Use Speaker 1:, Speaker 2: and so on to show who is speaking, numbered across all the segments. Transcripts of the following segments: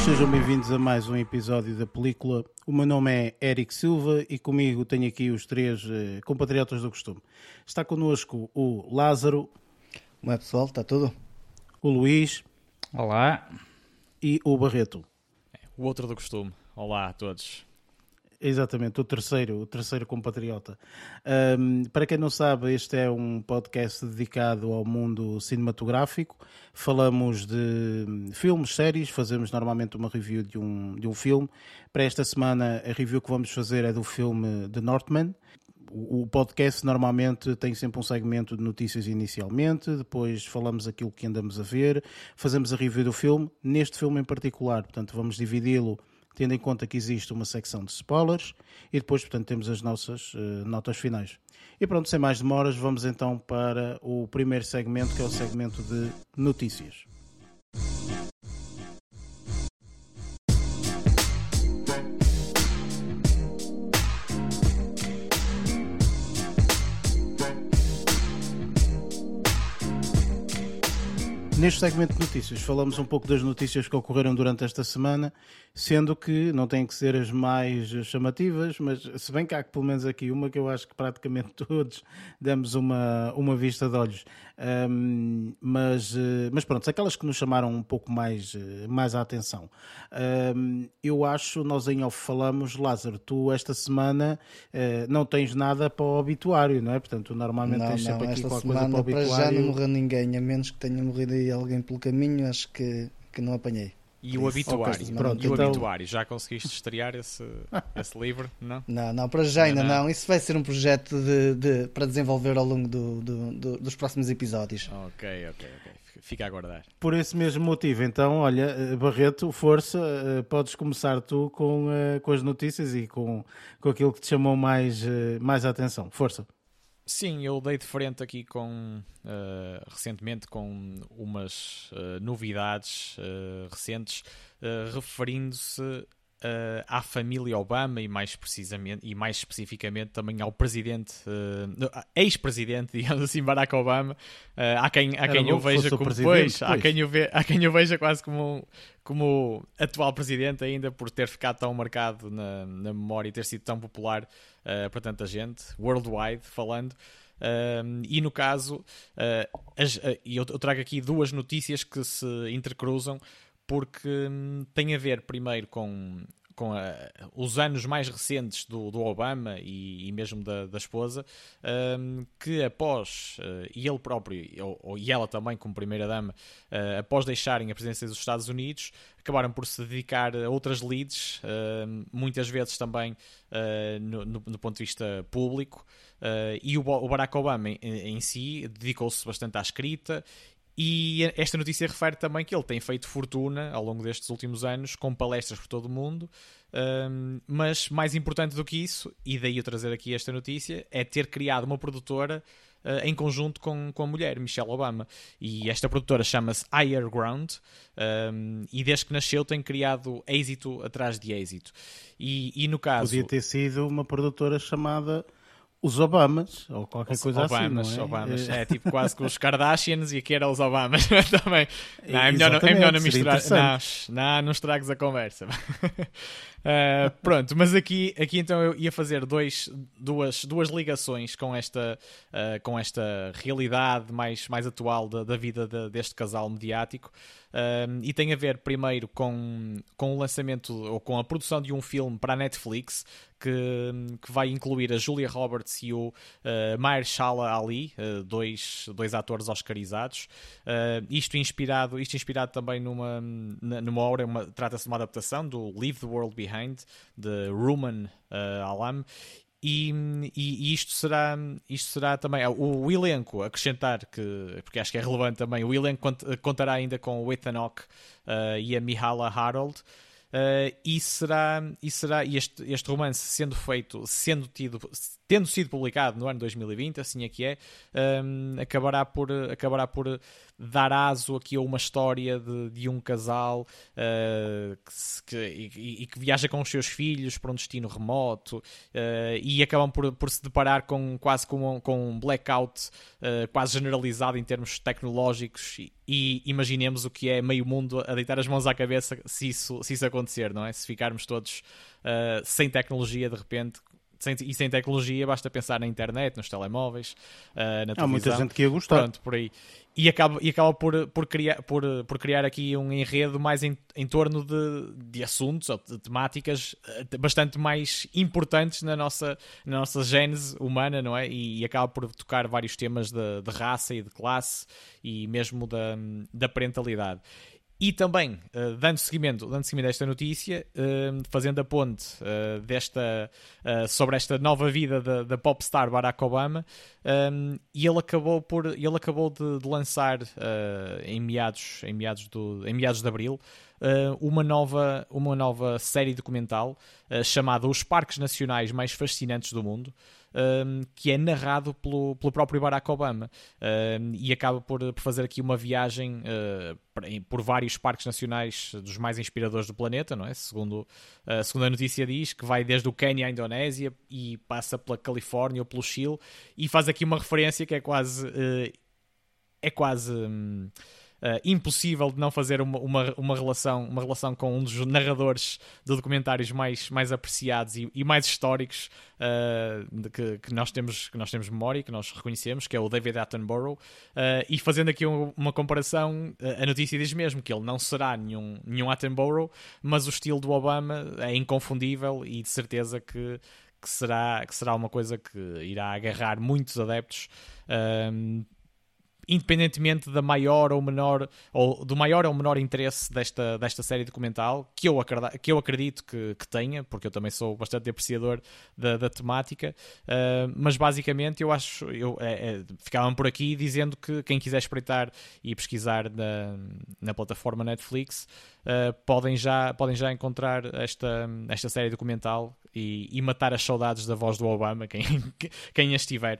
Speaker 1: Sejam bem-vindos a mais um episódio da película. O meu nome é Eric Silva e comigo tenho aqui os três compatriotas do costume. Está connosco o Lázaro.
Speaker 2: Como é, pessoal? Está tudo?
Speaker 1: O Luís.
Speaker 3: Olá.
Speaker 1: E o Barreto.
Speaker 3: O outro do costume. Olá a todos.
Speaker 1: Exatamente, o terceiro compatriota. Para quem não sabe, este é um podcast dedicado ao mundo cinematográfico. Falamos de filmes, séries, fazemos normalmente uma review de um filme. Para esta semana, a review que vamos fazer é do filme The Northman. O podcast normalmente tem sempre um segmento de notícias inicialmente, depois falamos aquilo que andamos a ver, fazemos a review do filme, neste filme em particular, portanto vamos dividi-lo tendo em conta que existe uma secção de spoilers e depois, portanto, temos as nossas notas finais. E pronto, sem mais demoras, vamos então para o primeiro segmento, que é o segmento de notícias. Neste segmento de notícias falamos um pouco das notícias que ocorreram durante esta semana, sendo que não têm que ser as mais chamativas, mas se bem que há pelo menos aqui uma que eu acho que praticamente todos demos uma vista de olhos. Mas pronto, aquelas que nos chamaram um pouco mais a atenção. Eu acho, nós em off falamos, Lázaro, tu esta semana não tens nada para o obituário, não é? Portanto, normalmente tens sempre aqui qualquer coisa para o obituário.
Speaker 2: Para já não morreu ninguém, a menos que tenha morrido aí alguém pelo caminho, acho que não apanhei.
Speaker 3: E o obituário?
Speaker 1: Okay, pronto,
Speaker 3: e o
Speaker 1: então...
Speaker 3: obituário? Já conseguiste estrear esse livro? Não?
Speaker 2: Não, para já ainda não. Isso vai ser um projeto para desenvolver ao longo dos próximos episódios.
Speaker 3: Ok. Fica a aguardar.
Speaker 1: Por esse mesmo motivo, então, olha, Barreto, força, podes começar tu com as notícias e com aquilo que te chamou mais a atenção. Força.
Speaker 3: Sim, eu dei de frente aqui recentemente com umas novidades recentes referindo-se à família Obama e mais especificamente também ao presidente, ex-presidente, digamos assim, Barack Obama. Há quem eu veja como há quem eu veja quase como atual presidente ainda, por ter ficado tão marcado na memória e ter sido tão popular para tanta gente, worldwide falando. E no caso, eu trago aqui duas notícias que se intercruzam, porque tem a ver primeiro com os anos mais recentes do Obama e mesmo da esposa, que após, e ele próprio e ela também como primeira-dama, após deixarem a presidência dos Estados Unidos, acabaram por se dedicar a outras leads, muitas vezes também no ponto de vista público, e o Barack Obama em si dedicou-se bastante à escrita. E esta notícia refere também que ele tem feito fortuna ao longo destes últimos anos com palestras por todo o mundo, mas mais importante do que isso, e daí eu trazer aqui esta notícia, é ter criado uma produtora em conjunto com a mulher, Michelle Obama. E esta produtora chama-se Higher Ground, e desde que nasceu tem criado êxito atrás de êxito. E no caso...
Speaker 1: Podia ter sido uma produtora chamada... Os Obamas, ou qualquer coisa
Speaker 3: Obamas,
Speaker 1: assim, não é?
Speaker 3: Obamas. É tipo quase que os Kardashians e aqui era os Obamas também. Não, é melhor não misturar. Não estragues a conversa. Pronto, mas aqui então eu ia fazer duas ligações com esta realidade mais atual da vida deste casal mediático. E tem a ver primeiro com o lançamento ou com a produção de um filme para a Netflix que vai incluir a Julia Roberts e o Mahershala Ali, dois atores oscarizados. Isto inspirado também numa obra, trata-se de uma adaptação do Leave the World Behind, de Ruman Alam. E isto será também o elenco, acrescentar porque acho que é relevante também, o elenco contará ainda com o Ethan Hawke e a Mihala Harold. E este romance tendo sido publicado no ano 2020, assim é que é, acabará por dar aso aqui a uma história de um casal que viaja com os seus filhos para um destino remoto e acabam por se deparar quase com um blackout quase generalizado em termos tecnológicos e imaginemos o que é meio mundo a deitar as mãos à cabeça se isso acontecer, não é? Se ficarmos todos sem tecnologia de repente. Sem tecnologia, basta pensar na internet, nos telemóveis, na televisão.
Speaker 1: Há muita gente que ia gostar.
Speaker 3: Pronto, por aí. E acaba por criar aqui um enredo mais em torno de assuntos ou de temáticas bastante mais importantes na nossa gênese humana, não é? E acaba por tocar vários temas de raça e de classe e mesmo da parentalidade. E também, dando seguimento a esta notícia, fazendo a ponte sobre esta nova vida da popstar Barack Obama, e ele acabou de lançar em meados de abril uma nova série documental chamada Os Parques Nacionais Mais Fascinantes do Mundo, que é narrado pelo próprio Barack Obama e acaba por fazer aqui uma viagem por vários parques nacionais dos mais inspiradores do planeta, não é? Segundo a notícia diz que vai desde o Quênia à Indonésia e passa pela Califórnia ou pelo Chile e faz aqui uma referência que é quase impossível de não fazer uma relação com um dos narradores de documentários mais apreciados e mais históricos que nós temos memória, que nós reconhecemos, que é o David Attenborough, e fazendo aqui uma comparação, a notícia diz mesmo que ele não será nenhum Attenborough, mas o estilo do Obama é inconfundível e de certeza que será uma coisa que irá agarrar muitos adeptos, independentemente do maior ou menor interesse desta série documental, que eu acredito que tenha, porque eu também sou bastante apreciador da temática, mas basicamente ficavam por aqui dizendo que quem quiser espreitar e pesquisar na plataforma Netflix, podem já encontrar esta série documental e matar as saudades da voz do Obama, quem estiver.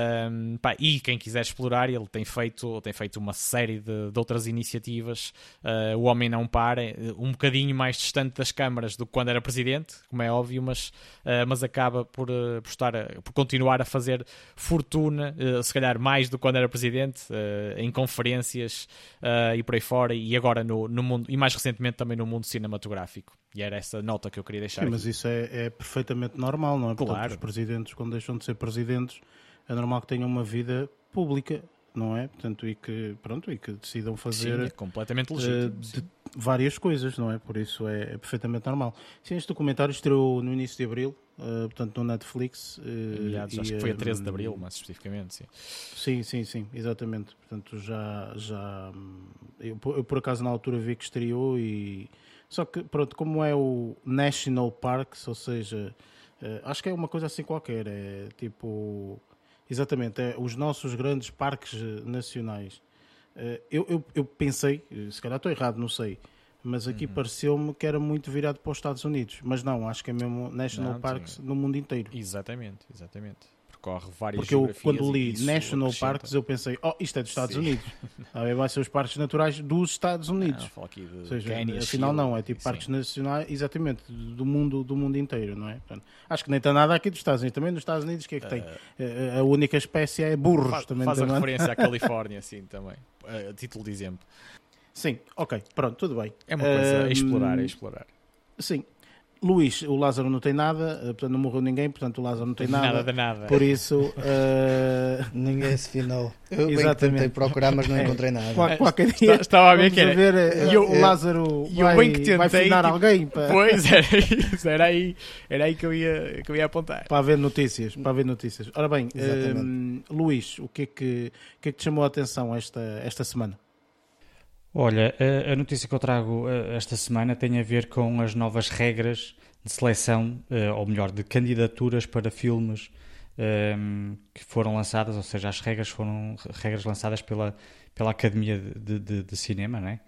Speaker 3: E quem quiser explorar, ele tem feito uma série de outras iniciativas. O homem não para, um bocadinho mais distante das câmaras do que quando era presidente, como é óbvio, mas acaba por continuar a fazer fortuna, se calhar mais do que quando era presidente, em conferências e por aí fora, e agora no mundo, e mais recentemente também no mundo cinematográfico. E era essa nota que eu queria deixar.
Speaker 1: Sim, mas isso é perfeitamente normal, não é?
Speaker 3: Claro.
Speaker 1: Portanto, os presidentes, quando deixam de ser presidentes, é normal que tenham uma vida pública, não é? Portanto, e que decidam fazer.
Speaker 3: Sim, é completamente legítimo.
Speaker 1: Várias coisas, não é? Por isso é perfeitamente normal. Sim, este documentário estreou no início de abril, portanto, no Netflix.
Speaker 3: Acho que foi a 13 de abril, mais especificamente, sim.
Speaker 1: Sim, exatamente. Portanto, eu por acaso na altura vi que estreou e... Só que, pronto, como é o National Parks, ou seja, acho que é uma coisa assim qualquer, é tipo... Exatamente, é os nossos grandes parques nacionais. Eu pensei, se calhar estou errado, não sei, mas aqui pareceu-me que era muito virado para os Estados Unidos, mas não, acho que é mesmo National Parks no mundo inteiro.
Speaker 3: Exatamente. Percorre várias
Speaker 1: Porque eu,
Speaker 3: geografias.
Speaker 1: quando li National Parks, eu pensei, isto é dos Estados Unidos. Vai ser os parques naturais dos Estados Unidos.
Speaker 3: Não, falo aqui de
Speaker 1: ou seja,
Speaker 3: Quênia,
Speaker 1: afinal
Speaker 3: Chile,
Speaker 1: não, é tipo parques nacionais, exatamente, do mundo inteiro, não é? Portanto, acho que nem está nada aqui dos Estados Unidos. Também nos Estados Unidos, o que é que tem? A única espécie é burros.
Speaker 3: Faz a referência à Califórnia, sim, também. A título de exemplo.
Speaker 1: Sim, ok, pronto, tudo bem.
Speaker 3: É uma coisa a explorar.
Speaker 1: Sim. Luís, o Lázaro não tem nada, portanto não morreu ninguém, portanto o Lázaro não tem nada.
Speaker 3: Nada de nada.
Speaker 1: Por isso...
Speaker 2: Ninguém se finou. Eu bem tentei procurar, mas não encontrei nada.
Speaker 1: Qualquer dia
Speaker 3: estava a ver que era...
Speaker 1: o Lázaro vai finar alguém.
Speaker 3: Pois, era aí que eu ia apontar.
Speaker 1: Para haver notícias. Ora bem, Luís, o que é que te chamou a atenção esta semana?
Speaker 4: Olha, a notícia que eu trago esta semana tem a ver com as novas regras de seleção, ou melhor, de candidaturas para filmes que foram lançadas, ou seja, as regras foram regras lançadas pela Academia de Cinema, né?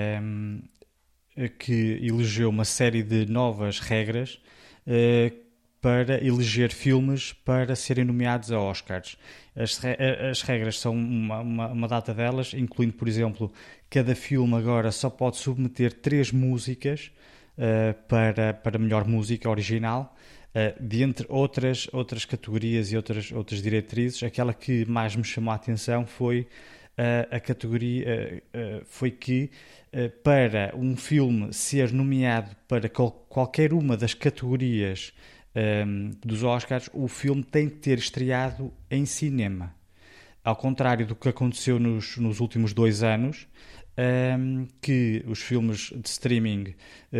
Speaker 4: Que elegeu uma série de novas regras para eleger filmes para serem nomeados a Oscars. As regras são uma data delas, incluindo, por exemplo, cada filme agora só pode submeter 3 músicas para melhor música original. Dentre outras categorias e outras diretrizes, aquela que mais me chamou a atenção foi a categoria foi que para um filme ser nomeado para qualquer uma das categorias dos Oscars, o filme tem que ter estreado em cinema. Ao contrário do que aconteceu nos últimos 2 anos, que os filmes de streaming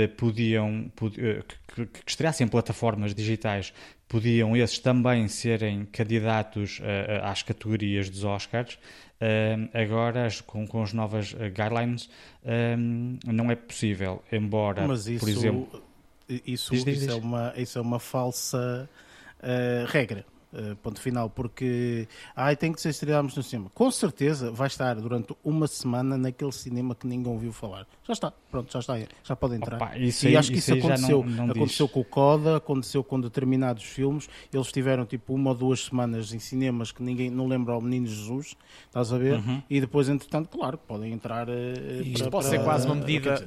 Speaker 4: que estreassem em plataformas digitais podiam esses também serem candidatos às categorias dos Oscars. Agora, com as novas guidelines, não é possível, embora,
Speaker 1: mas isso,
Speaker 4: por exemplo...
Speaker 1: Isso é uma falsa regra. Ponto final, porque tem que ser estreados no cinema. Com certeza vai estar durante uma semana naquele cinema que ninguém ouviu falar. Já está, pronto, já pode entrar.
Speaker 4: Opa,
Speaker 1: e acho que isso aconteceu com o Coda, aconteceu com determinados filmes. Eles tiveram tipo 1 ou 2 semanas em cinemas que ninguém não lembra ao Menino Jesus, estás a ver? E depois, entretanto, claro, podem entrar.
Speaker 3: Isto pode ser quase uma medida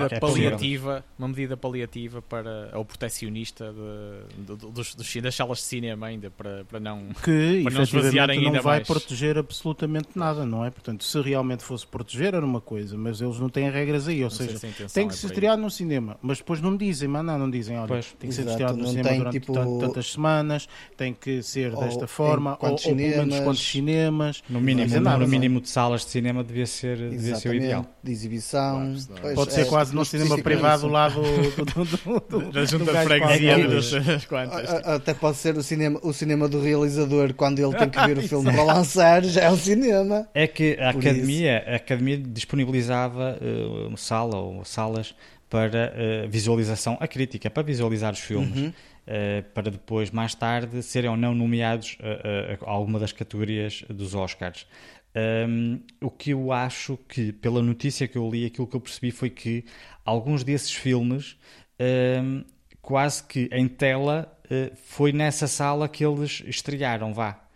Speaker 3: paliativa para o protecionista das salas de cinema ainda, para não
Speaker 1: efetivamente não vai proteger absolutamente nada, não é? Portanto, se realmente fosse proteger era uma coisa, mas eles não têm regras aí, ou seja, tem que ser estreado no cinema, mas depois não dizem, não dizem, olha, tem que ser estreado no cinema durante tantas semanas, tem que ser desta forma, ou pelo menos quantos cinemas,
Speaker 4: no mínimo de salas de cinema devia ser o ideal.
Speaker 2: De exibição.
Speaker 1: Pode ser quase num cinema privado lá
Speaker 3: da junta de freguesia das quantas.
Speaker 2: Até pode ser o cinema do realizador, quando ele tem que ver o filme para lançar, já é o cinema.
Speaker 4: É que a Academia disponibilizava salas para visualização, a crítica, para visualizar os filmes, para depois, mais tarde, serem ou não nomeados a alguma das categorias dos Oscars. O que eu acho que, pela notícia que eu li, aquilo que eu percebi foi que alguns desses filmes, quase que em tela, foi nessa sala que eles estrearam,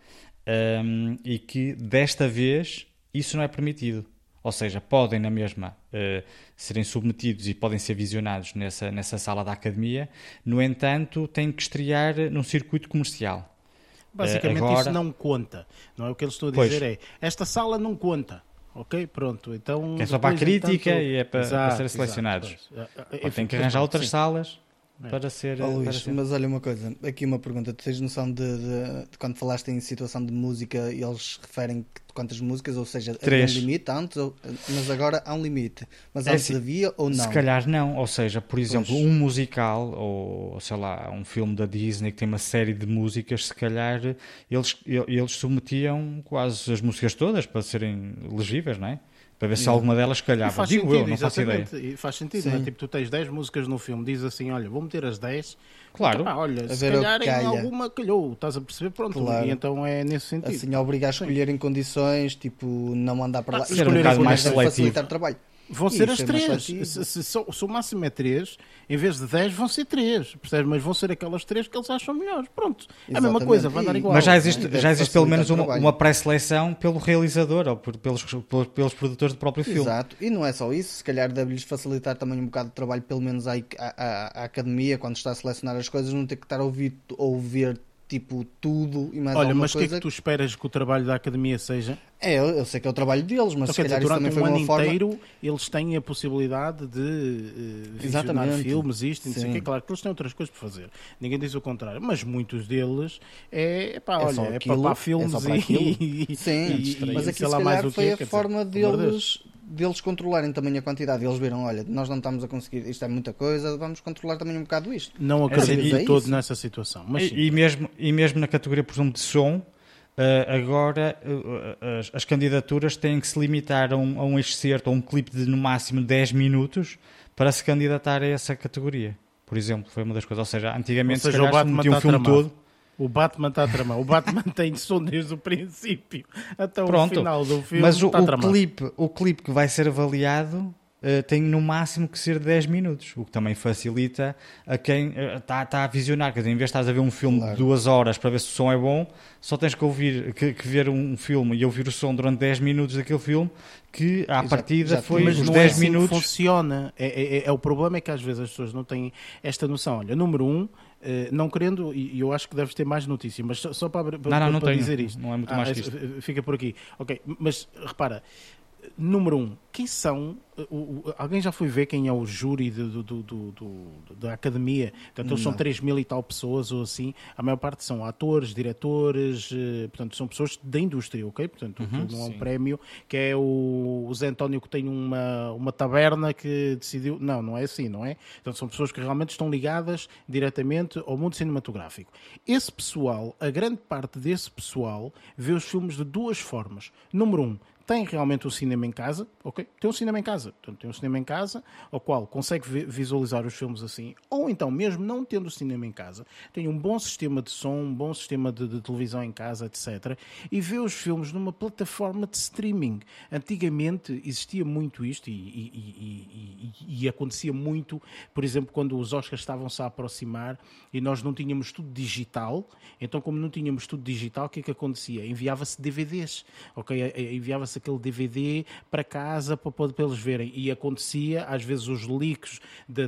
Speaker 4: e que desta vez isso não é permitido. Ou seja, podem na mesma serem submetidos e podem ser visionados nessa sala da Academia, no entanto têm que estrear num circuito comercial.
Speaker 1: Basicamente isso não conta, não é? O que eles estão a dizer esta sala não conta. Ok, pronto. Então,
Speaker 4: que é só para a crítica e é para ser selecionados. Tem que arranjar outras salas para ser...
Speaker 2: Luís, mas olha uma coisa, aqui uma pergunta. Tu tens noção de quando falaste em situação de música, eles referem quantas músicas, ou seja, havia um limite antes, mas agora há um limite. Mas antes havia ou não?
Speaker 4: Se calhar não, ou seja, por exemplo, um musical, ou sei lá, um filme da Disney que tem uma série de músicas, se calhar eles submetiam quase as músicas todas para serem legíveis, não é? Para ver se alguma delas calhava. Digo eu, não faço ideia.
Speaker 1: E faz sentido, não é? Tipo, tu tens 10 músicas no filme, diz assim, olha, vou meter as 10.
Speaker 4: Claro.
Speaker 1: Olha, se calhar em alguma calhou, estás a perceber? Pronto, claro. E então é nesse sentido.
Speaker 2: Assim, obrigar a escolher em condições, tipo, não mandar para lá.
Speaker 4: Ser um bocado mais seletivo.
Speaker 2: Facilitar o trabalho.
Speaker 1: Vão ser as 3. Se o máximo é 3, em vez de 10 vão ser 3, percebes? Mas vão ser aquelas 3 que eles acham melhores. Pronto, é a mesma coisa, vai dar igual.
Speaker 4: Mas já existe pelo menos uma pré-seleção pelo realizador ou pelos produtores do próprio filme.
Speaker 2: Exato, e não é só isso, se calhar deve-lhes facilitar também um bocado de trabalho, pelo menos à academia, quando está a selecionar as coisas, não ter que estar a ouvir tipo tudo e mais alguma coisa.
Speaker 1: Olha, mas o que é que tu esperas que o trabalho da academia seja?
Speaker 2: Eu sei que é o trabalho deles, mas se calhar isso também foi uma forma...
Speaker 1: Durante um ano inteiro eles têm a possibilidade de visionar filmes, isto, não sei o quê. Claro que eles têm outras coisas para fazer. Ninguém diz o contrário. Mas muitos deles é para filmes
Speaker 2: mas aqui se calhar foi a forma deles controlarem também a quantidade. Eles viram, olha, nós não estamos a conseguir, isto é muita coisa, vamos controlar também um bocado isto.
Speaker 1: Não acredito de todo nessa situação. Mas
Speaker 4: e mesmo na categoria, por exemplo, de som, agora as candidaturas têm que se limitar a um excerto, a um clipe de no máximo 10 minutos para se candidatar a essa categoria. Por exemplo, foi uma das coisas. Ou seja, antigamente se calhar se metia um filme todo.
Speaker 1: O Batman está a tramar. O Batman tem som desde o princípio até o final do filme.
Speaker 4: Mas o clipe que vai ser avaliado tem no máximo que ser 10 minutos, o que também facilita a quem está a visionar. Quer dizer, em vez de estás a ver um filme de 2 horas para ver se o som é bom, só tens que ver um filme e ouvir o som durante 10 minutos daquele filme, que à partida foi
Speaker 1: mas
Speaker 4: os
Speaker 1: não
Speaker 4: 10
Speaker 1: é assim
Speaker 4: minutos.
Speaker 1: Que funciona. O problema é que às vezes as pessoas não têm esta noção. Olha, número 1, não querendo, e eu acho que deves ter mais notícia, mas só para dizer isto.
Speaker 4: Não é muito mais que isto.
Speaker 1: Fica por aqui. Ok, mas repara, número 1, quem são? Alguém já foi ver quem é o júri da academia? Portanto, eles são 3.000 e tal pessoas ou assim. A maior parte são atores, diretores, portanto, são pessoas da indústria, ok? Portanto, não é um prémio que é o Zé António que tem uma taberna que decidiu. Não é assim, não é? Portanto, são pessoas que realmente estão ligadas diretamente ao mundo cinematográfico. Esse pessoal, a grande parte desse pessoal, vê os filmes de 2 formas. Número 1, tem realmente o cinema em casa, ok? Tem um cinema em casa. Portanto, tem um cinema em casa ao qual consegue visualizar os filmes assim. Ou então, mesmo não tendo o cinema em casa, tem um bom sistema de som, um bom sistema de televisão em casa, etc. E vê os filmes numa plataforma de streaming. Antigamente existia muito isto e acontecia muito, por exemplo, quando os Oscars estavam-se a aproximar e nós não tínhamos tudo digital. Então, como não tínhamos tudo digital, o que é que acontecia? Enviava-se DVDs, ok? Enviava-se aquele DVD para casa para eles verem, e acontecia às vezes os leaks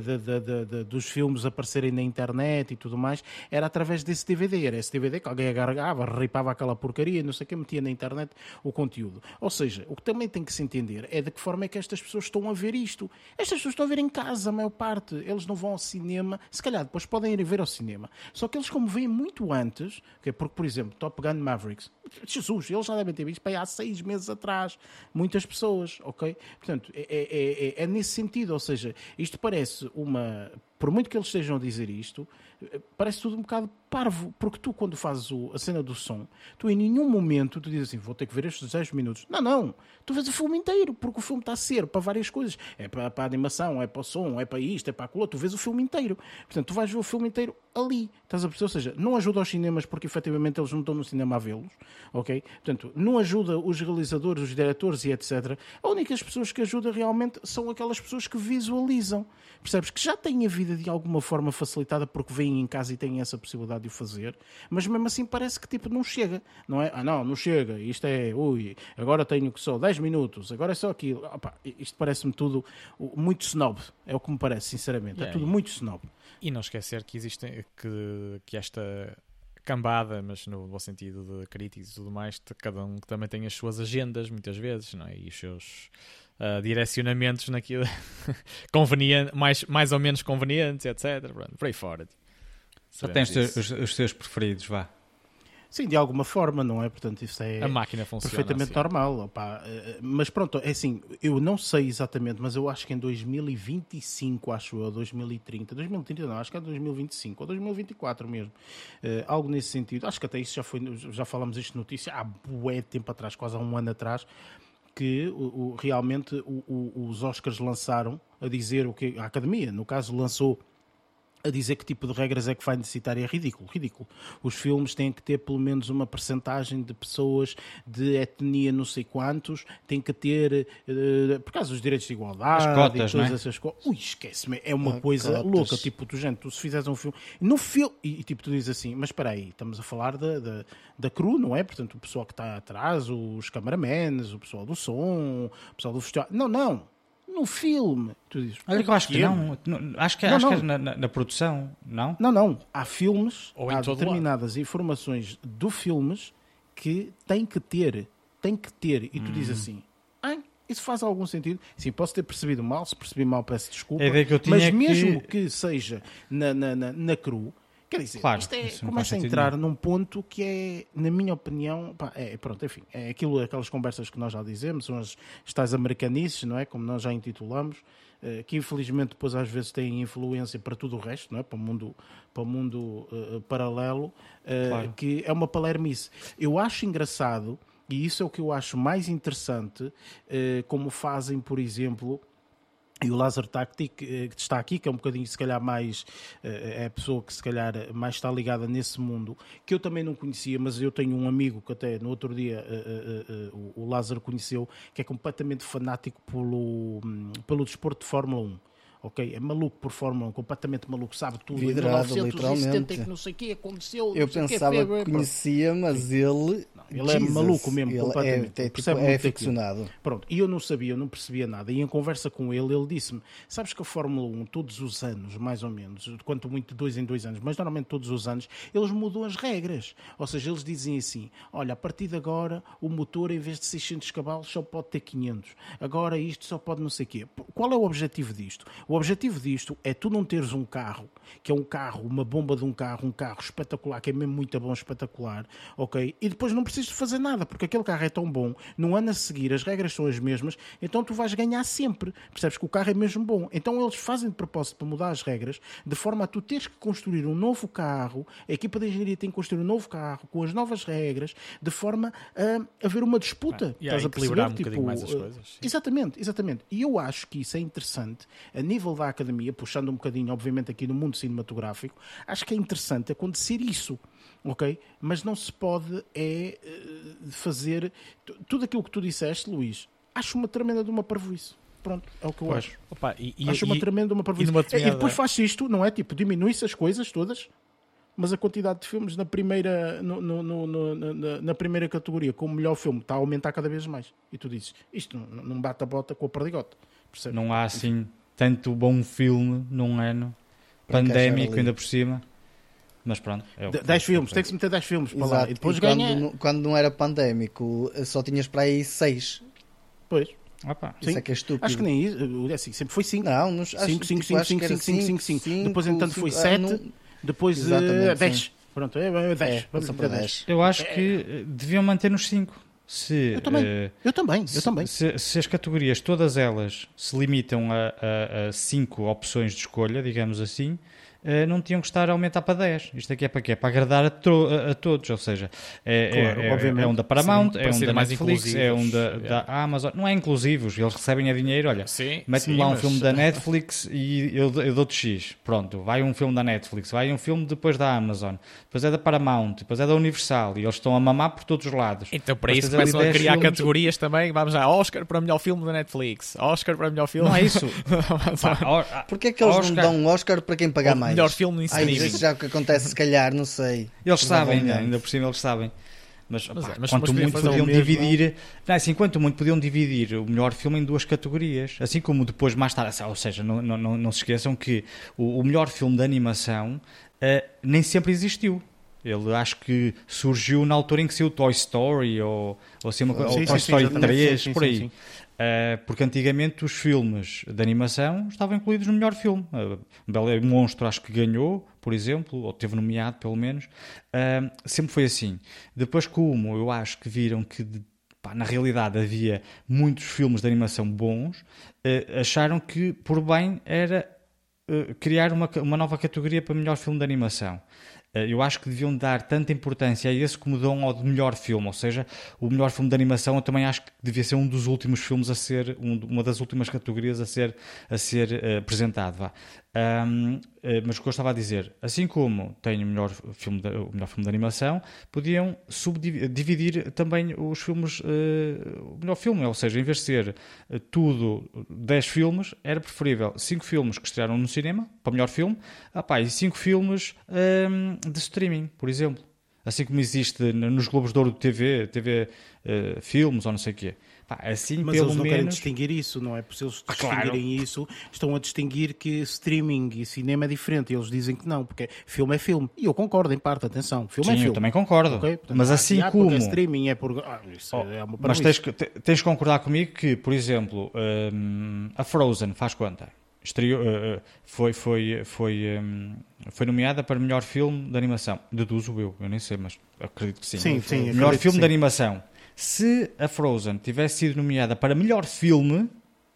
Speaker 1: dos filmes aparecerem na internet e tudo mais, era através desse DVD, era esse DVD que alguém agarrava, ripava aquela porcaria, não sei o que, metia na internet o conteúdo. Ou seja, o que também tem que se entender é de que forma é que estas pessoas estão a ver isto. Estas pessoas estão a ver em casa, a maior parte, eles não vão ao cinema, se calhar depois podem ir ver ao cinema, só que eles como veem muito antes, okay, porque por exemplo, Top Gun Mavericks, Jesus, eles já devem ter visto há 6 meses atrás, muitas pessoas, ok? Portanto, é nesse sentido, ou seja, isto parece por muito que eles estejam a dizer isto, parece tudo um bocado parvo, porque tu quando fazes a cena do som, tu em nenhum momento tu dizes assim, vou ter que ver estes 10 minutos. Não, tu vês o filme inteiro, porque o filme está a ser para várias coisas, é para a animação, é para o som, é para isto, é para aquilo, tu vês o filme inteiro, portanto tu vais ver o filme inteiro ali, estás a perceber? Ou seja, não ajuda aos cinemas porque efetivamente eles não estão no cinema a vê-los, ok? Portanto, não ajuda os realizadores, os diretores e etc. A únicas pessoas que ajudam realmente são aquelas pessoas que visualizam, percebes? Que já têm a vida de alguma forma facilitada porque vêm em casa e têm essa possibilidade de o fazer, mas mesmo assim parece que tipo não chega, não é? Não chega, isto é, agora tenho que só 10 minutos, agora é só aquilo. Opa, isto parece-me tudo muito snob, é o que me parece, sinceramente, é tudo muito snob.
Speaker 3: E não esquecer que existe que esta cambada, mas no bom sentido de críticos e tudo mais, cada um também tem as suas agendas muitas vezes, não é? E os seus direcionamentos naquilo conveniente, mais ou menos convenientes, etc. Pronto, por aí fora.
Speaker 4: Já tens os teus preferidos, vá.
Speaker 1: Sim, de alguma forma, não é? Portanto, isso é
Speaker 3: a máquina funciona
Speaker 1: perfeitamente
Speaker 3: assim.
Speaker 1: normal. Opa. Mas pronto, é assim, eu não sei exatamente, mas eu acho que em 2025, acho eu, 2030 não, acho que é 2025 ou 2024 mesmo, algo nesse sentido. Acho que até isso já falamos isto de notícia há bué tempo atrás, quase há um ano atrás, que realmente os Oscars lançaram a dizer o que a Academia, no caso, lançou a dizer que tipo de regras é que vai necessitar. É ridículo. Os filmes têm que ter pelo menos uma percentagem de pessoas de etnia não sei quantos, têm que ter, por causa dos direitos de igualdade,
Speaker 4: as cotas,
Speaker 1: e todas essas coisas. Esquece-me, é uma coisa louca. Tipo, tu se fizeres um filme, e tipo, tu dizes assim, mas espera aí, estamos a falar da crew, não é? Portanto, o pessoal que está atrás, os cameramans, o pessoal do som, o pessoal do festival. Não. No filme, tu dizes.
Speaker 4: Olha que eu acho que não. Acho que é na produção, não?
Speaker 1: Não. Há filmes,
Speaker 3: ou
Speaker 1: há determinadas informações do filmes que tem que ter. E tu dizes assim, isso faz algum sentido? Sim, posso ter percebido mal, se percebi mal peço desculpa, mas mesmo que seja na cru, quer dizer,
Speaker 4: claro,
Speaker 1: isto começa a entrar num ponto que é, na minha opinião, pronto, enfim, é aquelas conversas que nós já dizemos, são as tais americanices, não é? Como nós já intitulamos, que infelizmente depois às vezes têm influência para tudo o resto, não é? Para o mundo paralelo, claro. Que é uma palermice. Eu acho engraçado, e isso é o que eu acho mais interessante, como fazem, por exemplo, E o Lázaro Tactic, que está aqui, que é um bocadinho, se calhar, mais... é a pessoa que, se calhar, mais está ligada nesse mundo, que eu também não conhecia, mas eu tenho um amigo que até no outro dia o Lázaro conheceu, que é completamente fanático pelo desporto de Fórmula 1. Ok, é maluco por Fórmula 1, completamente maluco, sabe tudo.
Speaker 2: Vidrado,
Speaker 1: em 1970
Speaker 2: literalmente.
Speaker 1: Que não sei o que aconteceu.
Speaker 2: Eu pensava que conhecia, mas ele
Speaker 1: é maluco mesmo,
Speaker 2: ele
Speaker 1: completamente.
Speaker 2: é ficcionado.
Speaker 1: Pronto, e eu não sabia, eu não percebia nada. E em conversa com ele, ele disse-me: sabes que a Fórmula 1, todos os anos, mais ou menos, quanto muito de 2 em 2 anos, mas normalmente todos os anos, eles mudam as regras. Ou seja, eles dizem assim: olha, a partir de agora, o motor, em vez de 600 cavalos, só pode ter 500. Agora isto só pode não sei o quê. Qual é o objetivo disto? O objetivo disto é tu não teres um carro, que é um carro, uma bomba de um carro espetacular, que é mesmo muito bom, espetacular, ok? E depois não precisas de fazer nada, porque aquele carro é tão bom, no ano a seguir as regras são as mesmas, então tu vais ganhar sempre. Percebes que o carro é mesmo bom. Então eles fazem de propósito para mudar as regras, de forma a tu teres que construir um novo carro, a equipa de engenharia tem que construir um novo carro, com as novas regras, de forma a haver uma disputa.
Speaker 3: Estás a
Speaker 1: equilibrar
Speaker 3: um bocadinho mais as coisas.
Speaker 1: Exatamente. E eu acho que isso é interessante, a nível da academia, puxando um bocadinho, obviamente, aqui no mundo cinematográfico, acho que é interessante acontecer isso, ok? Mas não se pode fazer tudo aquilo que tu disseste, Luís. Acho uma tremenda de uma parvoíce. Pronto, é o que eu acho.
Speaker 3: Opa,
Speaker 1: acho uma tremenda de uma parvoíce. E depois faz isto, não é? Tipo, diminui-se as coisas todas, mas a quantidade de filmes na primeira, na primeira categoria como melhor filme está a aumentar cada vez mais. E tu dizes, isto não bate a bota com a perdigote. Percebes?
Speaker 4: Não há assim tanto bom filme num ano pandémico ainda por cima. Mas pronto.
Speaker 1: 10 filmes, tem que se meter 10 filmes para lá. E depois
Speaker 2: quando não era pandémico, só tinhas para aí 6.
Speaker 1: Pois.
Speaker 2: Isso é que é estúpido.
Speaker 1: Acho que nem isso. Assim, sempre foi 5.
Speaker 2: Não,
Speaker 1: 5. Depois, entanto, foi 7. Depois 10. Pronto, é 10. Vamos para 10.
Speaker 4: Eu acho que deviam manter nos 5.
Speaker 1: Eu também.
Speaker 4: Se as categorias, todas elas, se limitam a 5 opções de escolha, digamos assim, não tinham que estar a aumentar para 10. Isto aqui é para quê? É para agradar a todos. Ou seja, é um da Paramount, é um da Netflix, é um da Amazon. Não é inclusivos, eles recebem a dinheiro. Olha, mete-me lá um filme da Netflix e eu dou-te X. Pronto, vai um filme da Netflix, vai um filme depois da Amazon, depois é da Paramount, depois é da Universal, e eles estão a mamar por todos os lados.
Speaker 3: Então para isso começam a criar categorias também. Vamos lá, Oscar para melhor filme da Netflix, Oscar para melhor filme.
Speaker 4: Não é isso.
Speaker 2: Porquê é que eles não dão um Oscar para quem pagar mais?
Speaker 3: Melhor filme no streaming.
Speaker 2: Isso já é o que acontece, se calhar, não sei.
Speaker 4: Eles sabem, ainda por cima eles sabem. Mas quanto muito podiam dividir, quanto muito podiam dividir o melhor filme em 2 categorias, assim como depois mais tarde, ou seja, não se esqueçam que o melhor filme de animação nem sempre existiu. Ele acho que surgiu na altura em que saiu Toy Story ou assim ou Toy Story 3, por aí. Porque antigamente os filmes de animação estavam incluídos no melhor filme. Bela e Monstro acho que ganhou, por exemplo, ou teve nomeado pelo menos. Sempre foi assim. Depois, como eu acho que viram que na realidade havia muitos filmes de animação bons, acharam que por bem era criar uma nova categoria para melhor filme de animação. Eu acho que deviam dar tanta importância a esse como dão ao de melhor filme, ou seja, o melhor filme de animação eu também acho que devia ser um dos últimos filmes a ser, uma das últimas categorias a ser apresentado. Mas o que eu estava a dizer, assim como tem o melhor filme de animação, podiam subdividir também os filmes, o melhor filme, ou seja, em vez de ser tudo 10 filmes, era preferível 5 filmes que estrearam no cinema, para o melhor filme, e 5 filmes de streaming, por exemplo. Assim como existe nos Globos de Ouro de TV filmes ou não sei o quê. Assim,
Speaker 1: mas
Speaker 4: pelo
Speaker 1: eles não
Speaker 4: menos...
Speaker 1: querem distinguir isso, não é? Porque se eles distinguirem isso, estão a distinguir que streaming e cinema é diferente. E eles dizem que não, porque filme é filme. E eu concordo em parte, atenção. Filme é filme.
Speaker 4: Eu também concordo.
Speaker 1: Okay? Portanto,
Speaker 4: mas assim como...
Speaker 1: streaming é por... isso é uma
Speaker 4: mas tens de concordar comigo que, por exemplo, a Frozen, faz conta? Estreou, foi nomeada para melhor filme de animação. Deduzo eu nem sei, mas acredito que sim.
Speaker 1: Sim,
Speaker 4: melhor filme de animação. Se a Frozen tivesse sido nomeada para melhor filme,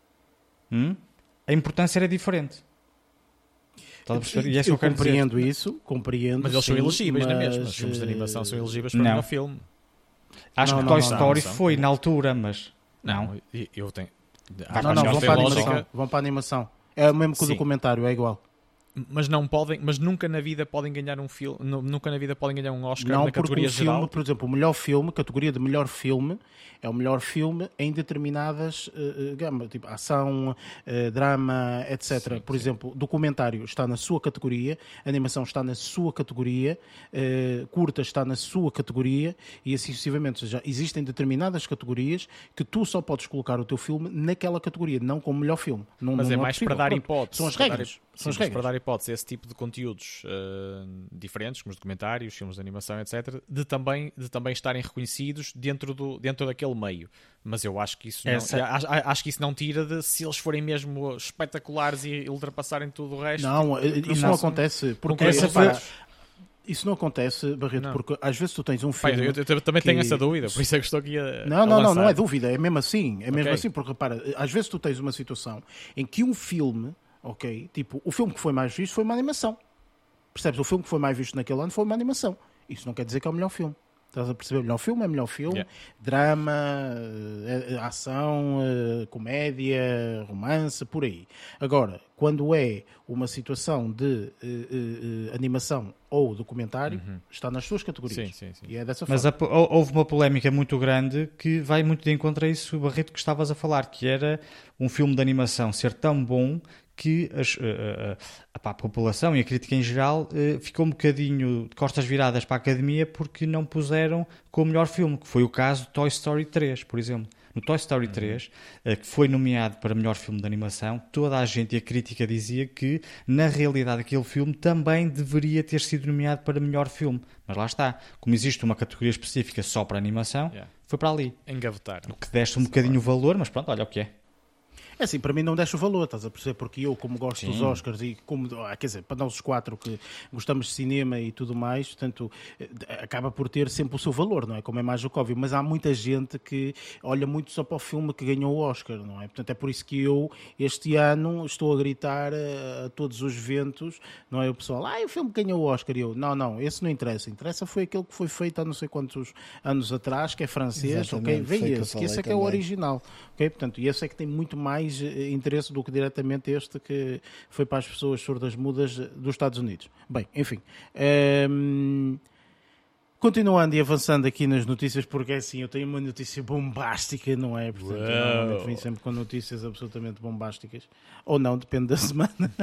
Speaker 4: a importância era diferente.
Speaker 1: Estás a perceber? E é eu compreendo isso, compreendo.
Speaker 3: Mas eles são elegíveis, não é mesmo? Os filmes de animação são elegíveis para melhor filme.
Speaker 4: Acho que Toy Story foi na altura, mas...
Speaker 3: Não, eu tenho...
Speaker 1: Não, vão para a animação. Vão para a animação. É o mesmo que o documentário, é igual.
Speaker 3: Mas não podem, mas nunca na vida podem ganhar um filme, nunca na vida podem ganhar um Oscar na categoria geral.
Speaker 1: Filme, por exemplo, o melhor filme, categoria de melhor filme, é o melhor filme em determinadas gamas, tipo ação, drama, etc. Sim, por exemplo, documentário está na sua categoria, animação está na sua categoria, curta está na sua categoria e assim sucessivamente. Ou seja, existem determinadas categorias que tu só podes colocar o teu filme naquela categoria, não como melhor filme.
Speaker 3: Mas é mais para dar hipótese.
Speaker 1: São as regras.
Speaker 3: Para dar hipótese a esse tipo de conteúdos diferentes, como os documentários, filmes de animação, etc., de também estarem reconhecidos dentro daquele meio. Mas eu acho que isso acho que isso não tira de se eles forem mesmo espetaculares e ultrapassarem tudo o resto.
Speaker 1: Não, isso não acontece. Porque isso não acontece, Barreto, porque às vezes tu tens um filme...
Speaker 3: Eu também tenho essa dúvida, por isso é que estou aqui a
Speaker 1: Não é dúvida, é mesmo assim. É mesmo assim, porque repara, às vezes tu tens uma situação em que um filme... Ok, tipo, o filme que foi mais visto foi uma animação. Percebes? O filme que foi mais visto naquele ano foi uma animação. Isso não quer dizer que é o melhor filme. Estás a perceber? O melhor filme é melhor filme. Drama, ação, comédia, romance, por aí. Agora, quando é uma situação de animação ou documentário, está nas suas categorias.
Speaker 3: Sim.
Speaker 1: E é dessa
Speaker 4: forma. Mas houve uma polémica muito grande que vai muito de encontro a isso, Barreto, que estavas a falar, que era um filme de animação ser tão bom que a população e a crítica em geral ficou um bocadinho de costas viradas para a academia porque não puseram como melhor filme, que foi o caso de Toy Story 3, por exemplo. No Toy Story 3, que foi nomeado para melhor filme de animação, toda a gente e a crítica dizia que, na realidade, aquele filme também deveria ter sido nomeado para melhor filme. Mas lá está, como existe uma categoria específica só para animação, foi para ali.
Speaker 3: Engavetar.
Speaker 4: O que deste um bocadinho o valor, mas pronto, olha o que é.
Speaker 1: É assim, para mim não deixa o valor, estás a perceber? Porque eu, como gosto dos Oscars e como, quer dizer, para nós os quatro que gostamos de cinema e tudo mais, portanto, acaba por ter sempre o seu valor, não é? Como é mais óbvio, mas há muita gente que olha muito só para o filme que ganhou o Oscar, não é? Portanto, é por isso que eu, este ano, estou a gritar a todos os ventos, não é? O pessoal, o filme que ganhou o Oscar, e eu, não, esse não interessa. Interessa foi aquele que foi feito há não sei quantos anos atrás, que é francês, ok? Vê esse, que esse é que é o original, ok? Portanto, e esse é que tem muito mais interesse do que diretamente este que foi para as pessoas surdas-mudas dos Estados Unidos. Bem, enfim. Continuando e avançando aqui nas notícias, porque assim, eu tenho uma notícia bombástica, não é? Portanto, eu normalmente vim sempre com notícias absolutamente bombásticas. Ou não, depende da semana.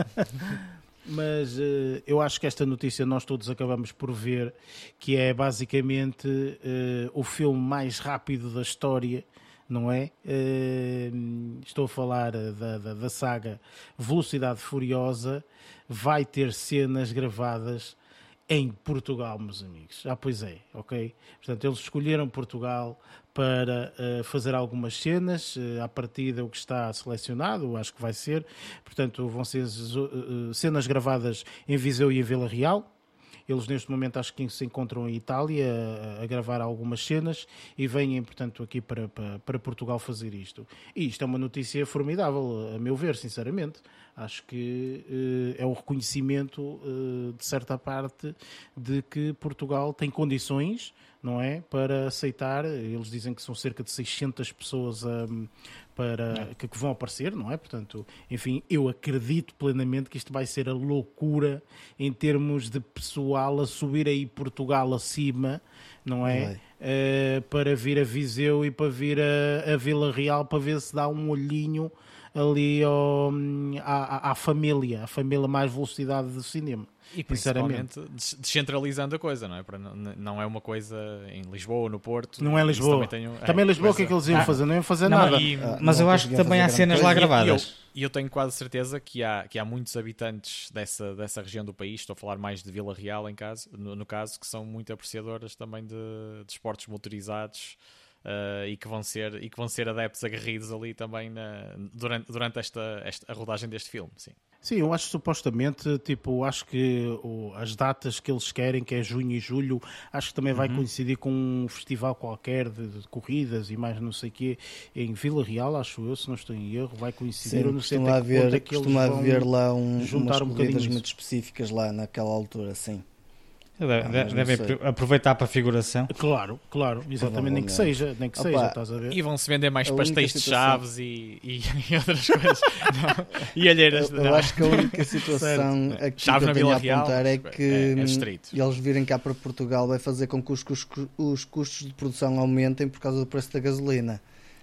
Speaker 1: Mas eu acho que esta notícia nós todos acabamos por ver, que é basicamente o filme mais rápido da história, não é? Estou a falar da saga Velocidade Furiosa. Vai ter cenas gravadas em Portugal, meus amigos. Pois é, ok? Portanto, eles escolheram Portugal para fazer algumas cenas. À partida, o que está selecionado, acho que vai ser. Portanto, vão ser cenas gravadas em Viseu e em Vila Real. Eles neste momento acho que se encontram em Itália a gravar algumas cenas e vêm, portanto, aqui para Portugal fazer isto. E isto é uma notícia formidável, a meu ver, sinceramente. Acho que é um reconhecimento, de certa parte, de que Portugal tem condições, não é, para aceitar. Eles dizem que são cerca de 600 pessoas que vão aparecer, não é? Portanto, enfim, eu acredito plenamente que isto vai ser a loucura em termos de pessoal a subir aí Portugal acima, não é? Para vir a Viseu e para vir a Vila Real, para ver se dá um olhinho ali à família, mais velocidade de cinema.
Speaker 3: E principalmente descentralizando a coisa, não é? Não é uma coisa em Lisboa ou no Porto.
Speaker 1: Não é Lisboa. Também Lisboa, o que é que eles iam fazer? Não iam fazer nada.
Speaker 4: Mas eu acho que também há cenas lá gravadas.
Speaker 3: E eu tenho quase certeza que há muitos habitantes dessa região do país, estou a falar mais de Vila Real no caso, que são muito apreciadoras também de esportes motorizados. E que vão ser adeptos aguerridos ali também durante a rodagem deste filme, sim.
Speaker 1: Sim, eu acho supostamente, acho que as datas que eles querem, que é junho e julho, acho que também vai coincidir com um festival qualquer de corridas e mais não sei o quê, em Vila Real, acho eu, se não estou em erro, vai coincidir.
Speaker 2: Sim,
Speaker 1: eu não sei até que ponto é que eles vão
Speaker 2: haver lá
Speaker 1: juntar
Speaker 2: umas corridas
Speaker 1: muito
Speaker 2: específicas lá naquela altura, sim.
Speaker 4: Devem aproveitar para a figuração.
Speaker 1: Claro, exatamente, nem que seja, estás a ver?
Speaker 3: E vão-se vender mais pastéis de chaves e outras coisas. E alheiras.
Speaker 2: Eu acho que a única situação aqui
Speaker 3: Chaves
Speaker 2: que eu
Speaker 3: na
Speaker 2: tenho
Speaker 3: Vila
Speaker 2: a
Speaker 3: Real,
Speaker 2: apontar é que
Speaker 3: eles
Speaker 2: virem cá para Portugal vai fazer com que os custos de produção aumentem por causa do preço da gasolina.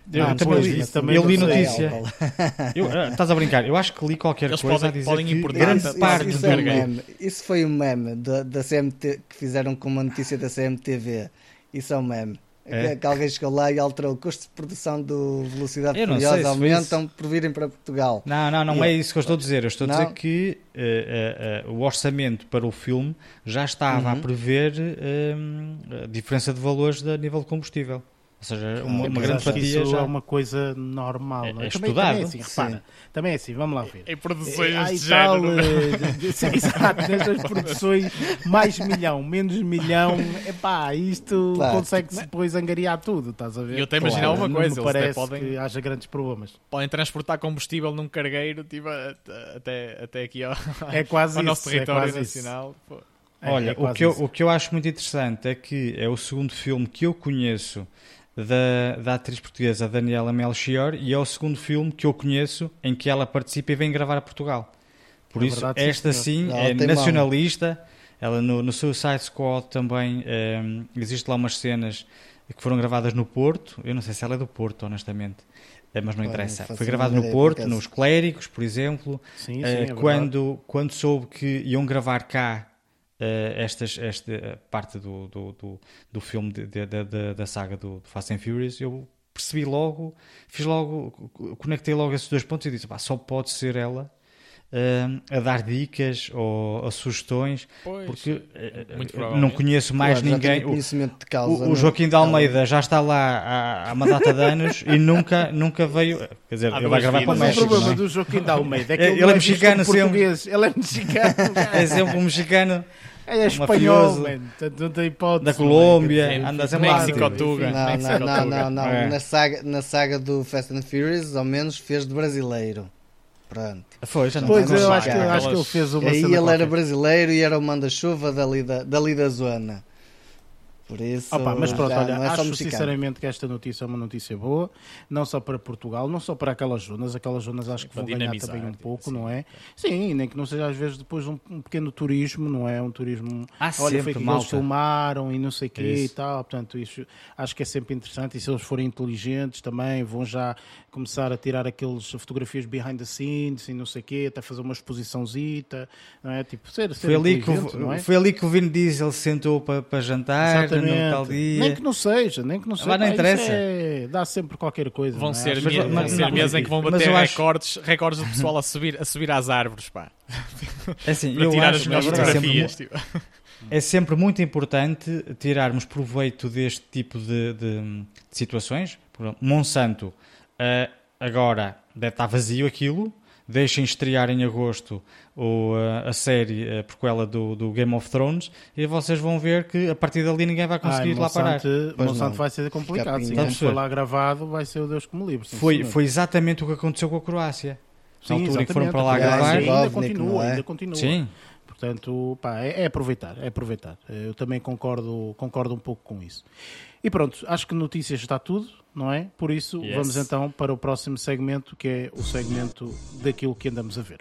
Speaker 4: Eu li notícia. Estás a brincar? Eu acho que li qualquer coisa a dizer que grande parte
Speaker 2: isso é um meme. Isso foi um meme da CMT que fizeram com uma notícia da CMTV. Isso é um meme. Que alguém chegou lá e alterou o custo de produção do Velocidade Furiosa aumentam por virem para Portugal.
Speaker 4: Não é isso que eu estou a dizer. Eu estou a dizer que o orçamento para o filme já estava a prever a diferença de valores a nível de combustível. Ou seja, uma grande fatia
Speaker 1: isso
Speaker 4: já
Speaker 1: é uma coisa normal. Não é?
Speaker 4: Estudado.
Speaker 1: Também é assim, vamos lá ver.
Speaker 3: Em produções de
Speaker 1: tal,
Speaker 3: género.
Speaker 1: Exato, nestas produções, mais milhão, menos milhão, isto consegue-se depois angariar tudo, estás a ver?
Speaker 3: Eu estou a imaginar uma coisa,
Speaker 1: não parece que haja grandes problemas.
Speaker 3: Podem transportar combustível num cargueiro até aqui ao nosso território nacional.
Speaker 4: Olha, o que eu acho muito interessante é que é o segundo filme que eu conheço da atriz portuguesa Daniela Melchior e é o segundo filme que eu conheço em que ela participa e vem gravar a Portugal. Por isso, verdade, esta sim é nacionalista. Ela no Suicide Squad também existe lá umas cenas que foram gravadas no Porto. Eu não sei se ela é do Porto, honestamente. Mas não interessa. Foi gravado no Porto, nos Clérigos, por exemplo.
Speaker 1: Sim,
Speaker 3: quando
Speaker 4: soube que iam gravar cá esta parte do filme da saga do Fast and Furious, eu percebi logo, conectei logo esses dois pontos e disse, só pode ser ela a dar dicas ou sugestões, porque não conheço mais ninguém. O Joaquim de Almeida já está lá há uma data de anos e nunca veio. Quer dizer, ele vai gravar para o México.
Speaker 1: O problema do Joaquim de Almeida é que
Speaker 4: ele é mexicano sempre.
Speaker 1: Ele é mexicano.
Speaker 4: É sempre um mexicano.
Speaker 1: É espanhol, não tem hipótese.
Speaker 4: Da Colômbia, anda sempre lá.
Speaker 2: Não. Na saga do Fast and Furious, ao menos fez de brasileiro. Pronto.
Speaker 1: Eu acho que ele fez uma
Speaker 2: cena. Aí ele era brasileiro e era o manda-chuva dali da zona. Por isso,
Speaker 1: mas pronto, olha, acho sinceramente que esta notícia é uma notícia boa, não só para Portugal, não só para aquelas zonas acho que vão ganhar também um pouco, não é? Sim, nem que não seja às vezes depois um pequeno turismo, não é? Um turismo, olha, foi que eles filmaram e não sei o quê e tal, portanto, isso acho que é sempre interessante e se eles forem inteligentes também vão já começar a tirar aquelas fotografias behind the scenes e não sei o quê, até fazer uma exposiçãozita, não é? Tipo,
Speaker 4: foi ali que o Vin Diesel sentou para jantar. Dia.
Speaker 1: Nem que não seja.
Speaker 4: Não interessa.
Speaker 1: Dá sempre qualquer coisa.
Speaker 3: Vão ser meses em que vão bater recordes do pessoal a subir às árvores, pá.
Speaker 4: É assim,
Speaker 3: para tirar as melhores fotografias.
Speaker 4: É sempre muito importante tirarmos proveito deste tipo de situações. Por exemplo, Monsanto, agora deve estar vazio aquilo. Deixem estrear em agosto a série prequela do Game of Thrones e vocês vão ver que a partir dali ninguém vai conseguir ir lá parar.
Speaker 1: Monsanto vai ser complicado. Se não for lá gravado, vai ser o Deus que me livre.
Speaker 4: Foi exatamente o que aconteceu com a Croácia.
Speaker 1: Na altura
Speaker 4: que foram para lá gravar.
Speaker 1: Ainda continua.
Speaker 4: Sim.
Speaker 1: Portanto, é aproveitar. Eu também concordo um pouco com isso. E pronto, acho que notícias está tudo, não é? Por isso, vamos então para o próximo segmento, que é o segmento daquilo que andamos a ver.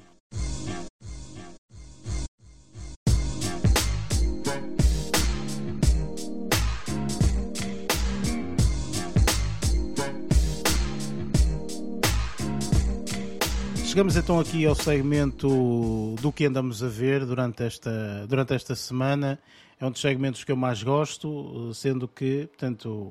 Speaker 1: Chegamos então aqui ao segmento do que andamos a ver durante esta semana. É um dos segmentos que eu mais gosto, sendo que, portanto,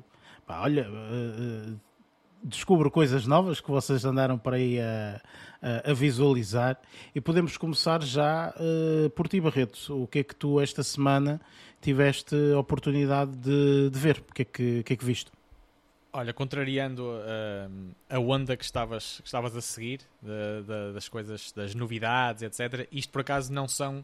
Speaker 1: descubro coisas novas que vocês andaram para aí a visualizar e podemos começar já por ti, Barreto. O que é que tu esta semana tiveste a oportunidade de ver? O que é que viste?
Speaker 3: Olha, contrariando a onda que estavas a seguir, das coisas, das novidades, etc., isto por acaso não são...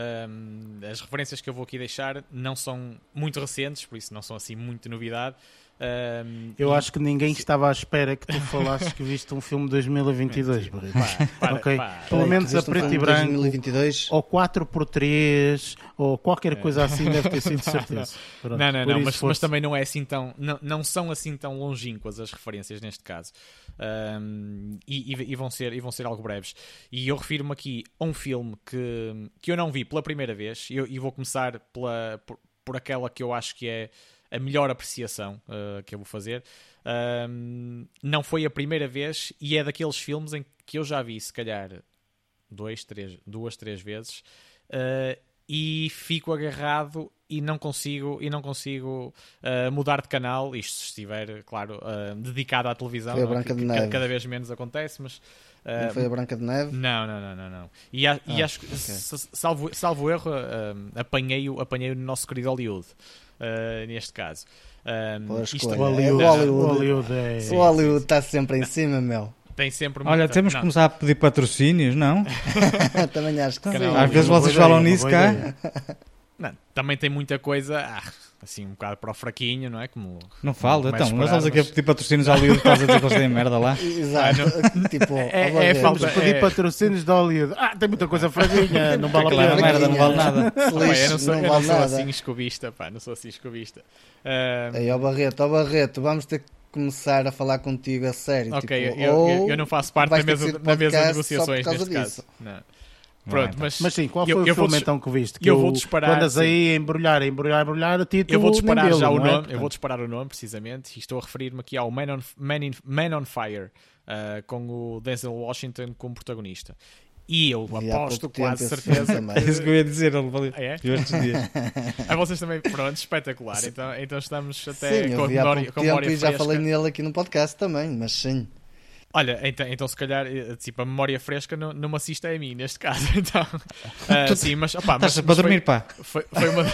Speaker 3: as referências que eu vou aqui deixar não são muito recentes, por isso não são assim muito novidade,
Speaker 1: Eu acho que ninguém estava à espera que tu falasses que viste um filme de 2022, ok? Pelo menos a preto e branco, 2022. Ou 4x3, ou qualquer coisa assim deve ter sido de certeza.
Speaker 3: Pronto, não, mas também não é assim tão... Não são assim tão longínquas as referências neste caso. E vão ser algo breves. E eu refiro-me aqui a um filme que eu não vi pela primeira vez, e vou começar por aquela que eu acho que é a melhor apreciação que eu vou fazer. Não foi a primeira vez, e é daqueles filmes em que eu já vi se calhar 2, 3 vezes, e fico agarrado e não consigo mudar de canal, isto se estiver, claro, dedicado à televisão.
Speaker 2: Foi a Branca de Neve.
Speaker 3: Cada vez menos acontece, mas
Speaker 2: não foi a Branca de Neve?
Speaker 3: Não. E acho que, salvo erro, apanhei-o no nosso querido Hollywood, neste caso.
Speaker 2: O Hollywood está sempre em cima, meu.
Speaker 3: Tem sempre
Speaker 4: Olha, temos que começar a pedir patrocínios, não?
Speaker 2: Também acho que sim.
Speaker 4: Às vezes vocês falam nisso cá.
Speaker 3: Não, também tem muita coisa, assim, um bocado para o fraquinho, não é?
Speaker 4: Não fala, então, nós estamos aqui a pedir patrocínios ao Hollywood por causa de dizer que eles têm merda lá.
Speaker 2: Exato.
Speaker 1: Vamos pedir patrocínios de Hollywood. Tem muita coisa fraquinha, não vale a pena.
Speaker 4: Merda, não vale nada.
Speaker 3: Eu não sou assim escobista, não sou assim escobista.
Speaker 2: Aí, ó Barreto, vamos ter que começar a falar contigo a sério.
Speaker 3: Ok, eu não faço parte da mesa de negociações neste caso. Não. Pronto, mas
Speaker 1: sim, qual foi o filme então que viste?
Speaker 3: Eu vou disparar.
Speaker 1: Tu andas aí a embrulhar o título.
Speaker 3: Eu vou disparar já o nome. Eu vou disparar o nome, precisamente. E estou a referir-me aqui ao Man on Fire, com o Denzel Washington como protagonista. E eu aposto quase certeza.
Speaker 4: É isso que eu ia dizer.
Speaker 3: Estes dias. Vocês também, pronto, espetacular. Então estamos até
Speaker 2: sim,
Speaker 3: com memória
Speaker 2: e já falei nele aqui no podcast também, mas sim.
Speaker 3: Olha, então se calhar, tipo, a memória fresca não me assiste a mim, neste caso. Então, sim, mas
Speaker 4: estás para dormir, pá.
Speaker 3: Foi uma...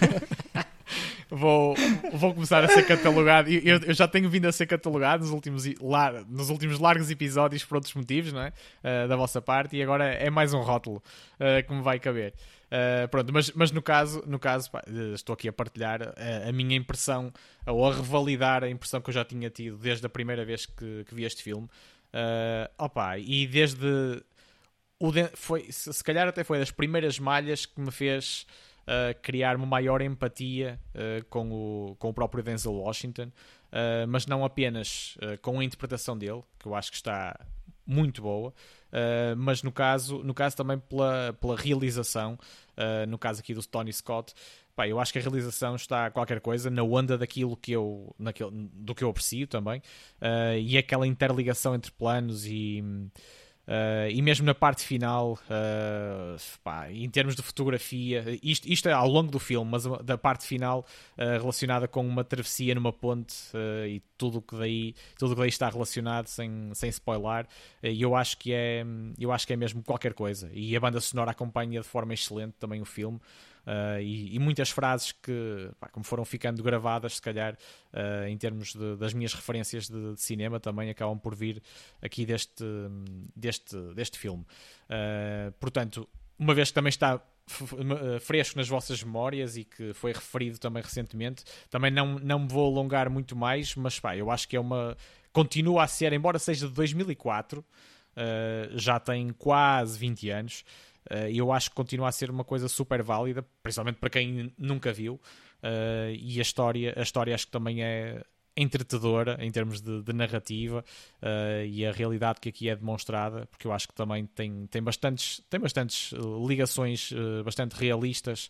Speaker 3: Vou começar a ser catalogado. Eu já tenho vindo a ser catalogado nos últimos largos episódios por outros motivos, não é? Da vossa parte, e agora é mais um rótulo que me vai caber. Pronto, mas no caso pá, estou aqui a partilhar a minha impressão, ou a revalidar a impressão que eu já tinha tido desde a primeira vez que vi este filme. E desde se calhar até foi das primeiras malhas que me fez criar uma maior empatia com o próprio Denzel Washington, mas não apenas com a interpretação dele, que eu acho que está muito boa, mas no caso também pela realização, no caso aqui do Tony Scott. Pá, eu acho que a realização está qualquer coisa na onda daquilo do que eu aprecio também, e aquela interligação entre planos e mesmo na parte final, em termos de fotografia, isto é ao longo do filme, mas da parte final relacionada com uma travessia numa ponte, e tudo o que daí está relacionado, sem spoiler, e eu acho que é mesmo qualquer coisa, e a banda sonora acompanha de forma excelente também o filme. E muitas frases que, como foram ficando gravadas, se calhar, em termos das minhas referências de cinema, também acabam por vir aqui deste filme. Portanto, uma vez que também está fresco nas vossas memórias e que foi referido também recentemente, também não me vou alongar muito mais, mas eu acho que continua a ser, embora seja de 2004, já tem quase 20 anos. Eu acho que continua a ser uma coisa super válida, principalmente para quem nunca viu, e a história acho que também é entretedora em termos de narrativa, e a realidade que aqui é demonstrada, porque eu acho que também tem bastantes ligações bastante realistas,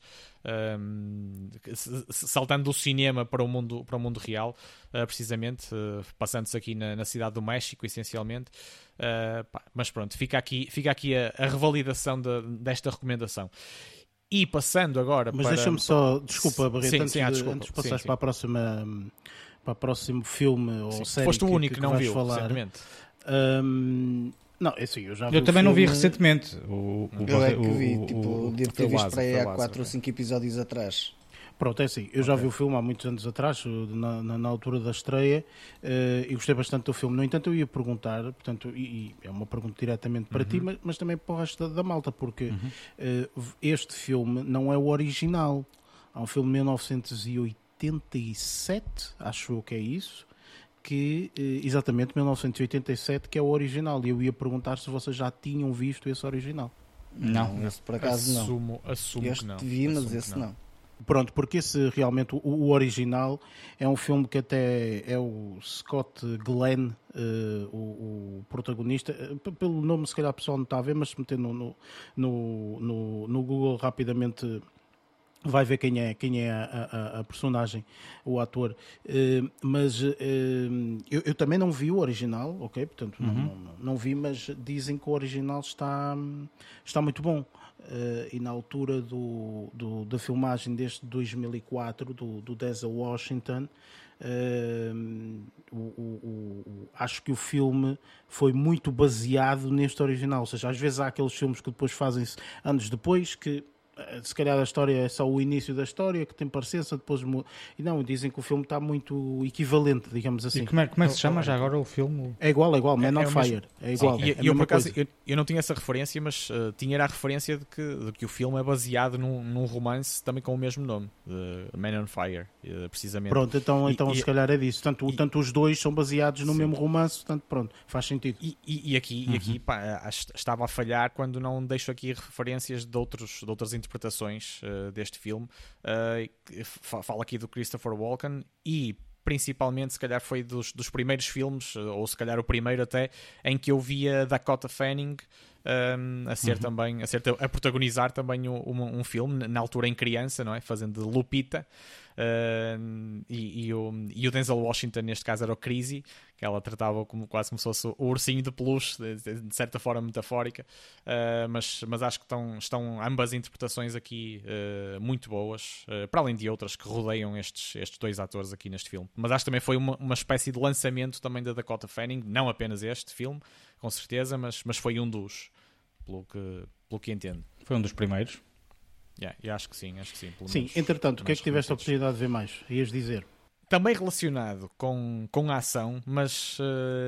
Speaker 3: saltando do cinema para o mundo real, precisamente, passando-se aqui na cidade do México, essencialmente. Mas pronto, fica aqui a revalidação desta recomendação. E passando agora
Speaker 1: mas para... deixa-me só, desculpa, Barreto, antes de passares para a próxima, para o próximo filme ou série.
Speaker 3: Foste o único que não viu
Speaker 1: falar.
Speaker 3: Recentemente.
Speaker 1: Não, é assim, eu já vi.
Speaker 4: Eu também não vi recentemente.
Speaker 2: Eu é que vi, devo ter visto para aí há 4 ou 5 episódios atrás.
Speaker 1: Pronto, é assim, eu já vi o filme há muitos anos atrás, na altura da estreia, e gostei bastante do filme. No entanto, eu ia perguntar, portanto, e é uma pergunta diretamente para ti, mas também para o resto da malta, porque este filme não é o original. Há um filme de 1980 1987, acho eu que é isso, que exatamente 1987, que é o original. E eu ia perguntar se vocês já tinham visto esse original.
Speaker 2: Não, esse por acaso
Speaker 3: assumo
Speaker 2: este
Speaker 3: que não.
Speaker 2: vi, mas esse não.
Speaker 1: Pronto, porque esse realmente, o original, é um filme que até é o Scott Glenn, o protagonista. Pelo nome, se calhar, a pessoa não está a ver, mas se meter no Google rapidamente vai ver quem é a personagem, o ator. Mas eu também não vi o original, ok? Portanto, não vi, mas dizem que o original está muito bom. E na altura da filmagem deste 2004, do Denzel Washington, acho que o filme foi muito baseado neste original. Ou seja, às vezes há aqueles filmes que depois fazem-se anos depois, que se calhar a história é só o início da história, que tem parecença, depois e não, dizem que o filme está muito equivalente, digamos assim.
Speaker 4: E como é que se chama já agora o filme?
Speaker 1: É igual, Man on Fire. É igual.
Speaker 3: Sim, eu por acaso eu não tinha essa referência, mas tinha a referência de que o filme é baseado num romance também com o mesmo nome, Man on Fire, precisamente.
Speaker 1: Pronto, então se calhar é disso. Tanto os dois são baseados no mesmo romance, portanto, pronto, faz sentido.
Speaker 3: E aqui pá, estava a falhar quando não deixo aqui referências de outras interpretações deste filme. Falo aqui do Christopher Walken e principalmente, se calhar foi dos primeiros filmes, ou se calhar o primeiro até, em que eu via Dakota Fanning a protagonizar também um filme, na altura em criança, não é? Fazendo de Lupita. E o Denzel Washington, neste caso, era o Crazy, que ela tratava quase como se fosse o ursinho de peluche, de certa forma metafórica. Mas acho que estão ambas interpretações aqui muito boas, para além de outras que rodeiam estes dois atores aqui neste filme. Mas acho que também foi uma espécie de lançamento também da Dakota Fanning, não apenas este filme, com certeza, mas foi um dos, pelo que entendo.
Speaker 4: Foi um dos primeiros.
Speaker 3: Eu acho que sim.
Speaker 1: Sim, entretanto, o que é que tiveste a oportunidade de ver mais? Ias dizer?
Speaker 3: Também relacionado com a ação, mas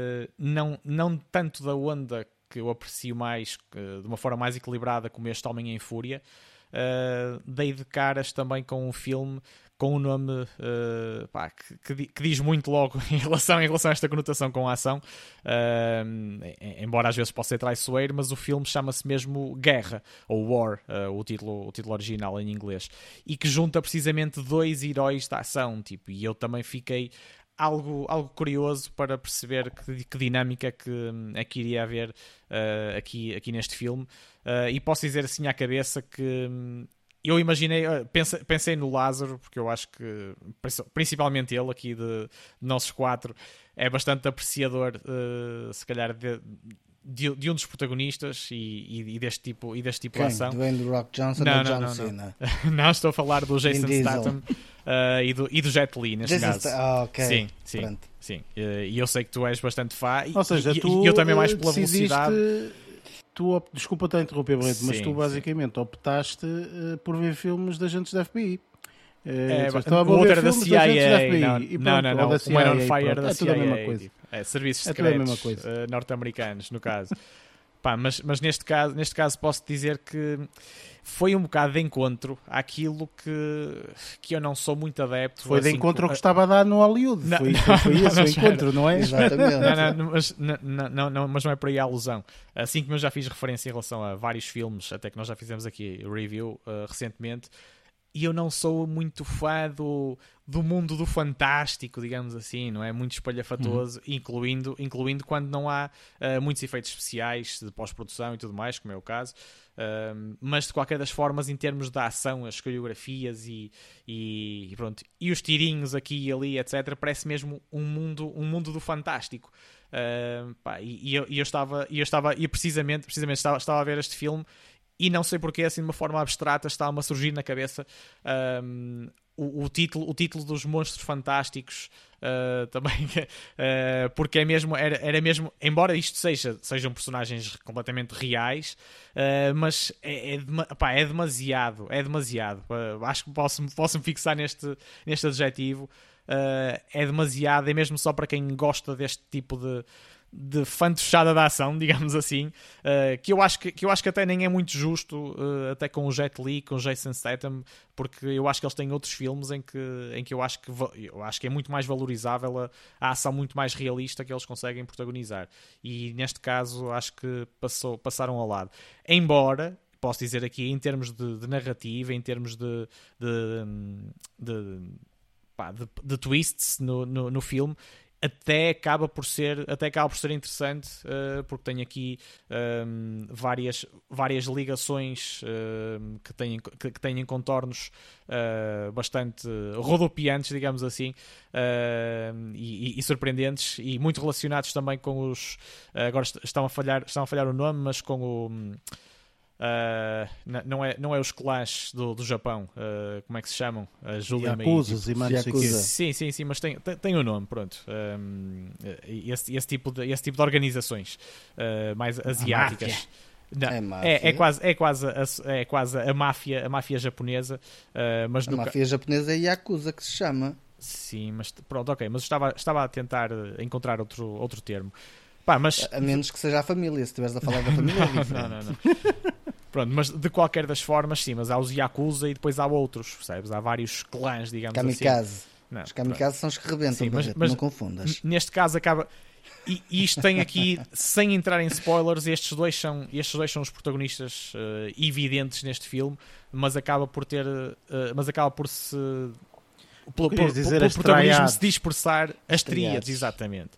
Speaker 3: não tanto da onda que eu aprecio mais, de uma forma mais equilibrada, como este Homem em Fúria. Dei de caras também com um filme com um nome que diz muito logo em relação a esta conotação com a ação, embora às vezes possa ser traiçoeiro, mas o filme chama-se mesmo Guerra, ou War, o título original em inglês, e que junta precisamente dois heróis da ação, e eu também fiquei algo curioso para perceber que dinâmica é que iria haver aqui neste filme, e posso dizer assim à cabeça que eu imaginei, pensei no Lázaro, porque eu acho que principalmente ele aqui de nossos quatro é bastante apreciador, se calhar de um dos protagonistas e deste tipo de ação.
Speaker 2: Dwayne The Rock Johnson ou John Cena?
Speaker 3: Não, estou a falar do Jason Statham e do Jet Li, neste caso.
Speaker 2: Ok.
Speaker 3: Sim. E eu sei que tu és bastante fã.
Speaker 1: Ou seja,
Speaker 3: e eu também mais pela velocidade.
Speaker 1: Desculpa estar a interromper, Brento, mas tu basicamente optaste por ver filmes de agentes da FBI.
Speaker 3: O outro era da CIA. Não.
Speaker 1: O Man
Speaker 3: on Fire da CIA.
Speaker 1: É tudo a mesma coisa.
Speaker 3: Serviços secretos norte-americanos, no caso. Mas neste caso posso dizer que foi um bocado de encontro àquilo que eu não sou muito adepto.
Speaker 1: Foi de encontro ao que estava a dar no Hollywood. Foi esse o encontro, não é?
Speaker 2: Exatamente.
Speaker 3: Mas não é por aí a alusão. Assim como eu já fiz referência em relação a vários filmes, até que nós já fizemos aqui review recentemente, e eu não sou muito fã do mundo do fantástico, digamos assim, não é? Muito espalhafatoso, incluindo quando não há muitos efeitos especiais de pós-produção e tudo mais, como é o caso. Mas de qualquer das formas, em termos da ação, as coreografias e pronto, e os tirinhos aqui e ali, etc., parece mesmo um mundo do fantástico. Eu precisamente estava a ver este filme. E não sei porque, assim, de uma forma abstrata, estava-me a surgir na cabeça o título dos Monstros Fantásticos, também, porque era mesmo, embora isto sejam personagens completamente reais, mas é demasiado. Acho que posso me fixar neste adjetivo. É demasiado, é mesmo só para quem gosta deste tipo de fantochada da ação, digamos assim, que eu acho que até nem é muito justo, até com o Jet Li, com o Jason Statham, porque eu acho que eles têm outros filmes em que eu acho que é muito mais valorizável a ação muito mais realista que eles conseguem protagonizar. E neste caso acho que passaram ao lado. Embora, posso dizer aqui, em termos de narrativa, em termos de twists no filme, até acaba por ser interessante, porque tem aqui várias ligações que têm contornos bastante rodopiantes, digamos assim, e surpreendentes, e muito relacionados também com os... agora estão a falhar o nome, mas com o... não é os clãs do Japão, como é que se chamam?
Speaker 1: Yakuzas e Yakuza.
Speaker 3: Sim, mas tem um nome, pronto. Esse tipo de organizações mais asiáticas. Não, é quase a máfia japonesa, mas
Speaker 2: a máfia japonesa é Yakuza que se chama.
Speaker 3: Sim, mas pronto, ok, mas estava a tentar encontrar outro termo. Pá, mas...
Speaker 2: A menos que seja a família, se estiveres a falar da família.
Speaker 3: Não. Pronto, mas de qualquer das formas, sim, mas há os Yakuza e depois há outros, percebes? Há vários clãs, digamos
Speaker 2: kamikaze.
Speaker 3: assim. Não,
Speaker 2: os kamikazes são os que rebentam, sim, mas não confundas.
Speaker 3: Neste caso acaba... E isto tem aqui, sem entrar em spoilers, estes dois são os protagonistas evidentes neste filme, mas acaba por se... Pelo protagonismo se dispersar as tríades, exatamente.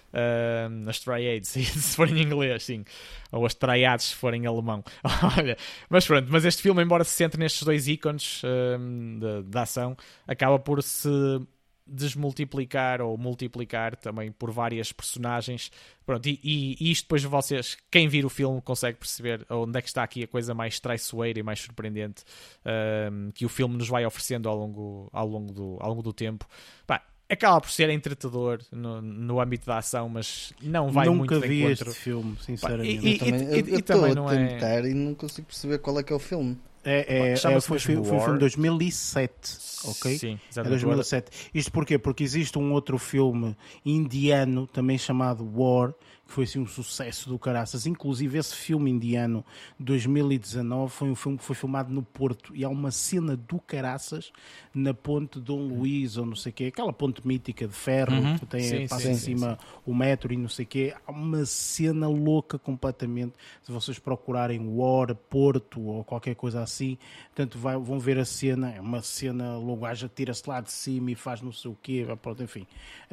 Speaker 3: As triades, se for em inglês, sim, ou as triades se for em alemão. Olha, mas pronto, mas este filme, embora se centre nestes dois ícones da ação, acaba por se desmultiplicar ou multiplicar também por várias personagens. Pronto, e isto depois vocês, quem vir o filme, consegue perceber onde é que está aqui a coisa mais traiçoeira e mais surpreendente que o filme nos vai oferecendo ao longo do tempo. Pá, acaba por ser entretador no âmbito da ação, mas não vai muito de encontro.
Speaker 1: Nunca vi este filme, sinceramente.
Speaker 2: Eu também não tentar e não consigo perceber qual é que é o filme.
Speaker 1: Foi um filme de 2007, ok?
Speaker 3: Sim,
Speaker 1: é 2007. Isto porquê? Porque existe um outro filme indiano também chamado War, que foi assim um sucesso do caraças. Inclusive esse filme indiano de 2019 foi um filme que foi filmado no Porto, e há uma cena do caraças na ponte Dom Luís ou não sei o quê, aquela ponte mítica de ferro que passa em cima o metro e não sei o quê. Há uma cena louca completamente. Se vocês procurarem War, Porto ou qualquer coisa assim, portanto vão ver a cena. É uma cena, logo gaja tira-se lá de cima e faz não sei o quê, pronto, enfim.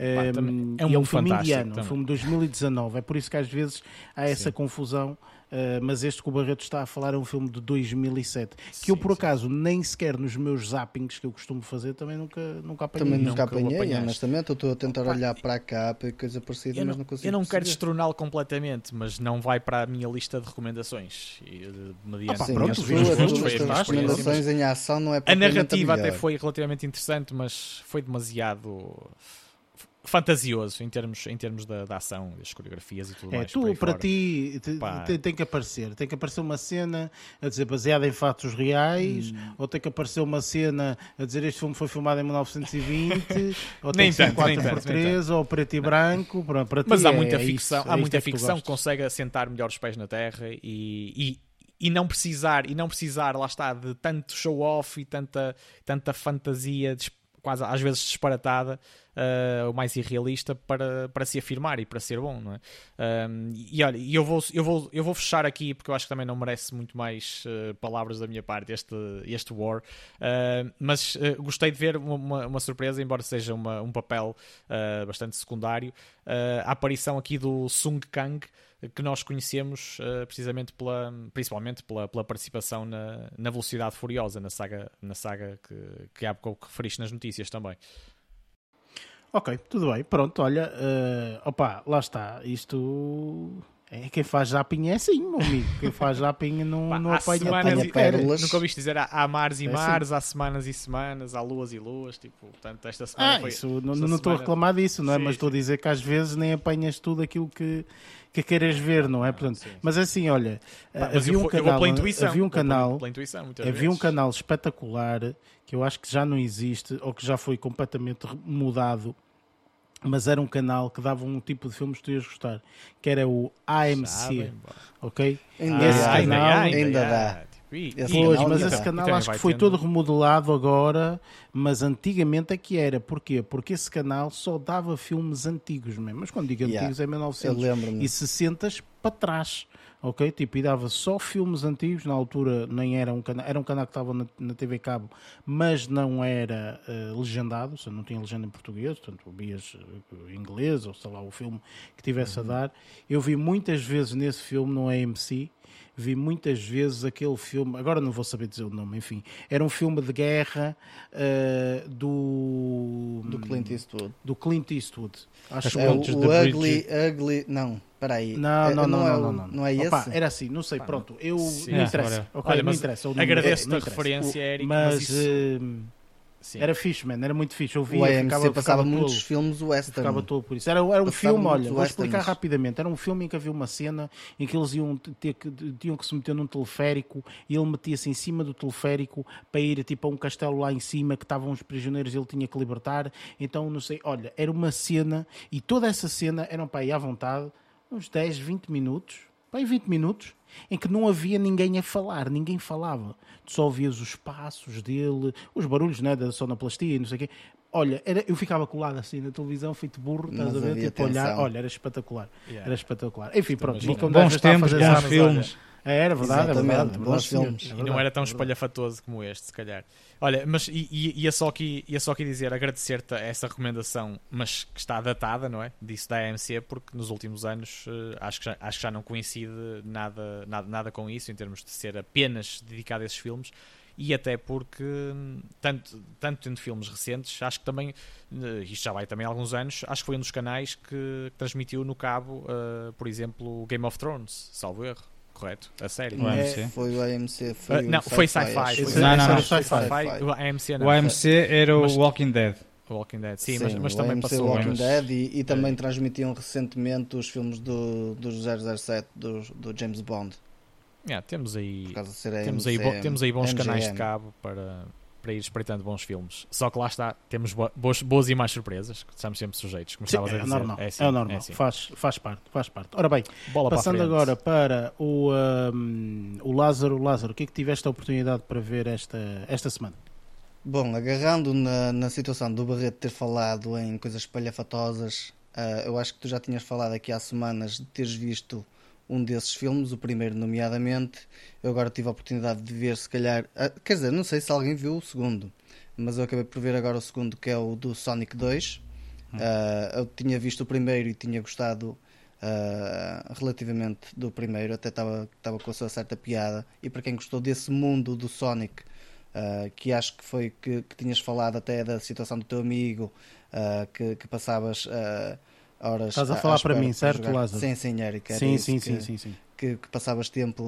Speaker 1: É um filme indiano, um filme de 2019. É por isso que às vezes há essa confusão, mas este que o Barreto está a falar é um filme de 2007, que eu por acaso nem sequer nos meus zappings que eu costumo fazer também nunca apanhei.
Speaker 2: Também nunca apanhei, honestamente. Eu estou a tentar olhar para cá para coisa parecida, mas não consigo.
Speaker 3: Eu não quero destroná-lo completamente, mas não vai para a minha lista de recomendações. Mediante
Speaker 2: as recomendações em ação não é
Speaker 3: a narrativa até foi relativamente interessante, mas foi demasiado fantasioso em termos da ação, das coreografias e tudo mais.
Speaker 1: Para ti tem que aparecer uma cena a dizer baseada em fatos reais, ou tem que aparecer uma cena a dizer este filme foi filmado em 1920, ou tem que ser 4x3 ou preto e branco. Para ti,
Speaker 3: mas há muita ficção que consegue assentar melhor os pés na terra e não precisar, lá está, de tanto show-off e tanta fantasia quase às vezes disparatada, o mais irrealista, para se afirmar e para ser bom, não é? E olha, eu vou fechar aqui, porque eu acho que também não merece muito mais palavras da minha parte este War, mas gostei de ver uma surpresa, embora seja um papel bastante secundário, a aparição aqui do Sung Kang, que nós conhecemos principalmente pela participação na Velocidade Furiosa, na saga que há pouco referiste nas notícias também.
Speaker 1: Ok, tudo bem, pronto, olha, lá está, isto... Quem faz zapping é assim, meu amigo. Quem faz zapping não apanha pérolas.
Speaker 3: Nunca ouviste dizer há mares e mares, assim. Há semanas e semanas, há luas e luas. Tipo, portanto, esta semana foi.
Speaker 1: Isso, não estou a reclamar disso, não é? Mas estou a dizer que às vezes nem apanhas tudo aquilo que queres ver, não é? Portanto, mas assim, olha, havia um canal espetacular que eu acho que já não existe ou que já foi completamente mudado, mas era um canal que dava um tipo de filmes que tu ias gostar, que era o AMC, ok?
Speaker 2: Ainda dá.
Speaker 1: Pois, mas esse canal acho que foi todo remodelado agora, mas antigamente é que era. Porquê? Porque esse canal só dava filmes antigos mesmo. Mas quando digo antigos é 1960 para trás. Ok? Tipo, e dava só filmes antigos. Na altura nem era um canal que estava na TV Cabo, mas não era legendado, ou seja, não tinha legenda em português, portanto ouvias em inglês, ou sei lá, o filme que tivesse a dar. Eu vi muitas vezes nesse filme no AMC. Vi muitas vezes aquele filme, agora não vou saber dizer o nome, enfim, era um filme de guerra do
Speaker 2: Clint Eastwood.
Speaker 1: Do Clint Eastwood.
Speaker 2: Acho é o Ugly, não, peraí. Não é esse?
Speaker 1: Opa, era assim, não sei, pronto, eu não interessa.
Speaker 3: Olha,
Speaker 1: não interessa.
Speaker 3: Agradeço-te a referência, Eric, mas isso...
Speaker 1: Sim. Era fixe, man. Era muito fixe. Eu via,
Speaker 2: o AMC passava muitos filmes western.
Speaker 1: Ficava todo por isso. Era um filme, olha, vou explicar rapidamente. Era um filme em que havia uma cena em que eles tinham que se meter num teleférico e ele metia-se em cima do teleférico para ir tipo a um castelo lá em cima que estavam os prisioneiros e ele tinha que libertar. Então, não sei, olha, era uma cena e toda essa cena eram para ir à vontade uns 10, 20 minutos. Para aí 20 minutos em que não havia ninguém a falar, ninguém falava. Tu só ouvias os passos dele, os barulhos, né, da sonoplastia e não sei o quê. Olha, eu ficava colado assim na televisão, feito burro, estás a ver, tipo olhar. Olha, era espetacular. Yeah. Era espetacular. Enfim, pronto.
Speaker 4: Bons tempos, bons filmes.
Speaker 1: Era verdade, é verdade.
Speaker 2: Bons filmes.
Speaker 3: E não era tão espalhafatoso como este, se calhar. Olha, mas ia só aqui dizer, agradecer-te essa recomendação, mas que está datada, não é? Disso da AMC, porque nos últimos anos acho que já não coincide nada com isso, em termos de ser apenas dedicado a esses filmes. E até porque, tanto tendo filmes recentes, acho que também, isto já vai também há alguns anos, acho que foi um dos canais que transmitiu no cabo, por exemplo, Game of Thrones, salvo erro. Correto? A série?
Speaker 2: Foi o AMC.
Speaker 3: Foi Sci-Fi.
Speaker 1: Não,
Speaker 3: Sci-Fi. O AMC não.
Speaker 4: O AMC era o Walking Dead.
Speaker 3: O Walking Dead, sim, mas também passou.
Speaker 2: O Walking Dead e também transmitiam recentemente os filmes do 007 do James Bond.
Speaker 3: Temos aí bons
Speaker 2: MGM.
Speaker 3: canais de cabo para ir espreitando bons filmes. Só que lá está, temos boas e más surpresas, que estamos sempre sujeitos, como estavas a dizer.
Speaker 1: Normal,
Speaker 3: é
Speaker 1: normal,
Speaker 3: assim.
Speaker 1: faz parte. Ora bem,
Speaker 3: bola
Speaker 1: passando
Speaker 3: para
Speaker 1: agora para o Lázaro. Lázaro, o que é que tiveste a oportunidade para ver esta semana?
Speaker 2: Bom, agarrando na situação do Barreto ter falado em coisas espalhafatosas, eu acho que tu já tinhas falado aqui há semanas de teres visto um desses filmes, o primeiro nomeadamente. Eu agora tive a oportunidade de ver, se calhar, quer dizer, não sei se alguém viu o segundo, mas eu acabei por ver agora o segundo, que é o do Sonic 2. Eu tinha visto o primeiro e tinha gostado relativamente do primeiro, até estava com a sua certa piada. E para quem gostou desse mundo do Sonic, que acho que foi que tinhas falado até da situação do teu amigo, que passavas horas.
Speaker 1: Estás a falar para mim, certo, Lázaro?
Speaker 2: Sim, Eric.
Speaker 1: Sim.
Speaker 2: Que passavas tempo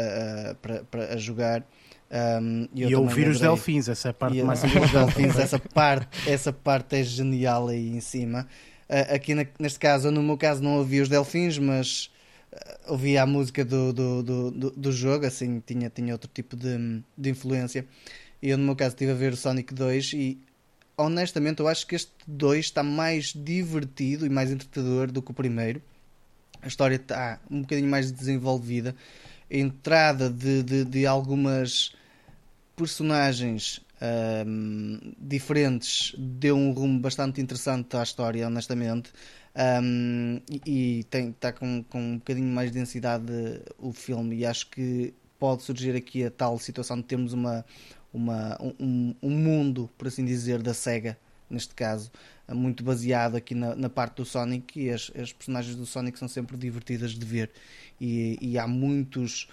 Speaker 2: a jogar.
Speaker 1: E ouvir os delfins, essa é a parte mais
Speaker 2: importante. Essa parte é genial aí em cima. Aqui neste caso, no meu caso, não ouvi os delfins, mas ouvia a música do jogo, assim, tinha outro tipo de influência. E eu, no meu caso, estive a ver o Sonic 2 e honestamente eu acho que este 2 está mais divertido e mais entretador do que o primeiro. A história está um bocadinho mais desenvolvida. A entrada de algumas personagens diferentes deu um rumo bastante interessante à história, honestamente. E está com um bocadinho mais de densidade o filme, e acho que pode surgir aqui a tal situação de termos um mundo, por assim dizer, da SEGA, neste caso, muito baseado aqui na parte do Sonic, e as personagens do Sonic são sempre divertidas de ver, e há muitos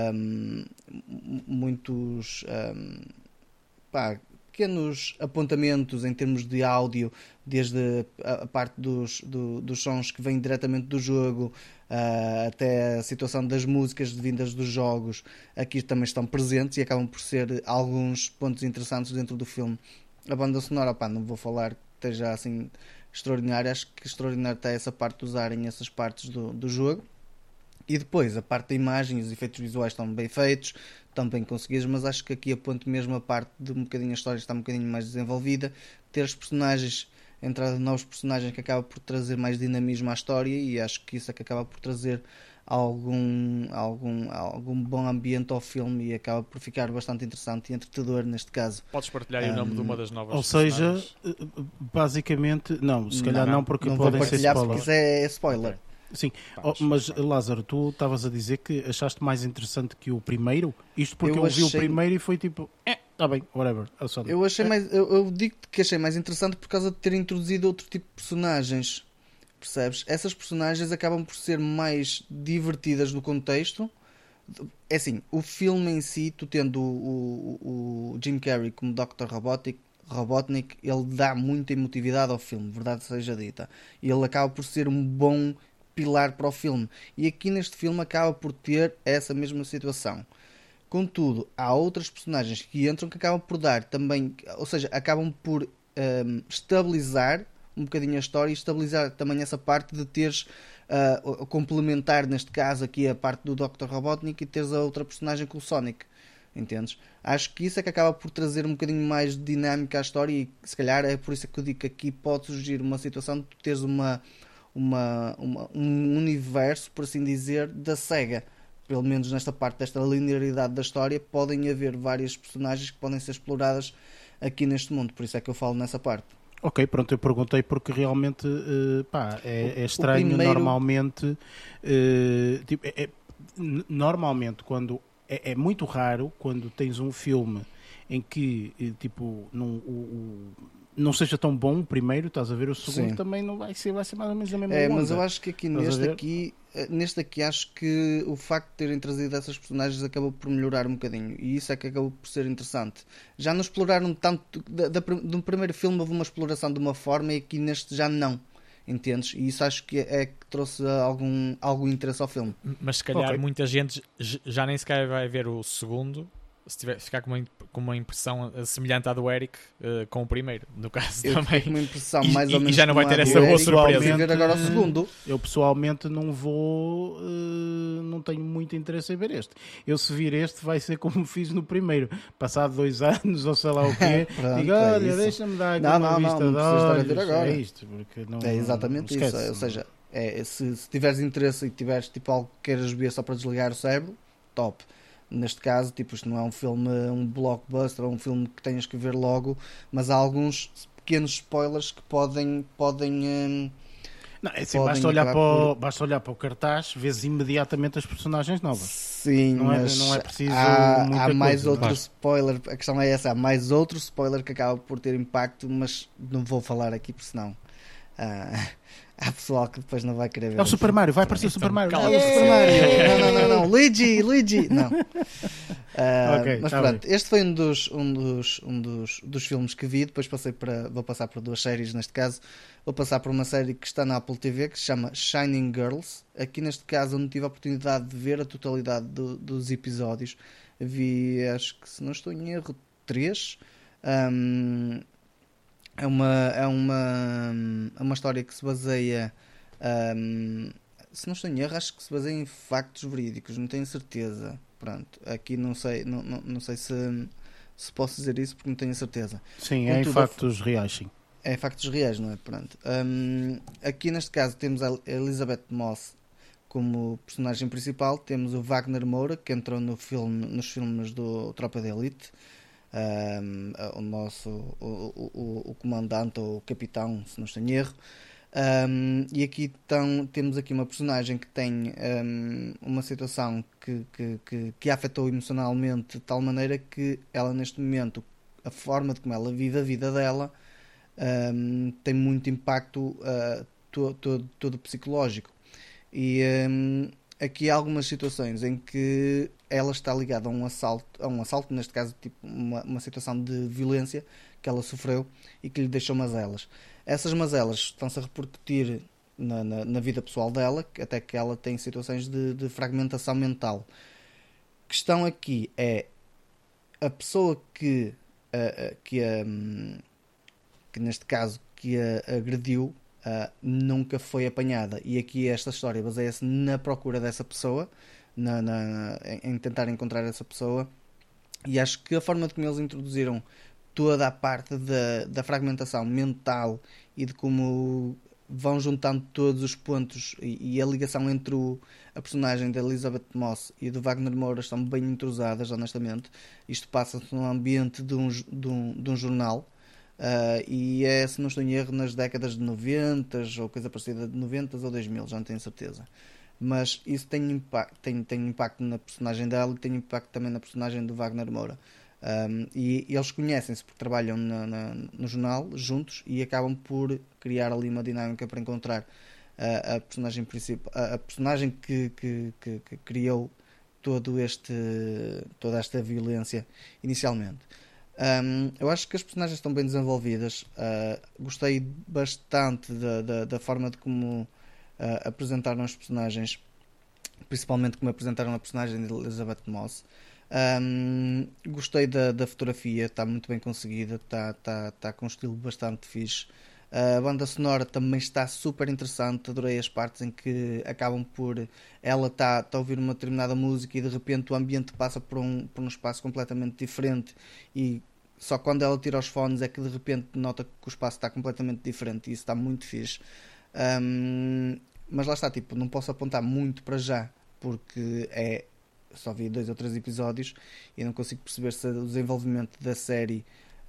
Speaker 2: pequenos apontamentos em termos de áudio, desde a parte dos sons que vêm diretamente do jogo, até a situação das músicas vindas dos jogos, aqui também estão presentes e acabam por ser alguns pontos interessantes dentro do filme. A banda sonora, não vou falar que esteja assim extraordinária, acho que extraordinário está essa parte de usarem essas partes do jogo. E depois a parte da imagem, os efeitos visuais estão bem feitos, estão bem conseguidos, mas acho que aqui aponto mesmo a parte de um bocadinho a história está um bocadinho mais desenvolvida, ter os personagens a entrada de novos personagens que acaba por trazer mais dinamismo à história, e acho que isso é que acaba por trazer algum bom ambiente ao filme e acaba por ficar bastante interessante e entretador neste caso.
Speaker 3: Podes partilhar aí o nome de uma das novas
Speaker 1: Ou seja,
Speaker 3: personagens?
Speaker 1: basicamente, não, se calhar não, porque
Speaker 2: não
Speaker 1: podem
Speaker 2: vou
Speaker 1: ser
Speaker 2: partilhar
Speaker 1: spoilers.
Speaker 2: porque é spoiler.
Speaker 1: Sim, mas Lázaro, tu estavas a dizer que achaste mais interessante que o primeiro? Isto porque eu vi o primeiro e foi tipo, tá bem, whatever.
Speaker 2: Eu digo que achei mais interessante por causa de ter introduzido outro tipo de personagens, percebes? Essas personagens acabam por ser mais divertidas no contexto. É assim, o filme em si, tu tendo o Jim Carrey como Dr. Robotnik, ele dá muita emotividade ao filme, verdade seja dita. E ele acaba por ser um bom pilar para o filme. E aqui neste filme acaba por ter essa mesma situação. Contudo, há outras personagens que entram que acabam por dar também, ou seja, acabam por estabilizar um bocadinho a história e estabilizar também essa parte de teres complementar, neste caso aqui, a parte do Dr. Robotnik e teres a outra personagem com o Sonic. Entendes? Acho que isso é que acaba por trazer um bocadinho mais de dinâmica à história, e se calhar é por isso que eu digo que aqui pode surgir uma situação de tu teres um universo, por assim dizer, da SEGA. Pelo menos nesta parte desta linearidade da história, podem haver várias personagens que podem ser exploradas aqui neste mundo. Por isso é que eu falo nessa parte.
Speaker 1: Ok, pronto, eu perguntei porque realmente é estranho. Normalmente normalmente quando é muito raro quando tens um filme em que tipo não seja tão bom o primeiro, estás a ver, o segundo. Sim. Também não vai ser mais ou menos a mesma onda.
Speaker 2: Mas eu acho que aqui neste aqui acho que o facto de terem trazido essas personagens acabou por melhorar um bocadinho, e isso é que acabou por ser interessante. Já não exploraram tanto no primeiro filme, houve uma exploração de uma forma, e aqui neste já não, entendes? E isso acho que é que trouxe algum interesse ao filme.
Speaker 3: Mas se calhar muita gente já nem sequer vai ver o segundo se tiver, ficar com uma impressão semelhante à do Eric com o primeiro, no caso
Speaker 2: eu
Speaker 3: também.
Speaker 2: Uma impressão mais ou menos,
Speaker 3: e já não vai ter essa boa surpresa.
Speaker 2: Ver agora o segundo.
Speaker 1: Eu pessoalmente não vou, não tenho muito interesse em ver este. Eu, se vir este, vai ser como fiz no primeiro, passado 2 anos ou sei lá o quê.
Speaker 2: Pronto,
Speaker 1: digo, olha, deixa-me dar uma vista de olhos.
Speaker 2: Agora.
Speaker 1: É isto, porque não,
Speaker 2: é exatamente
Speaker 1: não esquece,
Speaker 2: isso. Ou seja, se tiveres interesse e tiveres tipo algo que queiras ver só para desligar o cérebro, top. Neste caso, tipo, isto não é um filme, um blockbuster, ou um filme que tenhas que ver logo, mas há alguns pequenos spoilers que podem
Speaker 1: não, é assim, basta olhar para o cartaz, vês imediatamente as personagens novas.
Speaker 2: Sim,
Speaker 1: não
Speaker 2: mas
Speaker 1: não é preciso
Speaker 2: há mais
Speaker 1: coisa,
Speaker 2: outro spoiler. A questão é essa, há mais outro spoiler que acaba por ter impacto, mas não vou falar aqui porque senão há pessoal que depois não vai querer ver.
Speaker 1: É o Super Mario, vai aparecer o Super Mario.
Speaker 2: É o Super Mario. Não. Luigi. Não.
Speaker 1: Okay,
Speaker 2: mas pronto, bem. Este foi um dos filmes que vi. Depois vou passar por 2 séries neste caso. Vou passar por uma série que está na Apple TV que se chama Shining Girls. Aqui neste caso eu não tive a oportunidade de ver a totalidade dos episódios. Vi, acho que se não estou em erro, 3. É uma história que se baseia, se não estou em erro, acho que se baseia em factos verídicos, não tenho certeza. Pronto, aqui não sei se posso dizer isso porque não tenho certeza.
Speaker 1: Sim, é em factos reais, sim.
Speaker 2: É em factos reais, não é? Pronto. Aqui neste caso temos a Elizabeth Moss como personagem principal, temos o Wagner Moura, que entrou nos filmes do Tropa de Elite. O nosso o comandante ou o capitão, se não estou em erro, e aqui temos aqui uma personagem que tem uma situação que a afetou emocionalmente de tal maneira que ela neste momento, a forma de como ela vive a vida dela tem muito impacto todo psicológico, e aqui há algumas situações em que ela está ligada a um assalto, neste caso tipo uma situação de violência que ela sofreu e que lhe deixou mazelas. Essas mazelas estão-se a repercutir na vida pessoal dela, até que ela tem situações de fragmentação mental. A questão aqui é a pessoa que neste caso que a agrediu nunca foi apanhada, e aqui esta história baseia-se na procura dessa pessoa, em tentar encontrar essa pessoa, e acho que a forma de como eles introduziram toda a parte da fragmentação mental e de como vão juntando todos os pontos e a ligação entre a personagem da Elizabeth Moss e do Wagner Moura estão bem entrosadas, honestamente. Isto passa-se num ambiente de um jornal, e se não estou em erro, nas décadas de 90 ou coisa parecida, de 90 ou 2000, já não tenho certeza. Mas isso tem impacto na personagem dela e tem impacto também na personagem do Wagner Moura. E eles conhecem-se porque trabalham no jornal juntos e acabam por criar ali uma dinâmica para encontrar a personagem principal, a personagem que criou toda esta violência inicialmente. Eu acho que as personagens estão bem desenvolvidas. Gostei bastante da forma de como apresentaram os personagens, principalmente como apresentaram a personagem de Elizabeth Moss. Gostei da fotografia, está muito bem conseguida, está com um estilo bastante fixe. A banda sonora também está super interessante. Adorei as partes em que acabam por ela está a ouvir uma determinada música e de repente o ambiente passa por um espaço completamente diferente, e só quando ela tira os fones é que de repente nota que o espaço está completamente diferente, e isso está muito fixe. Mas lá está, tipo, não posso apontar muito para já porque só vi 2 ou 3 episódios e não consigo perceber se o desenvolvimento da série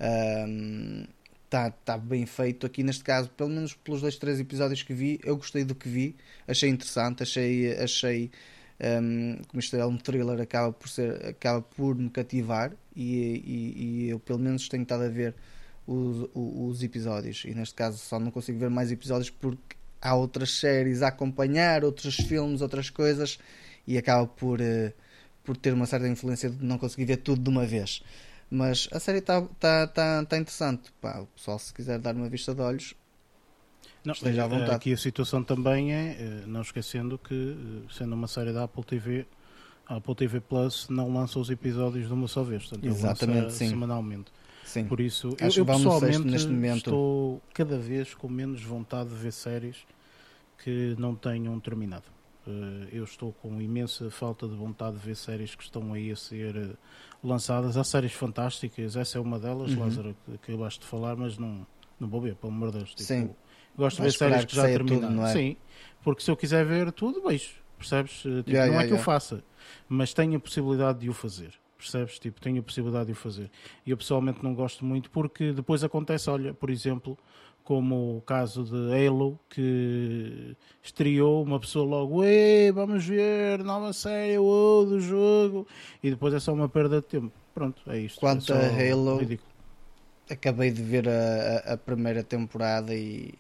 Speaker 2: está bem feito. Aqui neste caso, pelo menos pelos 2, 3 episódios que vi, eu gostei do que vi, achei interessante, achei como isto é um thriller, acaba por me cativar, e eu pelo menos tenho estado a ver os episódios, e neste caso só não consigo ver mais episódios porque há outras séries a acompanhar, outros filmes, outras coisas, e acaba por ter uma certa influência de não conseguir ver tudo de uma vez. Mas a série está interessante. Pá, o pessoal, se quiser dar uma vista de olhos, esteja à vontade.
Speaker 1: Aqui a situação também não esquecendo que, sendo uma série da Apple TV, a Apple TV Plus não lança os episódios de uma só vez. Portanto,
Speaker 2: exatamente, sim.
Speaker 1: Semanalmente.
Speaker 2: Sim.
Speaker 1: Por isso,
Speaker 2: eu
Speaker 1: pessoalmente
Speaker 2: neste momento
Speaker 1: estou cada vez com menos vontade de ver séries que não tenham terminado. Eu estou com imensa falta de vontade de ver séries que estão aí a ser lançadas. Há séries fantásticas, essa é uma delas, Lázaro, que acabaste de falar, mas não vou ver, pelo amor de Deus. Tipo,
Speaker 2: sim.
Speaker 1: Gosto de ver séries que já terminaram.
Speaker 2: Tudo, não é?
Speaker 1: Sim, porque se eu quiser ver tudo, vejo. Percebes? Tipo, não é que eu faça, mas tenho a possibilidade de o fazer. Percebes? Tipo, tenho a possibilidade de o fazer. E eu pessoalmente não gosto muito porque depois acontece, olha, por exemplo, como o caso de Halo, que estreou, uma pessoa logo, vamos ver, nova série do jogo, e depois é só uma perda de tempo. Pronto, é isto.
Speaker 2: Quanto a Halo,
Speaker 1: ridículo.
Speaker 2: Acabei de ver a primeira temporada e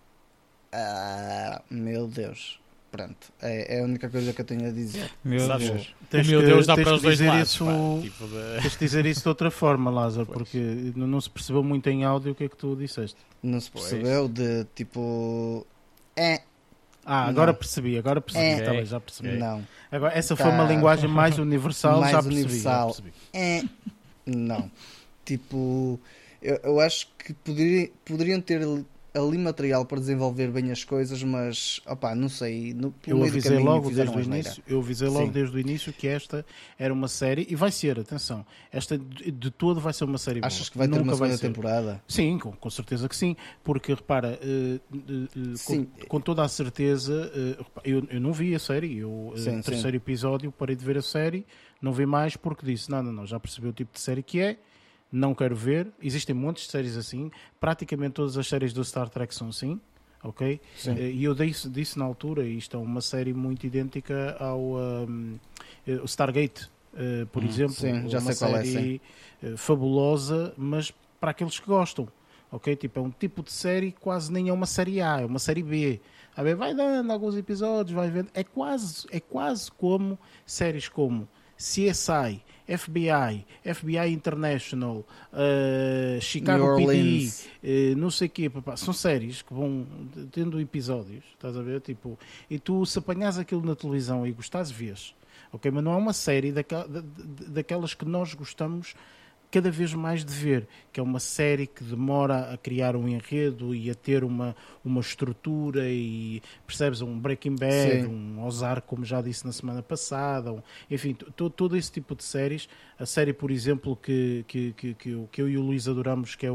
Speaker 2: meu Deus, pronto, é a única coisa que eu tenho a dizer.
Speaker 4: Meu Deus.
Speaker 3: Meu Deus, dá para os dois lados.
Speaker 1: Tens de dizer isso de outra forma, Lázaro, porque não se percebeu muito em áudio o que é que tu disseste.
Speaker 2: Não se percebeu de tipo...
Speaker 1: agora percebi, tá, já percebi.
Speaker 2: Não.
Speaker 1: Agora, essa foi uma linguagem mais universal,
Speaker 2: mais
Speaker 1: já
Speaker 2: universal.
Speaker 1: percebi.
Speaker 2: Não. Tipo, eu acho que poderiam ter ali material para desenvolver bem as coisas, mas não sei,
Speaker 1: eu avisei logo desde o
Speaker 2: Sim.
Speaker 1: desde o início que esta era uma série, e vai ser, atenção, esta de todo vai ser uma série boa.
Speaker 2: Achas que vai ter uma segunda temporada?
Speaker 1: Sim, com certeza que sim, porque repara, com toda a certeza, eu não vi a série, terceiro episódio parei de ver a série, não vi mais porque disse, não, já percebi o tipo de série que é, não quero ver. Existem montes de séries assim, praticamente todas as séries do Star Trek são assim, ok?
Speaker 2: Sim.
Speaker 1: E eu disse na altura, isto é uma série muito idêntica ao Stargate, por exemplo.
Speaker 2: Sim, já
Speaker 1: uma
Speaker 2: sei qual
Speaker 1: série fabulosa, mas para aqueles que gostam, ok? Tipo, é um tipo de série, quase nem é uma série A, é uma série B. A ver, vai dando alguns episódios, vai vendo. É quase como séries como CSI, FBI International, Chicago PD, não sei o quê, papá. São séries que vão tendo episódios, estás a ver? Tipo, e tu, se apanhas aquilo na televisão e gostas, vês, ok? Mas não é uma série daquelas que nós gostamos cada vez mais de ver, que é uma série que demora a criar um enredo e a ter uma estrutura e, percebes, um Breaking Bad, um Ozark, como já disse na semana passada, enfim, todo esse tipo de séries. A série, por exemplo, que eu e o Luís adoramos, que é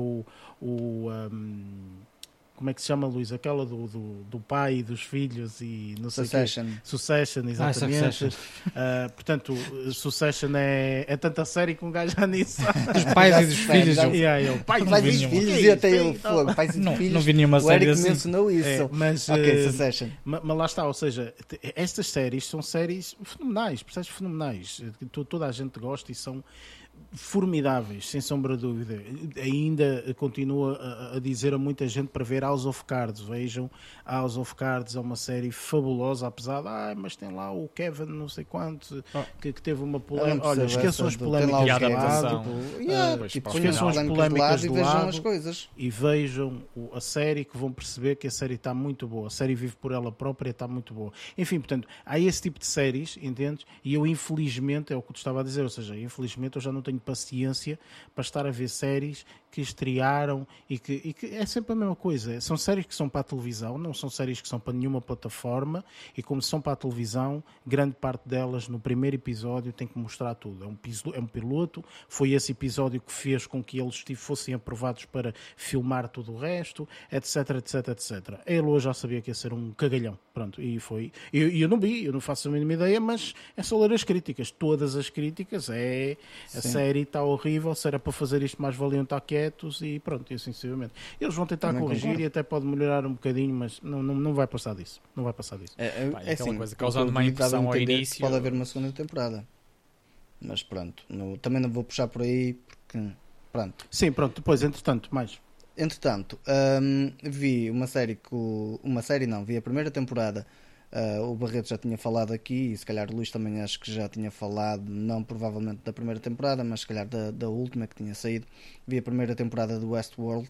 Speaker 1: como é que se chama, Luís? Aquela do pai e dos filhos e não sei
Speaker 2: Succession.
Speaker 1: Succession, exatamente.
Speaker 4: Succession.
Speaker 1: Portanto, Succession é tanta série que um gajo já nisso.
Speaker 4: Dos pais e dos filhos.
Speaker 1: Pais
Speaker 2: e dos filhos e até o fogo. Pais e dos filhos.
Speaker 4: Não vi nenhuma série
Speaker 2: O Eric
Speaker 4: assim.
Speaker 2: mencionou isso. Ok, Succession.
Speaker 1: Mas lá está, ou seja, estas séries são séries fenomenais, percebes? Fenomenais. Toda a gente gosta e são formidáveis, sem sombra de dúvida. Ainda continuo a dizer a muita gente para ver House of Cards. Vejam, House of Cards é uma série fabulosa, apesar de mas tem lá o Kevin não sei quanto que teve uma polémica. Olha, esqueçam as polémicas de lado, esqueçam as polémicas de lado e vejam a série, que vão perceber que a série está muito boa. A série vive por ela própria, está muito boa. Enfim, portanto, há esse tipo de séries, entendes? E eu, infelizmente, é o que tu estava a dizer, ou seja, infelizmente eu já não tenho paciência para estar a ver séries que estrearam e que é sempre a mesma coisa. São séries que são para a televisão, não são séries que são para nenhuma plataforma, e como são para a televisão, grande parte delas no primeiro episódio tem que mostrar tudo. É um piloto, foi esse episódio que fez com que eles fossem aprovados para filmar tudo o resto, etc, etc, etc. Ele hoje já sabia que ia ser um cagalhão, pronto, e foi. E eu não vi, eu não faço a mínima ideia, mas é só ler as críticas, todas as críticas, a série está horrível, se era para fazer isto mais valiam estar quietos e pronto, e assim sucessivamente. Eles vão tentar corrigir e até pode melhorar um bocadinho, mas não vai passar disso. Não vai passar disso.
Speaker 2: É
Speaker 3: aquela
Speaker 2: assim,
Speaker 3: coisa causando uma impressão ao início.
Speaker 2: Pode haver uma segunda temporada. Mas pronto, também não vou puxar por aí porque pronto.
Speaker 1: Sim, pronto, depois, entretanto, mais.
Speaker 2: Entretanto, vi uma série vi a primeira temporada. O Barreto já tinha falado aqui e se calhar o Luís também acho que já tinha falado, não provavelmente da primeira temporada, mas se calhar da última que tinha saído. Vi a primeira temporada do Westworld,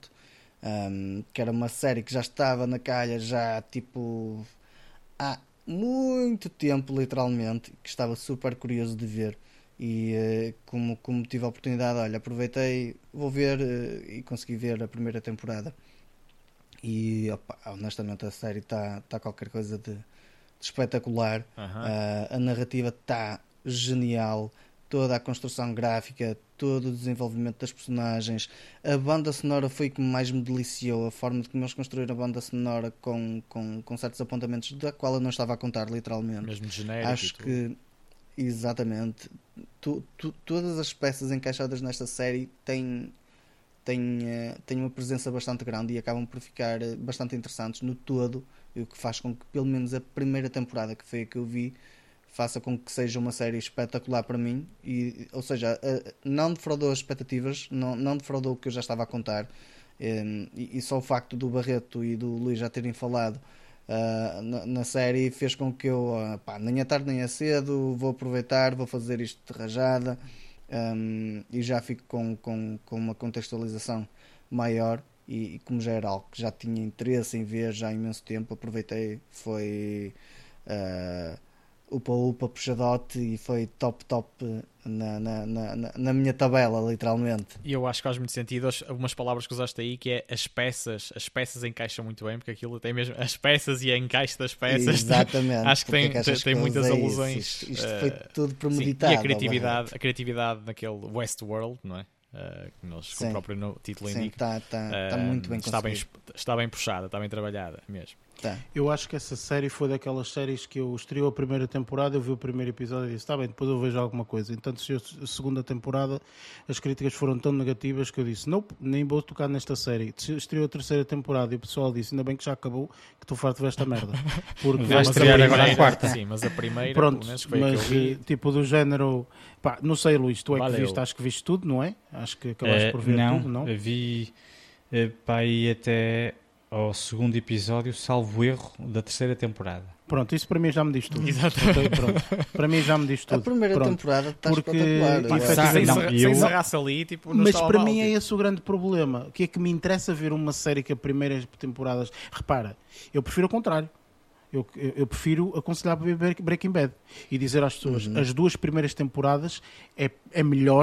Speaker 2: que era uma série que já estava na calha já tipo há muito tempo, literalmente, que estava super curioso de ver. E como tive a oportunidade, olha, aproveitei, vou ver e consegui ver a primeira temporada. E honestamente a série está qualquer coisa de espetacular. A narrativa está genial, toda a construção gráfica, todo o desenvolvimento das personagens, a banda sonora foi o que mais me deliciou, a forma de como eles construíram a banda sonora com certos apontamentos da qual eu não estava a contar, literalmente.
Speaker 3: Mesmo genérico.
Speaker 2: Acho que exatamente todas as peças encaixadas nesta série têm uma presença bastante grande e acabam por ficar bastante interessantes no todo, o que faz com que pelo menos a primeira temporada, que foi a que eu vi, faça com que seja uma série espetacular para mim, ou seja, não defraudou as expectativas, não defraudou o que eu já estava a contar, e só o facto do Barreto e do Luís já terem falado na série fez com que eu nem é tarde nem é cedo, vou aproveitar, vou fazer isto de rajada. E já fico com uma contextualização maior e como já era algo que já tinha interesse em ver já há imenso tempo, aproveitei, foi upa puxadote e foi top na minha tabela, literalmente.
Speaker 3: E eu acho que faz muito sentido algumas palavras que usaste aí, que é as peças encaixam muito bem, porque aquilo tem mesmo as peças e a encaixe das peças.
Speaker 2: Exatamente.
Speaker 3: Acho que tem muitas alusões.
Speaker 2: Isto foi tudo premeditado.
Speaker 3: Sim, e a criatividade naquele Westworld, não é? Que o próprio título indica.
Speaker 2: Está muito bem conseguido.
Speaker 3: Está bem puxada, está bem trabalhada mesmo.
Speaker 2: Tá.
Speaker 1: Eu acho que essa série foi daquelas séries que eu estreou a primeira temporada, eu vi o primeiro episódio e disse, está bem, depois eu vejo alguma coisa. Então, a segunda temporada, as críticas foram tão negativas que eu disse, nope, nem vou tocar nesta série. Estreou a terceira temporada e o pessoal disse, ainda bem que já acabou, que estou farto de ver esta merda. Porque
Speaker 4: vai estrear agora a quarta.
Speaker 3: Sim, mas a primeira,
Speaker 1: pronto,
Speaker 3: pelo menos foi
Speaker 1: mas
Speaker 3: que eu vi.
Speaker 1: tipo do género, não sei, Luís, tu é que viste, acho que viste tudo, não é? Acho que acabaste por ver tudo, não?
Speaker 4: Eu vi para ir até ao segundo episódio, salvo erro, da terceira temporada.
Speaker 1: Pronto, isso para mim já me diz tudo.
Speaker 3: Exato.
Speaker 1: Okay, pronto. Para mim já me diz tudo.
Speaker 2: A primeira temporada está
Speaker 1: espetacular.
Speaker 3: Se encerrasse ali, tipo, não.
Speaker 1: Mas para mim é esse o grande problema. O que é que me interessa ver uma série que a primeiras temporadas... Repara, eu prefiro ao contrário. Eu prefiro aconselhar para ver Breaking Bad e dizer às pessoas, as duas primeiras temporadas é melhor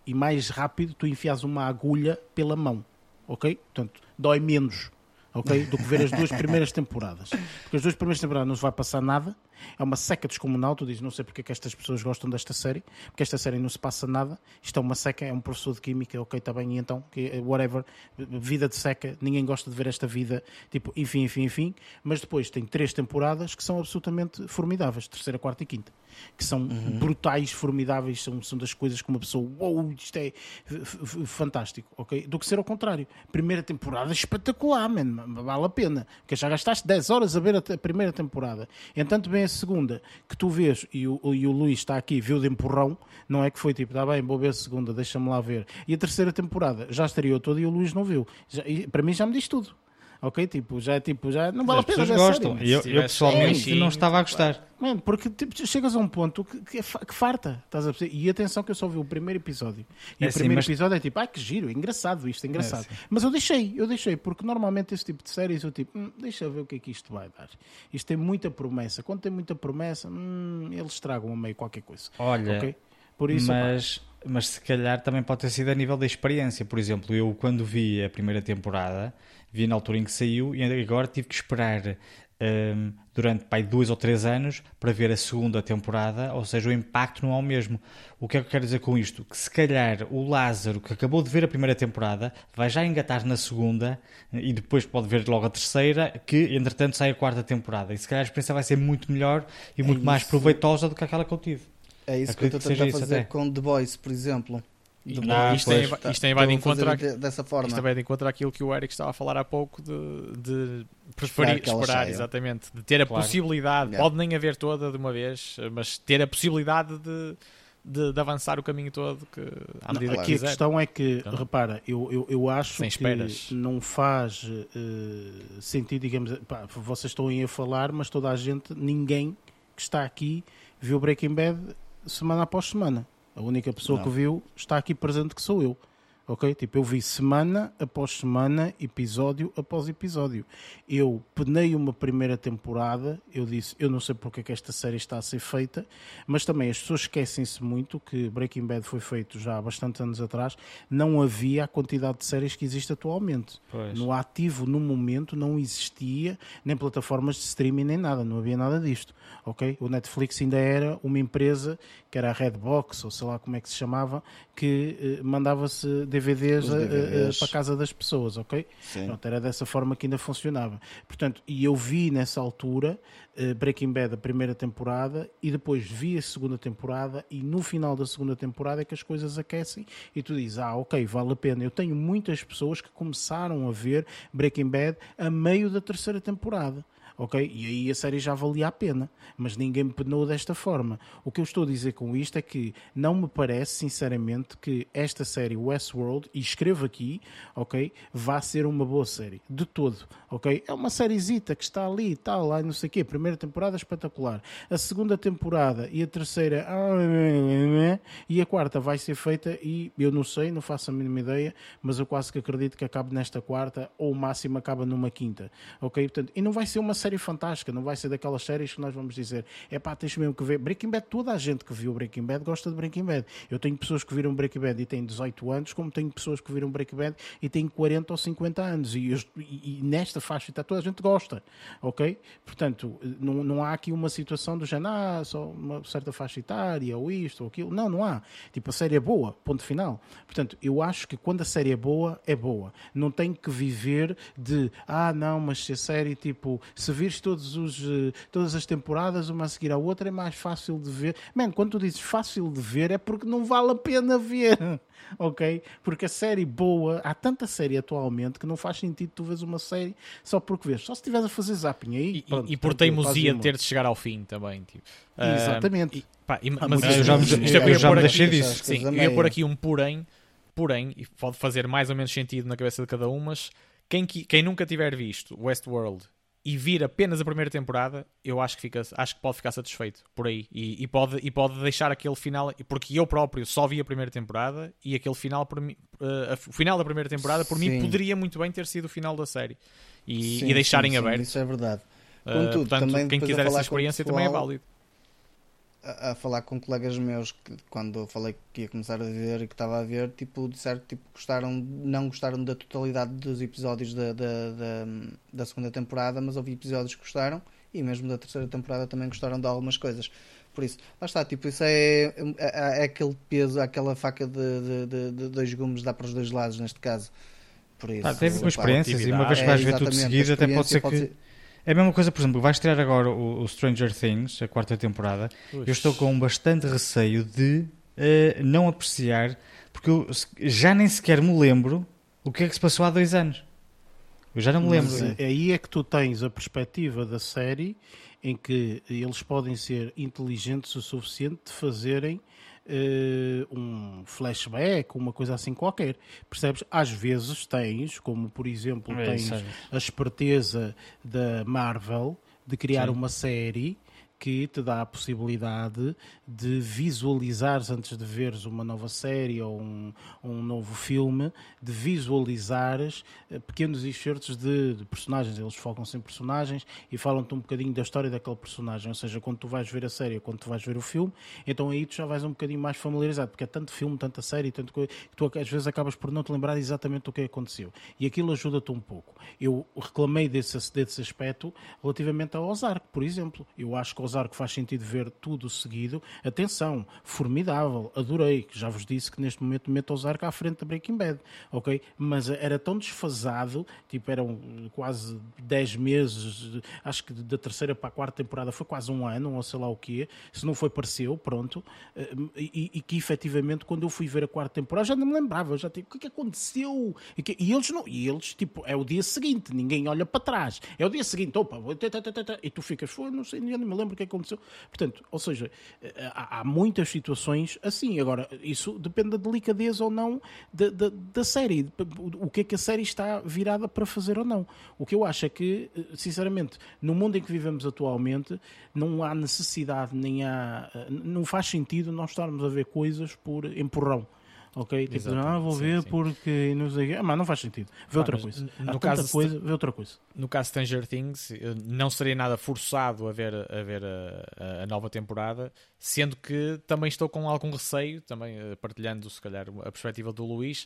Speaker 1: e mais rápido tu enfias uma agulha pela mão, ok? Portanto, dói menos, ok? Do que ver as 2 primeiras temporadas. Porque as 2 primeiras temporadas não se vai passar nada, é uma seca descomunal, tu dizes, não sei porque é que estas pessoas gostam desta série, porque esta série não se passa nada, isto é uma seca, é um professor de química, ok, está bem, e então, whatever, vida de seca, ninguém gosta de ver esta vida, tipo, enfim, mas depois tem 3 temporadas que são absolutamente formidáveis, 3ª, 4ª e 5ª, que são brutais, formidáveis, são das coisas que uma pessoa, uou, isto é fantástico, ok? Do que ser ao contrário. Primeira temporada espetacular, man, vale a pena, porque já gastaste 10 horas a ver a primeira temporada, entanto bem a segunda, que tu vês, e o Luís está aqui, viu de empurrão, não é que foi tipo, está bem, vou ver a segunda, deixa-me lá ver. E a 3ª temporada já estreou toda e o Luís não viu. Para mim já me diz tudo. Ok? Já não vale a pena ver a
Speaker 4: gostam.
Speaker 1: série.
Speaker 4: Eu pessoalmente não estava a gostar.
Speaker 1: Mano, porque chegas a um ponto que farta, estás a perceber? E atenção que eu só vi o primeiro episódio. E o primeiro episódio é tipo, que giro, é engraçado isto, é engraçado. Mas eu deixei, porque normalmente esse tipo de séries eu tipo, deixa eu ver o que é que isto vai dar. Isto tem muita promessa. Quando tem muita promessa, eles estragam a meio qualquer coisa.
Speaker 4: Olha,
Speaker 1: okay? Por isso,
Speaker 4: mas se calhar também pode ter sido a nível da experiência. Por exemplo, eu quando vi a primeira temporada, vi na altura em que saiu e agora tive que esperar durante 2 ou 3 anos para ver a segunda temporada, ou seja, o impacto não é o mesmo. O que é que eu quero dizer com isto? Que se calhar o Lázaro, que acabou de ver a primeira temporada, vai já engatar na segunda e depois pode ver logo a terceira, que entretanto sai a 4ª temporada. E se calhar a experiência vai ser muito melhor e muito mais proveitosa do que aquela que eu tive.
Speaker 2: É isso que eu estou a tentar fazer com The Boys, por exemplo.
Speaker 3: Isto tem vai de encontro
Speaker 2: dessa forma.
Speaker 3: Isto vai de encontro àquilo que o Eric estava a falar há pouco de preferir esperar, exatamente, de ter a possibilidade, pode nem haver toda de uma vez, mas ter a possibilidade de avançar o caminho todo que, à medida que
Speaker 1: aqui
Speaker 3: quiser.
Speaker 1: A questão é que, repara, eu acho
Speaker 3: que
Speaker 1: não faz sentido, digamos, vocês estão aí a falar, mas toda a gente, ninguém que está aqui viu Breaking Bad semana após semana. A única pessoa que viu está aqui presente, que sou eu. Ok? Tipo, eu vi semana após semana, episódio após episódio. Eu penei uma primeira temporada, eu disse, eu não sei porque é que esta série está a ser feita, mas também as pessoas esquecem-se muito que Breaking Bad foi feito já há bastantes anos atrás, não havia a quantidade de séries que existe atualmente.
Speaker 4: Pois.
Speaker 1: No ativo, no momento, não existia nem plataformas de streaming nem nada, não havia nada disto. Ok? O Netflix ainda era uma empresa que era a Redbox, ou sei lá como é que se chamava, que mandava-se DVDs para a casa das pessoas, ok? Pronto, era dessa forma que ainda funcionava. Portanto, e eu vi nessa altura Breaking Bad a primeira temporada e depois vi a segunda temporada e no final da segunda temporada é que as coisas aquecem e tu dizes, ok, vale a pena. Eu tenho muitas pessoas que começaram a ver Breaking Bad a meio da terceira temporada. Ok? E aí a série já valia a pena, mas ninguém me penou desta forma. O que eu estou a dizer com isto é que não me parece, sinceramente, que esta série Westworld, e escrevo aqui, ok, vá ser uma boa série, de todo, ok? É uma sériezita que está ali e tal, lá não sei o quê, a primeira temporada espetacular, a segunda temporada e a terceira e a quarta vai ser feita e eu não sei, não faço a mínima ideia, mas eu quase que acredito que acabe nesta quarta ou o máximo acaba numa quinta, ok? Portanto, e não vai ser uma série fantástica, não vai ser daquelas séries que nós vamos dizer, tens mesmo que ver Breaking Bad. Toda a gente que viu Breaking Bad gosta de Breaking Bad. Eu tenho pessoas que viram Breaking Bad e têm 18 anos, como tenho pessoas que viram Breaking Bad e têm 40 ou 50 anos e nesta faixa toda a gente gosta, ok? Portanto, não há aqui uma situação do género, só uma certa faixa etária ou isto ou aquilo, não há. Tipo, a série é boa, ponto final. Portanto, eu acho que quando a série é boa, não tem que viver de, não, mas se a série, tipo, se vires todas as temporadas, uma a seguir à outra, é mais fácil de ver. Mano, quando tu dizes fácil de ver, é porque não vale a pena ver. Ok? Porque a série boa, há tanta série atualmente que não faz sentido tu vês uma série só porque vês. Só se estiveres a fazer zapping aí.
Speaker 3: E por teimosia de ter de chegar ao fim também. Tipo.
Speaker 1: Exatamente.
Speaker 3: Mas
Speaker 4: eu já me deixei disso.
Speaker 3: Sim, eu ia pôr aqui um porém, e pode fazer mais ou menos sentido na cabeça de cada um, mas quem nunca tiver visto Westworld e vir apenas a primeira temporada, eu acho que pode ficar satisfeito por aí e pode deixar aquele final, porque eu próprio só vi a primeira temporada e aquele final, o final da primeira temporada por mim poderia muito bem ter sido o final da série e deixarem aberto.
Speaker 2: Isso é verdade.
Speaker 3: Contudo, portanto, quem quiser essa experiência também é válido.
Speaker 2: a falar com colegas meus que quando eu falei que ia começar a ver e que estava a ver, tipo, disseram que tipo, não gostaram da totalidade dos episódios da segunda temporada, mas houve episódios que gostaram e mesmo da terceira temporada também gostaram de algumas coisas. Por isso, lá está, tipo, isso é aquele peso, aquela faca de dois gumes, dá para os dois lados neste caso. Por isso,
Speaker 4: teve experiências e uma vez que vais ver tudo seguido, até pode ser que... É a mesma coisa, por exemplo, vais tirar agora o Stranger Things, a quarta temporada. Eu estou com bastante receio de não apreciar, porque eu já nem sequer me lembro o que é que se passou há 2 anos. Eu já não me lembro.
Speaker 1: Mas aí é que tu tens a perspectiva da série em que eles podem ser inteligentes o suficiente de fazerem um flashback, uma coisa assim qualquer. Percebes? Às vezes tens, como por exemplo tens a esperteza da Marvel de criar uma série que te dá a possibilidade de visualizares, antes de veres uma nova série ou um novo filme, de visualizares pequenos excertos de personagens. Eles focam-se em personagens e falam-te um bocadinho da história daquele personagem. Ou seja, quando tu vais ver a série ou quando tu vais ver o filme, então aí tu já vais um bocadinho mais familiarizado, porque é tanto filme, tanta série, tanto coisa, que tu às vezes acabas por não te lembrar exatamente do que aconteceu. E aquilo ajuda-te um pouco. Eu reclamei desse aspecto relativamente ao Ozark, por exemplo. Eu acho que o Ozark faz sentido ver tudo seguido. Atenção, formidável, adorei, já vos disse que neste momento meto o Ozark à frente da Breaking Bad, ok? Mas era tão desfasado, tipo, eram quase 10 meses, acho que da terceira para a quarta temporada foi quase 1 ano, ou sei lá o quê, se não foi, pareceu, pronto, e que efetivamente quando eu fui ver a quarta temporada já não me lembrava, já tipo, o que aconteceu? E eles, tipo, é o dia seguinte, ninguém olha para trás, é o dia seguinte, opa, e tu ficas, não sei, nem me lembro o que aconteceu. Portanto, ou seja, há muitas situações assim. Agora, isso depende da delicadeza ou não da série, o que é que a série está virada para fazer ou não. O que eu acho é que, sinceramente, no mundo em que vivemos atualmente, não há necessidade, não faz sentido nós estarmos a ver coisas por empurrão. Ok? Tipo, vou ver porque não sei. Mas não faz sentido. Vê outra coisa. Vê outra coisa.
Speaker 3: No caso de Stranger Things, não seria nada forçado a ver a nova temporada, sendo que também estou com algum receio, também partilhando se calhar a perspectiva do Luís,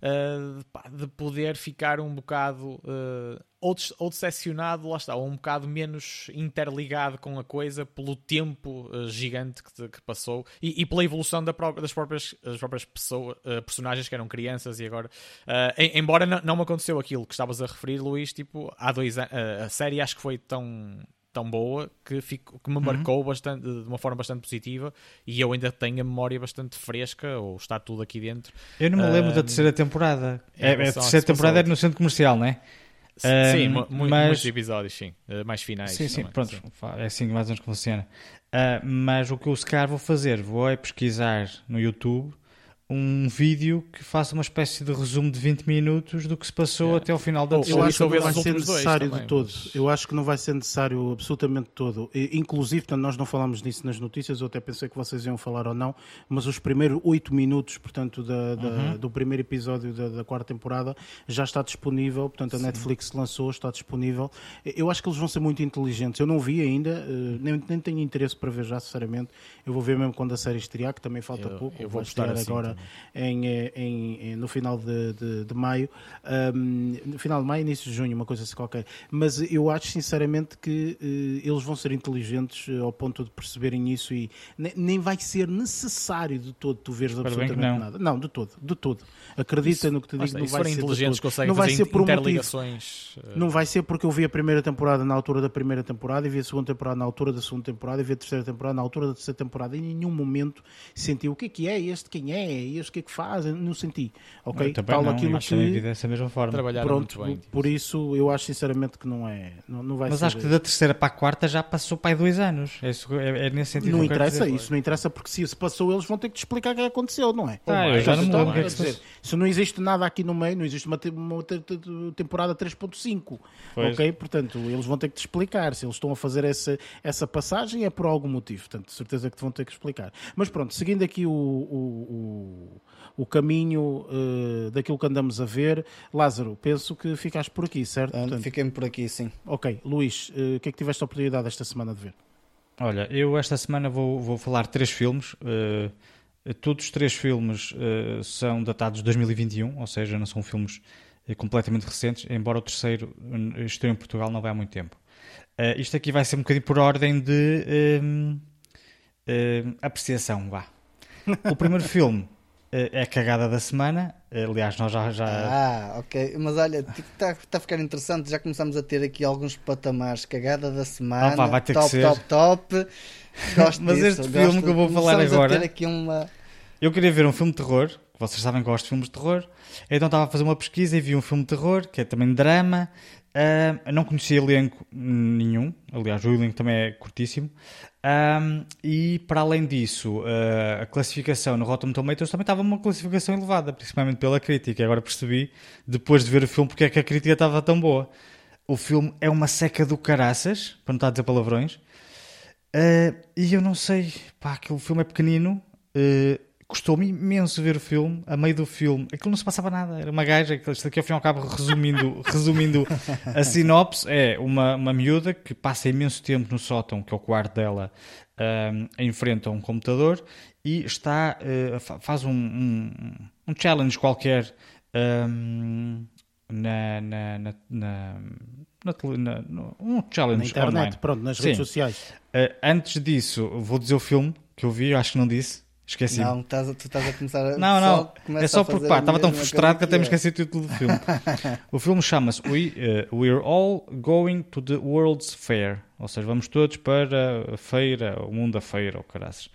Speaker 3: de poder ficar um bocado ou decepcionado, lá está, ou um bocado menos interligado com a coisa pelo tempo gigante que passou e pela evolução das próprias pessoas, personagens que eram crianças e agora embora não me aconteceu aquilo que estavas a referir, Luís, tipo, há 2 anos a série acho que foi tão boa que me marcou bastante, de uma forma bastante positiva, e eu ainda tenho a memória bastante fresca, ou está tudo aqui dentro.
Speaker 4: Eu não me lembro da terceira temporada. A terceira temporada era no centro comercial, não é?
Speaker 3: Sim, muitos episódios, sim. Mais finais.
Speaker 4: Sim, pronto. Sim. É assim mais ou menos que funciona. Mas o que eu se calhar vou fazer, vou pesquisar no YouTube um vídeo que faça uma espécie de resumo de 20 minutos do que se passou até ao final da
Speaker 1: Eu acho que não vai ser necessário de todo. Eu acho que não vai ser necessário absolutamente todo. Inclusive, portanto, nós não falámos nisso nas notícias, eu até pensei que vocês iam falar ou não, mas os primeiros 8 minutos, portanto, do primeiro episódio da quarta temporada já está disponível, portanto, a Netflix lançou, está disponível. Eu acho que eles vão ser muito inteligentes. Eu não vi ainda, nem tenho interesse para ver já, sinceramente. Eu vou ver mesmo quando a série estrear, que também falta pouco.
Speaker 3: Eu vou
Speaker 1: estrear
Speaker 3: assim,
Speaker 1: agora no final de maio, no final de maio, início de junho, uma coisa assim qualquer. Mas eu acho sinceramente que eles vão ser inteligentes ao ponto de perceberem isso e nem vai ser necessário de todo tu veres absolutamente nada. Não, de todo. Acredita
Speaker 3: isso,
Speaker 1: no que te digo, não vai ser
Speaker 3: inteligentes,
Speaker 1: não vai ser por
Speaker 3: interligações.
Speaker 1: Não vai ser porque eu vi a primeira temporada na altura da primeira temporada e vi a segunda temporada na altura da segunda temporada e vi a terceira temporada na altura da terceira temporada e em nenhum momento senti o que é este, quem é este, o que é que faz, não senti, ok?
Speaker 4: Tal aquilo que
Speaker 1: dessa
Speaker 4: mesma forma.
Speaker 1: Pronto, muito bem, por isso eu acho sinceramente que não vai
Speaker 4: mas
Speaker 1: ser.
Speaker 4: Acho que da terceira para a quarta já passou para aí 2 anos. É nesse sentido.
Speaker 1: Não interessa isso, não interessa porque se passou eles vão ter que te explicar o que aconteceu, não é?
Speaker 4: Eu já não me lembro dizer,
Speaker 1: se não existe nada aqui no meio, não existe uma temporada 3.5, ok? Portanto, eles vão ter que te explicar. Se eles estão a fazer essa passagem é por algum motivo, portanto, de certeza que te vão ter que explicar. Mas pronto, seguindo aqui o caminho daquilo que andamos a ver, Lázaro, penso que ficaste por aqui, certo?
Speaker 2: Fiquei-me por aqui, sim.
Speaker 1: Ok, Luís, o que é que tiveste a oportunidade esta semana de ver?
Speaker 4: Olha, eu esta semana vou falar 3 filmes. Todos os 3 filmes são datados de 2021, ou seja, não são filmes completamente recentes, embora o terceiro esteja em Portugal não vai há muito tempo. Isto aqui vai ser um bocadinho por ordem de apreciação, vá. O primeiro filme é a cagada da semana. Aliás, nós já...
Speaker 2: ok. Mas olha, está a ficar interessante. Já começamos a ter aqui alguns patamares. Cagada da semana,
Speaker 4: vai ter
Speaker 2: top,
Speaker 4: que ser.
Speaker 2: top. Gosto
Speaker 4: Mas
Speaker 2: disso,
Speaker 4: este filme que eu vou falar agora...
Speaker 2: A ter aqui uma...
Speaker 4: Eu queria ver um filme de terror, que vocês sabem que eu gosto de filmes de terror. Então estava a fazer uma pesquisa e vi um filme de terror, que é também drama. Eu não conhecia elenco nenhum. Aliás, o elenco também é curtíssimo. E para além disso, a classificação no Rotten Tomatoes também estava uma classificação elevada, principalmente pela crítica. Agora percebi, depois de ver o filme, porque é que a crítica estava tão boa. O filme é uma seca do caraças, para não estar a dizer palavrões. E eu não sei, aquele filme é pequenino. Custou-me imenso ver o filme. A meio do filme, aquilo não se passava nada. Era uma gaja, isto aqui ao fim e ao cabo, resumindo a sinopse, é uma miúda que passa imenso tempo no sótão, que é o quarto dela, em frente a um computador, e faz um challenge qualquer um challenge
Speaker 1: na internet,
Speaker 4: online.
Speaker 1: Pronto, nas redes sociais.
Speaker 4: Antes disso, vou dizer o filme que eu vi, eu acho que não disse. Esqueci.
Speaker 2: Não, tu estás a começar a...
Speaker 4: Não. É só porque estava tão frustrado que até me esqueci o título do filme. O filme chama-se We're All Going to the World's Fair. Ou seja, vamos todos para a feira, o mundo da feira, ou caraças.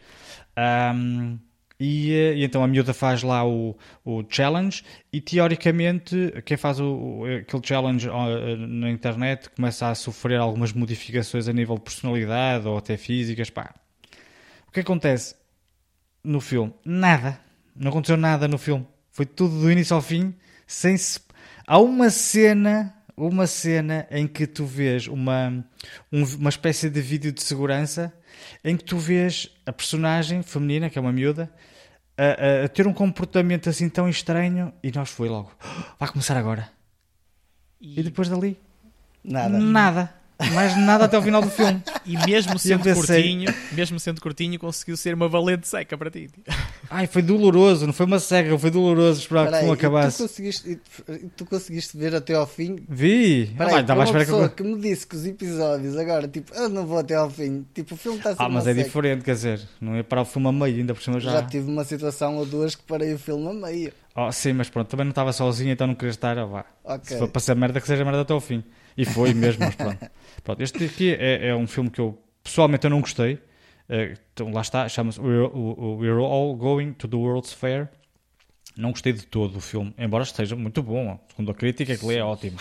Speaker 4: E então a miúda faz lá o challenge e teoricamente quem faz aquele challenge na internet começa a sofrer algumas modificações a nível de personalidade ou até físicas. O que acontece? No filme, nada. Não aconteceu nada no filme. Foi tudo do início ao fim. Há uma cena em que tu vês uma espécie de vídeo de segurança em que tu vês a personagem feminina, que é uma miúda, a ter um comportamento assim tão estranho e nós foi logo. Vai começar agora. E depois dali, nada. Mais nada até ao final do filme.
Speaker 3: E mesmo sendo curtinho, conseguiu ser uma valente seca para ti.
Speaker 4: Foi doloroso, não foi uma seca, foi doloroso esperar que o filme acabasse.
Speaker 2: Tu conseguiste ver até ao fim?
Speaker 4: Vi!
Speaker 2: Estava a esperar que me disse que os episódios agora, eu não vou até ao fim. O filme está a ser
Speaker 4: mas é diferente, quer dizer, não ia parar o filme a meio, ainda por cima já
Speaker 2: tive uma situação ou duas que parei o filme a meio.
Speaker 4: Sim, mas pronto, também não estava sozinho, então não queria estar.
Speaker 2: Okay.
Speaker 4: Se for para ser merda, que seja merda até ao fim. E foi mesmo, mas pronto. Este aqui é um filme que eu pessoalmente eu não gostei. Então, lá está, chama-se We're All Going to the World's Fair. Não gostei de todo o filme, embora esteja muito bom. Segundo a crítica, que lê é ótimo.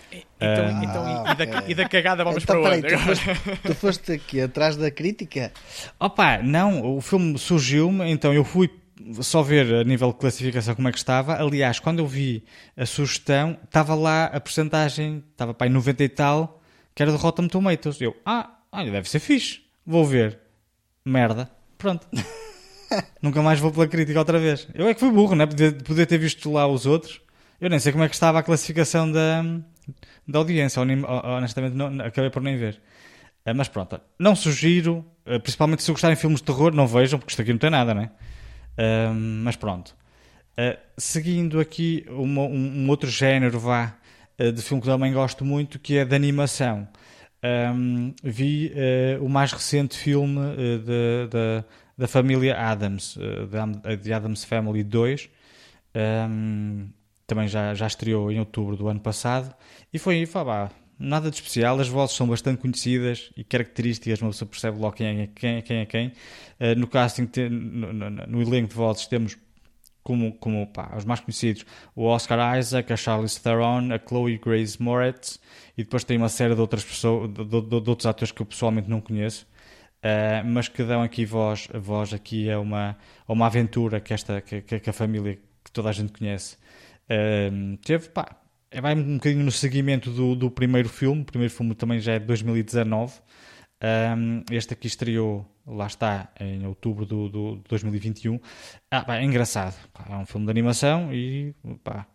Speaker 3: E da cagada vamos para onde?
Speaker 2: Tu foste aqui atrás da crítica?
Speaker 4: Não, o filme surgiu-me, então eu fui só ver a nível de classificação como é que estava. Aliás, quando eu vi a sugestão, estava lá a porcentagem, estava para aí 90 e tal, que era do Rotten Tomatoes. Eu, deve ser fixe, vou ver. Merda, pronto. Nunca mais vou pela crítica outra vez. Eu é que fui burro, né? Poder ter visto lá os outros. Eu nem sei como é que estava a classificação da audiência. Honestamente, não, acabei por nem ver. Mas pronto, não sugiro, principalmente se gostarem de filmes de terror, não vejam, porque isto aqui não tem nada, né? Mas pronto. Seguindo aqui um outro género de filme que também gosto muito, que é de animação. Vi o mais recente filme da família Addams, de Addams Family 2. Também já estreou em outubro do ano passado e foi nada de especial. As vozes são bastante conhecidas e características, uma pessoa percebe logo quem é quem. No casting, no elenco de vozes, temos como os mais conhecidos o Oscar Isaac, a Charlize Theron, a Chloe Grace Moretz, e depois tem uma série de outras pessoas, de outros atores que eu pessoalmente não conheço, mas que dão aqui voz aqui a uma aventura que a família que toda a gente conhece teve. Vai um bocadinho no seguimento do primeiro filme. O primeiro filme também já é de 2019. Este aqui estreou, lá está, em outubro de 2021. É engraçado. É um filme de animação e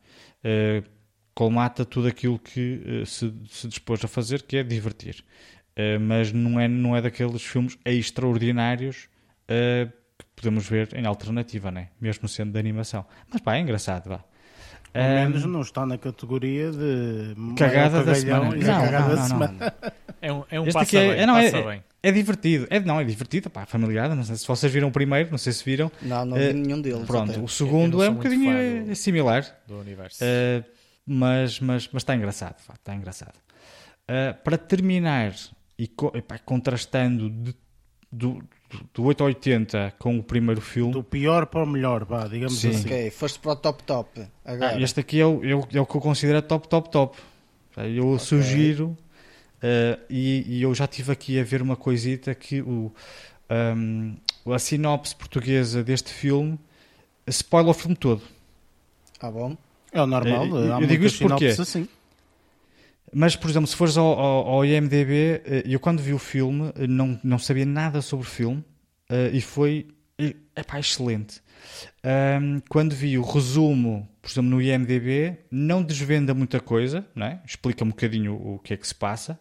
Speaker 4: colmata tudo aquilo que se dispôs a fazer, que é divertir. mas não é daqueles filmes extraordinários que podemos ver em alternativa, né? Mesmo sendo de animação. Mas pá, é engraçado, vá.
Speaker 1: Ao menos não está na categoria de
Speaker 4: cagada da semana.
Speaker 1: Não.
Speaker 3: É um passa bem.
Speaker 4: É divertido. É divertido, pá, familiar. Não sei se vocês viram o primeiro, não sei se viram.
Speaker 2: Não vi nenhum deles.
Speaker 4: Pronto, até. O segundo é um bocadinho similar.
Speaker 3: Do universo.
Speaker 4: Mas está engraçado, está engraçado. Para terminar, e contrastando do 8 a 80 com o primeiro filme.
Speaker 1: Do pior para o melhor, digamos
Speaker 4: sim.
Speaker 1: assim.
Speaker 2: Ok, foste para o top. Agora.
Speaker 4: Este aqui é o que eu considero top. Eu sugiro, e eu já estive aqui a ver uma coisita que a sinopse portuguesa deste filme spoiler o filme todo.
Speaker 2: Bom.
Speaker 1: É o normal,
Speaker 4: eu digo isto porque
Speaker 1: assim.
Speaker 4: Mas, por exemplo, se fores ao IMDb, eu quando vi o filme não sabia nada sobre o filme e foi excelente. Quando vi o resumo, por exemplo, no IMDb, não desvenda muita coisa, não é? Explica um bocadinho o que é que se passa.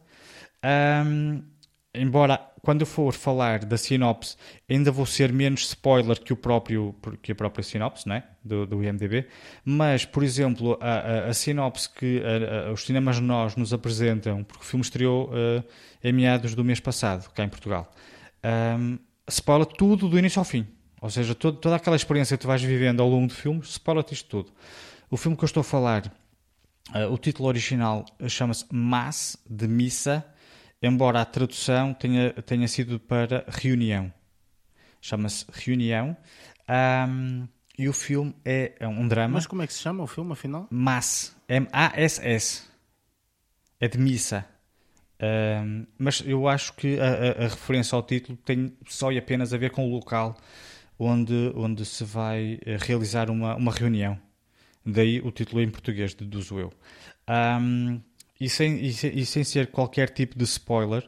Speaker 4: Embora, quando eu for falar da sinopse, ainda vou ser menos spoiler que a própria sinopse, não é? do IMDb. Mas, por exemplo, a sinopse que os cinemas nós nos apresentam, porque o filme estreou em meados do mês passado, cá em Portugal, spoiler tudo do início ao fim. Ou seja, toda aquela experiência que tu vais vivendo ao longo do filme, spoiler-te isto tudo. O filme que eu estou a falar, o título original chama-se Mass, de missa, embora a tradução tenha sido para reunião. Chama-se Reunião. E o filme é um drama.
Speaker 1: Mas como é que se chama o filme, afinal?
Speaker 4: Mass. M-A-S-S. É de missa. Mas eu acho que a referência ao título tem só e apenas a ver com o local onde se vai realizar uma reunião. Daí o título em português, deduzo eu. E sem ser qualquer tipo de spoiler,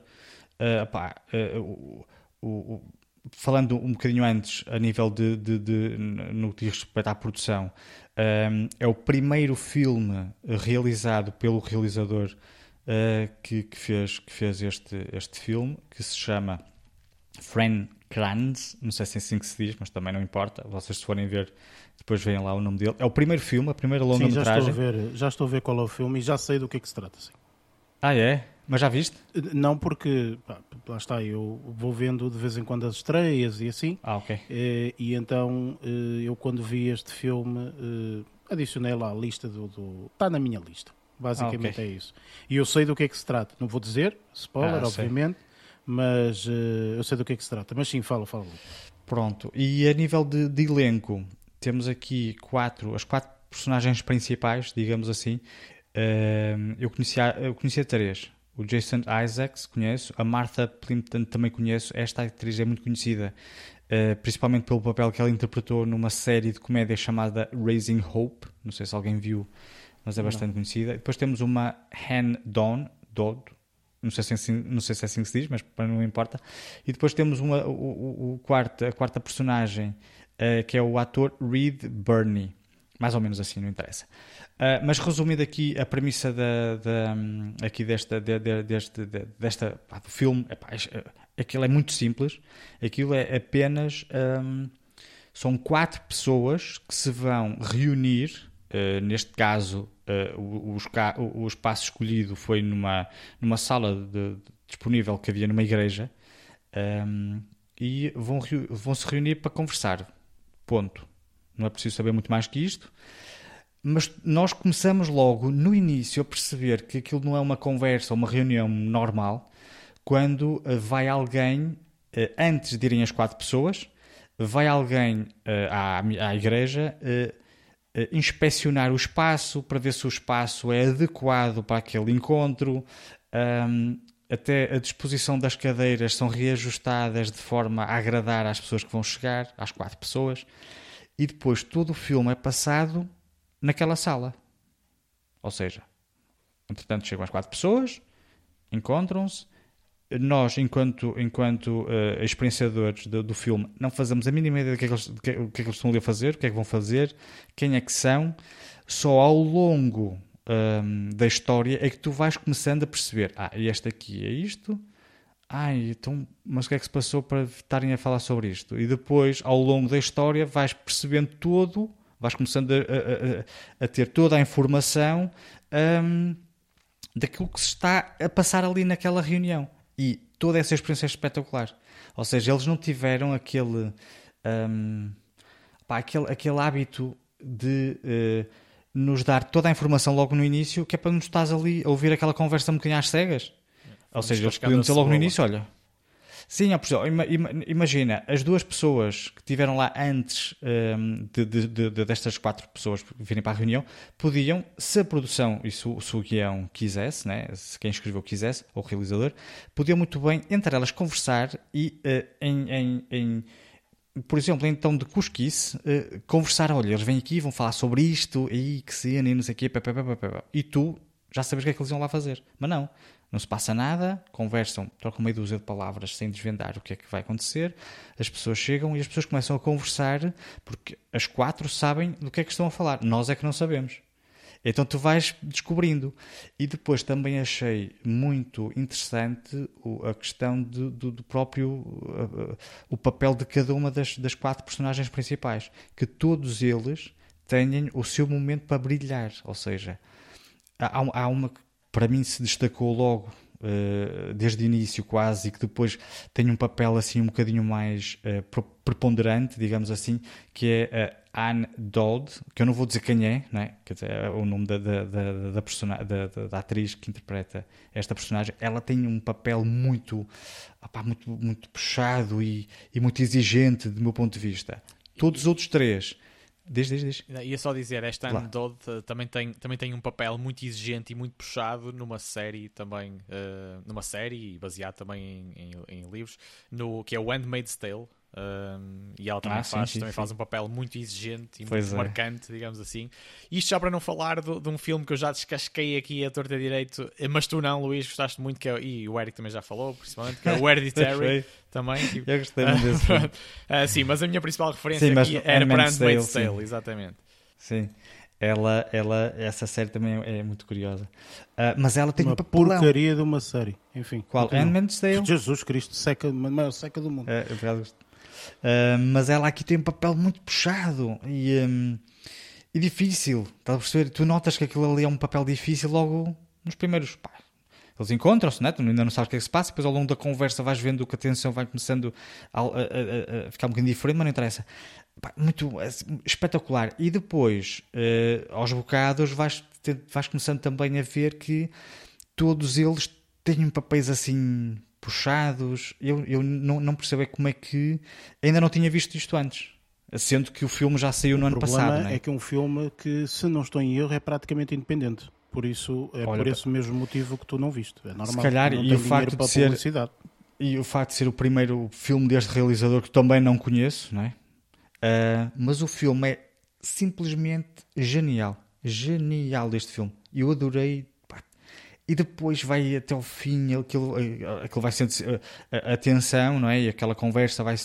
Speaker 4: falando um bocadinho antes, a nível no que diz respeito à produção, é o primeiro filme realizado pelo realizador que fez este filme, que se chama Fran Kranz, não sei se é assim que se diz, mas também não importa, vocês se forem ver, depois veem lá o nome dele. É o primeiro filme, a primeira longa-metragem.
Speaker 1: Já estou a ver qual é o filme e já sei do que é que se trata. Sim.
Speaker 4: É? Mas já viste?
Speaker 1: Não, porque lá está, eu vou vendo de vez em quando as estreias e assim.
Speaker 4: Ok.
Speaker 1: E então eu quando vi este filme adicionei lá a lista está na minha lista. Basicamente é isso. E eu sei do que é que se trata. Não vou dizer, spoiler, obviamente, mas eu sei do que é que se trata. Mas sim, fala.
Speaker 4: Pronto. E a nível de elenco, temos aqui as quatro personagens principais, digamos assim. Eu conhecia três. O Jason Isaacs, conheço. A Martha Plimpton também conheço. Esta atriz é muito conhecida, principalmente pelo papel que ela interpretou numa série de comédia chamada Raising Hope. Não sei se alguém viu, mas é bastante conhecida. Depois temos uma Han Dodd. Não sei se é assim que se diz, mas não importa. E depois temos a quarta personagem, que é o ator Reed Birney. Mais ou menos assim, não interessa. Mas resumindo aqui a premissa aqui do filme, aquilo é muito simples. Aquilo é apenas... são 4 pessoas que se vão reunir, neste caso... o espaço escolhido foi numa sala disponível que havia numa igreja, e vão se reunir para conversar. Ponto. Não é preciso saber muito mais que isto, mas nós começamos logo no início a perceber que aquilo não é uma conversa ou uma reunião normal, quando vai alguém, antes de irem as 4 pessoas, vai alguém à igreja inspecionar o espaço para ver se o espaço é adequado para aquele encontro. Até a disposição das cadeiras são reajustadas de forma a agradar às pessoas que vão chegar, às 4 pessoas, e depois todo o filme é passado naquela sala. Ou seja, entretanto chegam as 4 pessoas, encontram-se. Nós, enquanto experienciadores do filme, não fazemos a mínima ideia do que é que eles estão ali a fazer, o que é que vão fazer, quem é que são. Só ao longo da história é que tu vais começando a perceber, este aqui é isto, então, mas o que é que se passou para estarem a falar sobre isto? E depois, ao longo da história, vais percebendo tudo, vais começando a ter toda a informação daquilo que se está a passar ali naquela reunião. E toda essa experiência é espetacular. Ou seja, eles não tiveram aquele hábito de nos dar toda a informação logo no início, que é para nos estás ali a ouvir aquela conversa um bocadinho às cegas. Ou seja, eles podiam dizer logo no início, olha... Sim, imagina, as duas pessoas que estiveram lá antes destas 4 pessoas virem para a reunião, podiam, se a produção e se o guião quisesse, né, se quem escreveu quisesse, ou o realizador, podiam muito bem entre elas conversar e, por exemplo, então de cosquice, conversar, olha, eles vêm aqui, vão falar sobre isto, e que cena, e não sei o quê, e tu já sabes o que é que eles iam lá fazer. Mas não se passa nada, conversam, trocam meia dúzia de palavras sem desvendar o que é que vai acontecer, as pessoas chegam e as pessoas começam a conversar, porque as 4 sabem do que é que estão a falar, nós é que não sabemos. Então tu vais descobrindo. E depois também achei muito interessante a questão do próprio o papel de cada uma das 4 personagens principais, que todos eles tenham o seu momento para brilhar. Ou seja, há uma que para mim se destacou logo desde o início quase, e que depois tem um papel assim um bocadinho mais preponderante, digamos assim, que é a Anne Dodd, que eu não vou dizer quem é, não é? Quer dizer, é o nome da atriz que interpreta esta personagem. Ela tem um papel muito puxado e muito exigente do meu ponto de vista. Todos os outros 3... Diz.
Speaker 3: Ia só dizer, esta Anne Dodd também tem um papel muito exigente e muito puxado numa série também, baseado também em livros, que é o Handmaid's Tale. E ela também faz um papel muito exigente e muito marcante, digamos assim. Isto já para não falar de um filme que eu já descasquei aqui a torta direito, mas tu não, Luís, gostaste muito, e o Eric também já falou, principalmente, que é o Hereditary. Também, tipo,
Speaker 4: eu gostei muito desse filme.
Speaker 3: Sim, mas a minha principal referência aqui era para Handmaid's Tale, exatamente.
Speaker 4: Sim. Essa série também é muito curiosa. Mas ela tem
Speaker 1: uma porcaria de uma série. Enfim.
Speaker 4: Qual? Handmaid's Tale?
Speaker 1: Jesus Cristo, a maior seca do mundo.
Speaker 4: Mas ela aqui tem um papel muito puxado e difícil. Estás a perceber? Tu notas que aquilo ali é um papel difícil logo nos primeiros... Eles encontram-se, né? Tu ainda não sabes o que é que se passa, depois ao longo da conversa vais vendo que a tensão vai começando a ficar um bocadinho diferente, mas não interessa. Muito espetacular. E depois, aos bocados, vais começando também a ver que todos eles têm papéis assim puxados. Eu não percebo como é que ainda não tinha visto isto antes, sendo que o filme já saiu no ano passado. O
Speaker 1: problema é que é um filme que, se não estou em erro, é praticamente independente. Por isso, por esse mesmo motivo que tu não viste. É normal.
Speaker 4: Se calhar, e o facto de ser e o facto de ser o primeiro filme deste realizador que também não conheço, não é? Mas o filme é simplesmente genial deste filme. Eu adorei. E depois vai até o fim, aquilo vai sendo a tensão, não é? E aquela conversa vai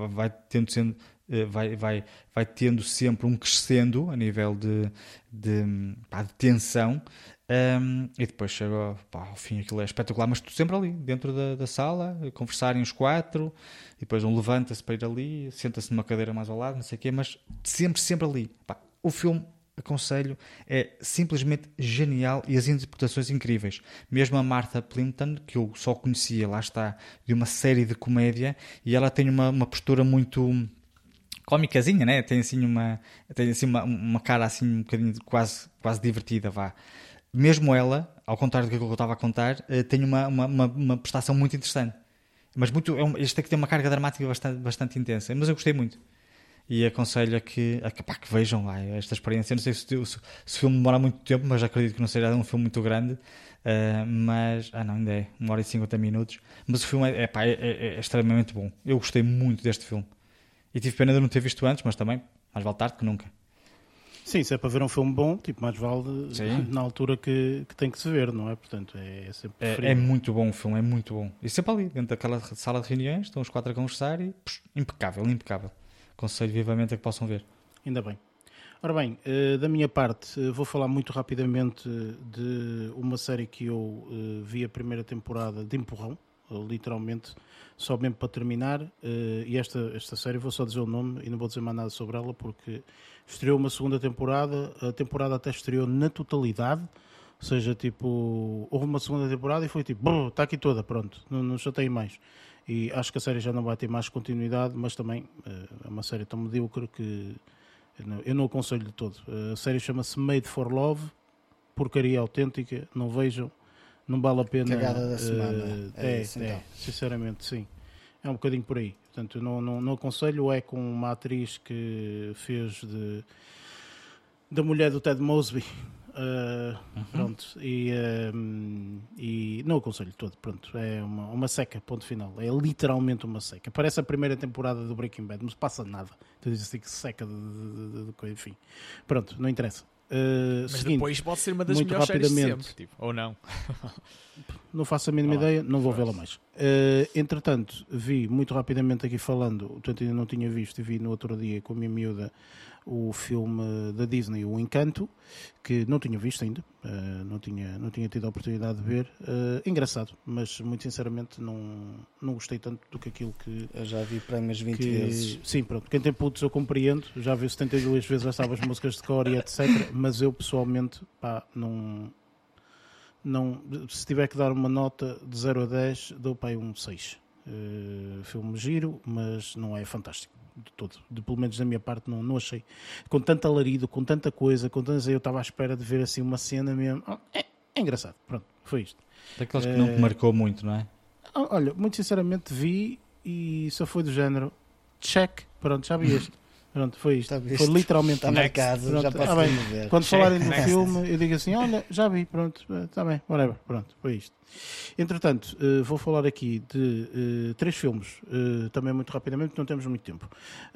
Speaker 4: tendo sempre um crescendo a nível de tensão, e depois chega ao fim, aquilo é espetacular, mas tu sempre ali dentro da sala, a conversarem os 4, e depois um levanta-se para ir ali, senta-se numa cadeira mais ao lado, não sei o quê, mas sempre ali. O filme, aconselho, é simplesmente genial e as interpretações incríveis. Mesmo a Martha Plimpton, que eu só conhecia, lá está, de uma série de comédia, e ela tem uma postura muito cómicazinha, né? Tem assim uma cara assim um bocadinho quase divertida, vá. Mesmo ela, ao contrário do que eu estava a contar, tem uma prestação muito interessante. Mas este aqui tem uma carga dramática bastante intensa, mas eu gostei muito. E aconselho a que vejam lá esta experiência. Eu não sei se o filme demora muito tempo, mas acredito que não seja um filme muito grande. Mas ainda é 1 hora e 50 minutos. Mas o filme é extremamente bom. Eu gostei muito deste filme. E tive pena de não ter visto antes, mas também mais vale tarde que nunca.
Speaker 1: Sim, se é para ver um filme bom, tipo, mais vale na altura que tem que se ver, não é? Portanto, é sempre preferível.
Speaker 4: É muito bom o filme, é muito bom. E sempre ali, dentro daquela sala de reuniões, estão os 4 a conversar e impecável. Aconselho vivamente a que possam ver.
Speaker 1: Ainda bem. Ora bem, da minha parte, vou falar muito rapidamente de uma série que eu vi a primeira temporada de empurrão, literalmente, só mesmo para terminar. E esta série, vou só dizer o nome e não vou dizer mais nada sobre ela, porque estreou uma segunda temporada, a temporada até estreou na totalidade, ou seja, tipo, houve uma segunda temporada e foi tipo, está aqui toda, pronto, não chatei mais. E acho que a série já não vai ter mais continuidade, mas também é uma série tão medíocre que eu não aconselho de todo. A série chama-se Made for Love, porcaria autêntica, não vejam, não vale a pena.
Speaker 2: Cagada da semana.
Speaker 1: Então. Sinceramente, sim. É um bocadinho por aí. Portanto, não aconselho. É com uma atriz que fez da mulher do Ted Mosby. Pronto, e não aconselho todo, pronto, é uma seca, ponto final, é literalmente uma seca, parece a primeira temporada do Breaking Bad, não se passa nada, então diz assim que seca de coisa, enfim, pronto, não interessa.
Speaker 3: Mas
Speaker 1: seguinte,
Speaker 3: depois pode ser uma das
Speaker 1: muito
Speaker 3: melhores séries de
Speaker 1: rapidamente,
Speaker 3: sempre, tipo, ou não?
Speaker 1: não faço a mínima ideia, não vou vê-la mais. Entretanto, vi muito rapidamente aqui falando, portanto ainda não tinha visto, e vi no outro dia com a minha miúda o filme da Disney, O Encanto, que não tinha visto ainda, não tinha tido a oportunidade de ver. Engraçado, mas muito sinceramente não gostei tanto do que aquilo que...
Speaker 2: Eu já vi para umas 20 vezes.
Speaker 1: Sim, pronto, quem tem putos eu compreendo, já vi 72 vezes, já sabe as músicas de cor e etc, mas eu pessoalmente, não, se tiver que dar uma nota de 0 a 10, dou para aí um 6. Filme giro, mas não é fantástico de todo, pelo menos da minha parte não achei, com tanto alarido, com tanta coisa, eu estava à espera de ver assim uma cena mesmo, é engraçado, pronto, foi isto.
Speaker 4: Daqueles que não te marcou muito, não é?
Speaker 1: Olha, muito sinceramente vi e só foi do género check, pronto, já vi este. Pronto, foi isto. Foi literalmente
Speaker 2: está marcado, pronto, já posso ver.
Speaker 1: Quando falarem do filme, eu digo assim, olha, já vi, pronto, está bem, whatever, pronto, foi isto. Entretanto, vou falar aqui de 3 filmes, também muito rapidamente, porque não temos muito tempo.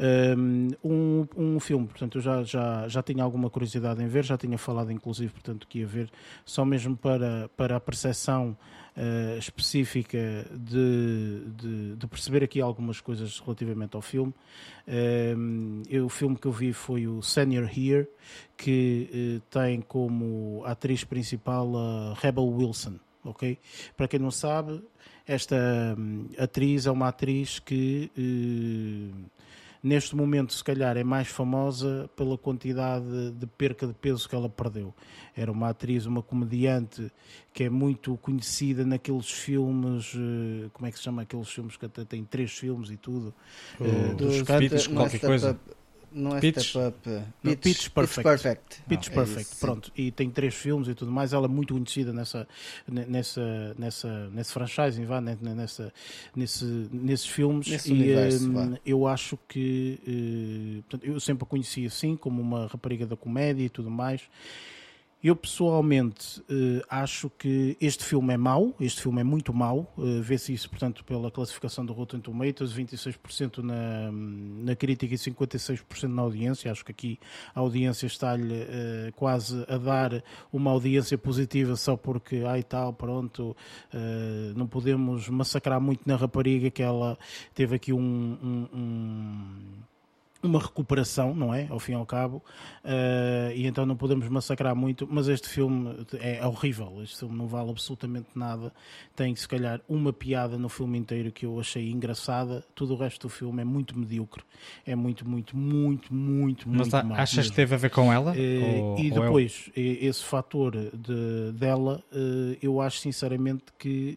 Speaker 1: Um filme, portanto, eu já tinha alguma curiosidade em ver, já tinha falado inclusive, portanto, que ia ver, só mesmo para a percepção específica de perceber aqui algumas coisas relativamente ao filme. O filme que eu vi foi o Senior Here, que tem como atriz principal a Rebel Wilson. Okay? Para quem não sabe, esta atriz é uma atriz que neste momento se calhar é mais famosa pela quantidade de perca de peso que ela perdeu. Era uma atriz, uma comediante que é muito conhecida naqueles filmes, como é que se chama aqueles filmes que até têm 3 filmes e tudo,
Speaker 4: dos Pitch, qualquer coisa.
Speaker 2: Não é
Speaker 4: Pitch?
Speaker 1: Pitch Perfect. Pitch Perfect,
Speaker 2: isso,
Speaker 1: pronto. E tem 3 filmes e tudo mais. Ela é muito conhecida nesse franchising, nesses filmes.
Speaker 2: Nesse universo,
Speaker 1: eu acho que portanto, eu sempre a conheci assim, como uma rapariga da comédia e tudo mais. Eu pessoalmente acho que este filme é mau, este filme é muito mau, vê-se isso, portanto, pela classificação do Rotten Tomatoes, 26% na crítica e 56% na audiência. Acho que aqui a audiência está-lhe quase a dar uma audiência positiva só porque, pronto, não podemos massacrar muito na rapariga, que ela teve aqui uma recuperação, não é? Ao fim e ao cabo, e então não podemos massacrar muito, mas este filme é horrível, este filme não vale absolutamente nada, tem se calhar uma piada no filme inteiro que eu achei engraçada, tudo o resto do filme é muito medíocre, é muito mau.
Speaker 4: Mas achas que teve a ver com ela?
Speaker 1: E depois, esse fator dela, eu acho sinceramente que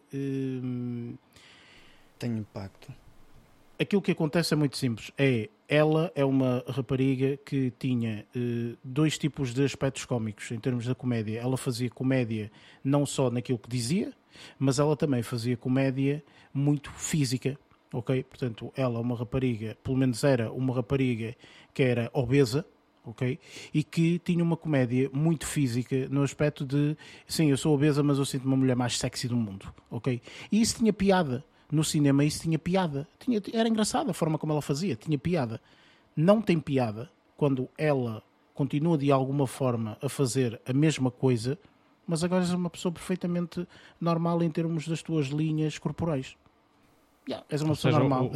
Speaker 2: tem impacto.
Speaker 1: Aquilo que acontece é muito simples, ela é uma rapariga que tinha 2 tipos de aspectos cómicos em termos da comédia. Ela fazia comédia não só naquilo que dizia, mas ela também fazia comédia muito física, ok? Portanto, ela é uma rapariga, pelo menos era uma rapariga que era obesa, ok? E que tinha uma comédia muito física no aspecto de, sim, eu sou obesa, mas eu sinto uma mulher mais sexy do mundo, ok? E isso tinha piada. No cinema isso tinha piada, era engraçado a forma como ela fazia, tinha piada. Não tem piada quando ela continua de alguma forma a fazer a mesma coisa, mas agora és uma pessoa perfeitamente normal em termos das tuas linhas corporais. És uma pessoa normal,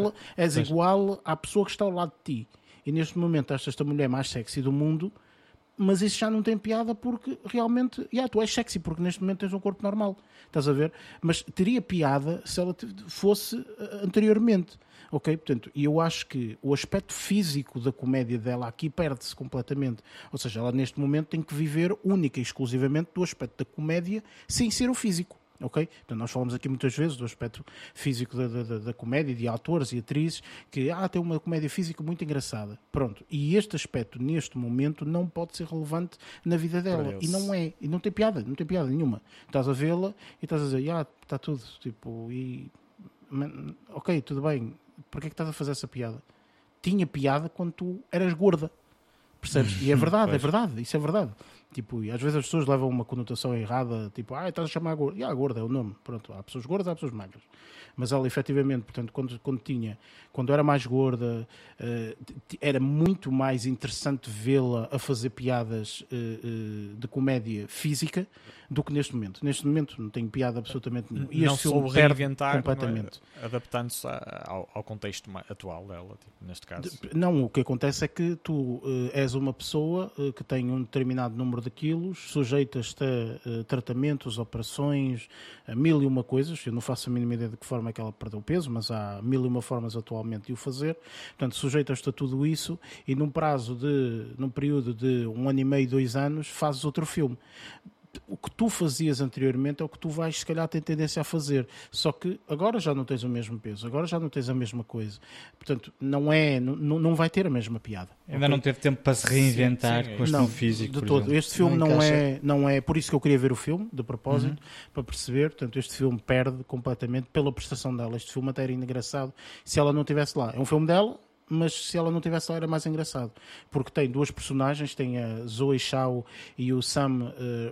Speaker 1: és igual à pessoa que está ao lado de ti. E neste momento esta mulher mais sexy do mundo mas isso já não tem piada porque realmente, tu és sexy porque neste momento tens um corpo normal, estás a ver? Mas teria piada se ela fosse anteriormente, ok? Portanto, e eu acho que o aspecto físico da comédia dela aqui perde-se completamente, ou seja, ela neste momento tem que viver única e exclusivamente do aspecto da comédia sem ser o físico. Ok? Então nós falamos aqui muitas vezes do aspecto físico da comédia, de atores e atrizes, que tem uma comédia física muito engraçada. Pronto. E este aspecto, neste momento, não pode ser relevante na vida dela. E não é. E não tem piada nenhuma. Estás a vê-la e estás a dizer, está tudo. Tipo, ok, tudo bem. Porquê é que estás a fazer essa piada? Tinha piada quando tu eras gorda. Percebes? E é verdade, isso é verdade. Tipo, e às vezes as pessoas levam uma conotação errada, tipo, estás a chamar a gorda. A gorda é o nome. Pronto, há pessoas gordas, há pessoas magras. Mas ela, efetivamente, portanto, quando era mais gorda, era muito mais interessante vê-la a fazer piadas de comédia física do que neste momento. Neste momento não tem piada absolutamente nenhuma. E
Speaker 3: não
Speaker 1: este filme
Speaker 3: soube reinventar,
Speaker 1: completamente.
Speaker 3: Adaptando-se ao contexto atual dela, tipo, neste caso.
Speaker 1: Não, o que acontece é que tu és uma pessoa que tem um determinado número de quilos, sujeitas-te a tratamentos, operações, a mil e uma coisas. Eu não faço a mínima ideia de que forma é que ela perdeu peso, mas há mil e uma formas atualmente de o fazer. Portanto, sujeitas-te a tudo isso e num período de 1 ano e meio, 2 anos, fazes outro filme. O que tu fazias anteriormente é o que tu vais, se calhar, ter tendência a fazer. Só que agora já não tens o mesmo peso, agora já não tens a mesma coisa. Portanto, não vai ter a mesma piada.
Speaker 4: Ainda não teve tempo para se reinventar com este físico.
Speaker 1: De todo. Exemplo. Este filme não é. Por isso que eu queria ver o filme, de propósito, para perceber. Portanto, este filme perde completamente pela prestação dela. Este filme até era engraçado se ela não estivesse lá. É um filme dela, mas se ela não tivesse lá era mais engraçado, porque tem duas personagens, tem a Zoe Shaw e o Sam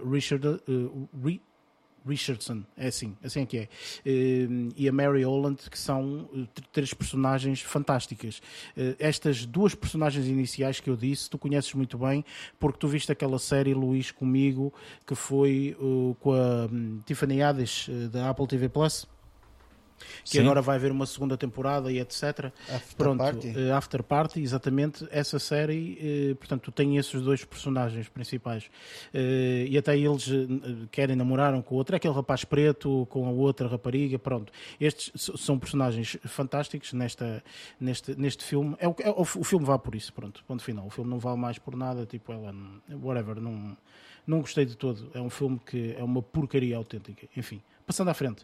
Speaker 1: Richardson, é assim é que é, e a Mary Holland, que são 3 personagens fantásticas. Estas 2 personagens iniciais que eu disse, tu conheces muito bem, porque tu viste aquela série, Luís, comigo, que foi com a Tiffany Haddish da Apple TV Plus, que Sim. Agora vai haver uma segunda temporada e etc. After Party, exatamente. Essa série, portanto, tem esses 2 personagens principais. E até eles querem namorar um com o outro. É aquele rapaz preto com a outra rapariga, pronto. Estes são personagens fantásticos neste filme. O filme vale por isso, pronto. Ponto final. O filme não vale mais por nada, tipo, whatever, não gostei de todo. É um filme que é uma porcaria autêntica. Enfim, passando à frente.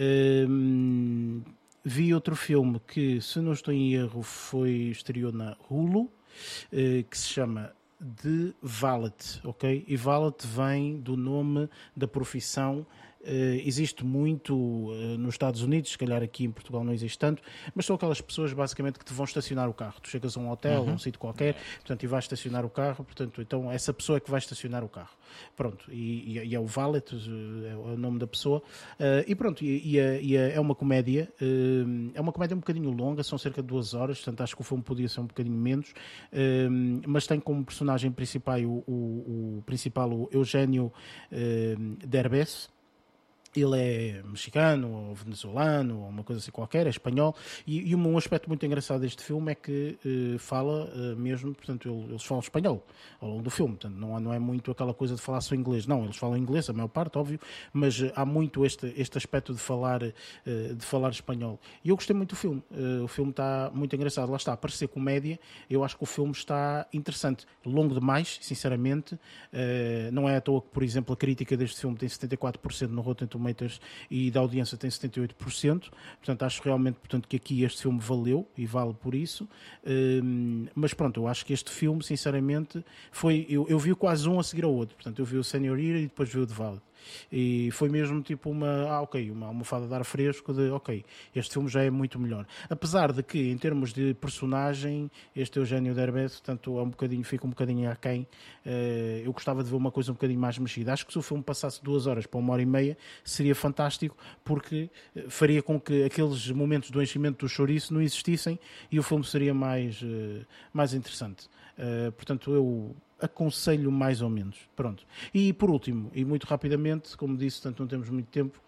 Speaker 1: Vi outro filme que, se não estou em erro, estreou na Hulu, que se chama The Valet, ok? E Valet vem do nome da profissão. Existe muito nos Estados Unidos, se calhar aqui em Portugal não existe tanto, mas são aquelas pessoas basicamente que te vão estacionar o carro. Tu chegas a um hotel, a um sítio qualquer, portanto, e vais estacionar o carro, portanto, então essa pessoa é que vai estacionar o carro. Pronto, e é o valet, é o nome da pessoa, e pronto, é uma comédia, um bocadinho longa, são cerca de 2 horas, portanto acho que o filme podia ser um bocadinho menos, mas tem como personagem principal o Eugenio Derbez. Ele é mexicano ou venezuelano ou uma coisa assim qualquer, é espanhol, e um aspecto muito engraçado deste filme é que fala mesmo, portanto, eles falam espanhol ao longo do filme, portanto, não é muito aquela coisa de falar só inglês, não, eles falam inglês, a maior parte, óbvio, mas há muito este aspecto de falar espanhol. E eu gostei muito do filme, o filme está muito engraçado, lá está, a parecer comédia, eu acho que o filme está interessante, longo demais, sinceramente, não é à toa que, por exemplo, a crítica deste filme tem 74% no Rotten Tomatoes e da audiência tem 78%, portanto acho realmente que aqui este filme valeu e vale por isso, mas pronto, eu acho que este filme sinceramente eu vi quase um a seguir ao outro, portanto eu vi o Senior Year e depois vi o The Valet. E foi mesmo tipo uma almofada de ar fresco de este filme já é muito melhor, apesar de que em termos de personagem este Eugenio Derbez, portanto fica um bocadinho aquém. Eu gostava de ver uma coisa um bocadinho mais mexida. Acho que se o filme passasse 2 horas para 1h30 seria fantástico, porque faria com que aqueles momentos do enchimento do chouriço não existissem e o filme seria mais interessante. Portanto, eu aconselho mais ou menos. Pronto. E por último, e muito rapidamente, como disse, tanto não temos muito tempo,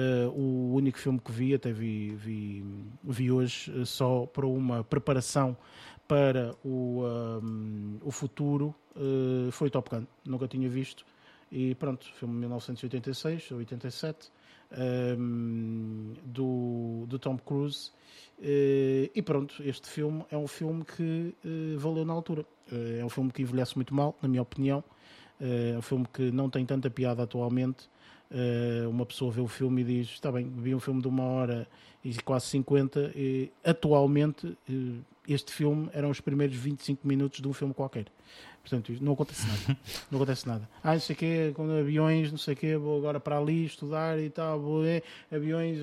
Speaker 1: o único filme que vi, até vi hoje, só para uma preparação para o futuro foi Top Gun. Nunca tinha visto. E pronto, filme de 1986 ou 87 do Tom Cruise. E pronto, este filme é um filme que valeu na altura. É um filme que envelhece muito mal, na minha opinião. É um filme que não tem tanta piada atualmente. Uma pessoa vê o filme e diz: está bem, vi um filme de 1 hora e quase 50. E, atualmente, este filme eram os primeiros 25 minutos de um filme qualquer. Portanto, não acontece nada. Não acontece nada. Não sei o quê, com aviões, não sei o quê, vou agora para ali estudar e tal, aviões,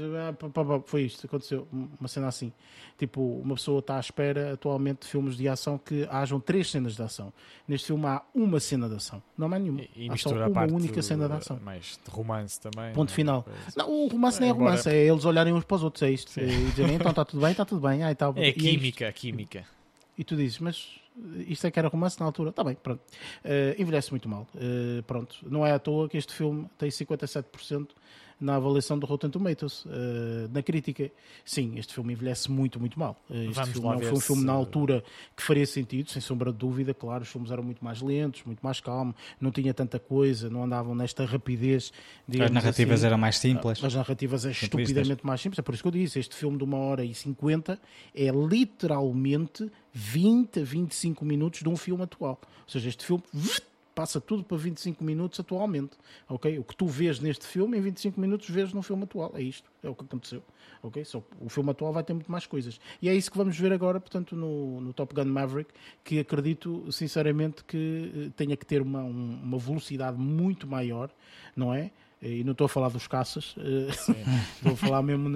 Speaker 1: foi isto, aconteceu. Uma cena assim. Tipo, uma pessoa está à espera atualmente de filmes de ação que hajam 3 cenas de ação. Neste filme há uma cena de ação. Não há mais nenhuma.
Speaker 3: E
Speaker 1: há só uma única cena de ação.
Speaker 3: Mais de romance também.
Speaker 1: Ponto final. Não, o romance nem é romance, é eles olharem uns para os outros, é isto. E dizerem, então está tudo bem, está tudo bem.
Speaker 3: É química, química.
Speaker 1: E tu dizes, mas isto é que era romance na altura? Está bem, pronto. Envelhece muito mal. Pronto. Não é à toa que este filme tem 57% na avaliação do Rotten Tomatoes, na crítica. Sim, este filme envelhece muito, muito mal. Este filme não foi um filme na altura que faria sentido, sem sombra de dúvida. Claro, os filmes eram muito mais lentos, muito mais calmos, não tinha tanta coisa, não andavam nesta rapidez.
Speaker 4: As narrativas
Speaker 1: assim.
Speaker 4: eram mais simples.
Speaker 1: As narrativas estupidamente mais simples. É por isso que eu disse, este filme de 1 hora e 50 é literalmente 20 a 25 minutos de um filme atual. Ou seja, este filme passa tudo para 25 minutos atualmente, ok? O que tu vês neste filme, em 25 minutos vês num filme atual. É isto, é o que aconteceu, ok? Só o filme atual vai ter muito mais coisas. E é isso que vamos ver agora, portanto, no Top Gun Maverick, que acredito, sinceramente, que tenha que ter uma velocidade muito maior, não é? E não estou a falar dos caças, estou a falar mesmo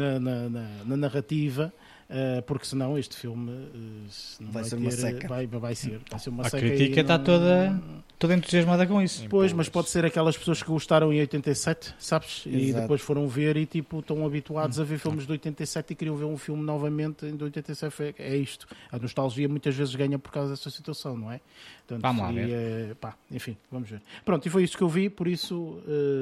Speaker 1: na narrativa, porque senão este filme não
Speaker 2: vai ser uma seca.
Speaker 1: Vai ser uma seca.
Speaker 4: A crítica está toda entusiasmada com isso.
Speaker 1: Pois, mas pode ser aquelas pessoas que gostaram em 87, sabes?
Speaker 2: Exato.
Speaker 1: E depois foram ver e tipo, estão habituados a ver filmes de 87 e queriam ver um filme novamente de 87. É isto. A nostalgia muitas vezes ganha por causa dessa situação, não é? Portanto,
Speaker 4: vamos lá ver.
Speaker 1: Enfim, vamos ver. Pronto, e foi isso que eu vi, por isso,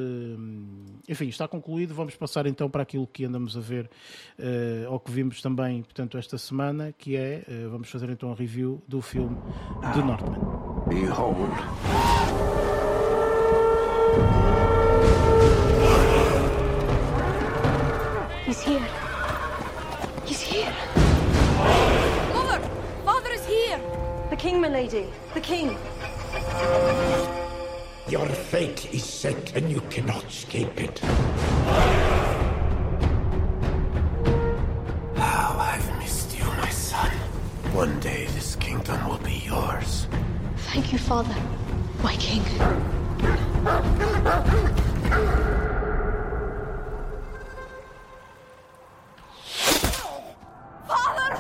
Speaker 1: enfim, está concluído. Vamos passar então para aquilo que andamos a ver, ou que vimos também, portanto, esta semana, que é, vamos fazer então a review do filme The Northman.
Speaker 5: Behold.
Speaker 6: He's here. He's here. Mother! Father is here! The king, my lady. The king.
Speaker 5: Your fate is set and you cannot escape it. How I've missed you, my son. One day this kingdom will be yours.
Speaker 6: Thank you, Father. My king. Father!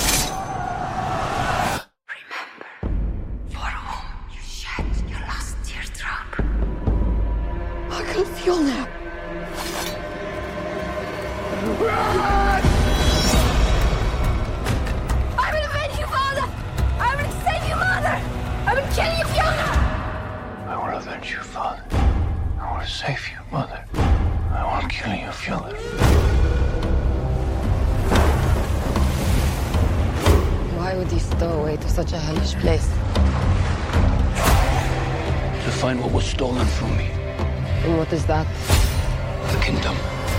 Speaker 6: Remember, for whom you shed your last teardrop. I can feel now. I will avenge you, Father! I will save you, Mother! I will kill you, Fiona!
Speaker 5: I will avenge you, father. I will save you, mother. I will kill you, Fiona.
Speaker 6: Why would he stow away to such a hellish place?
Speaker 5: To find what was stolen from me.
Speaker 6: And what is that?
Speaker 5: The kingdom.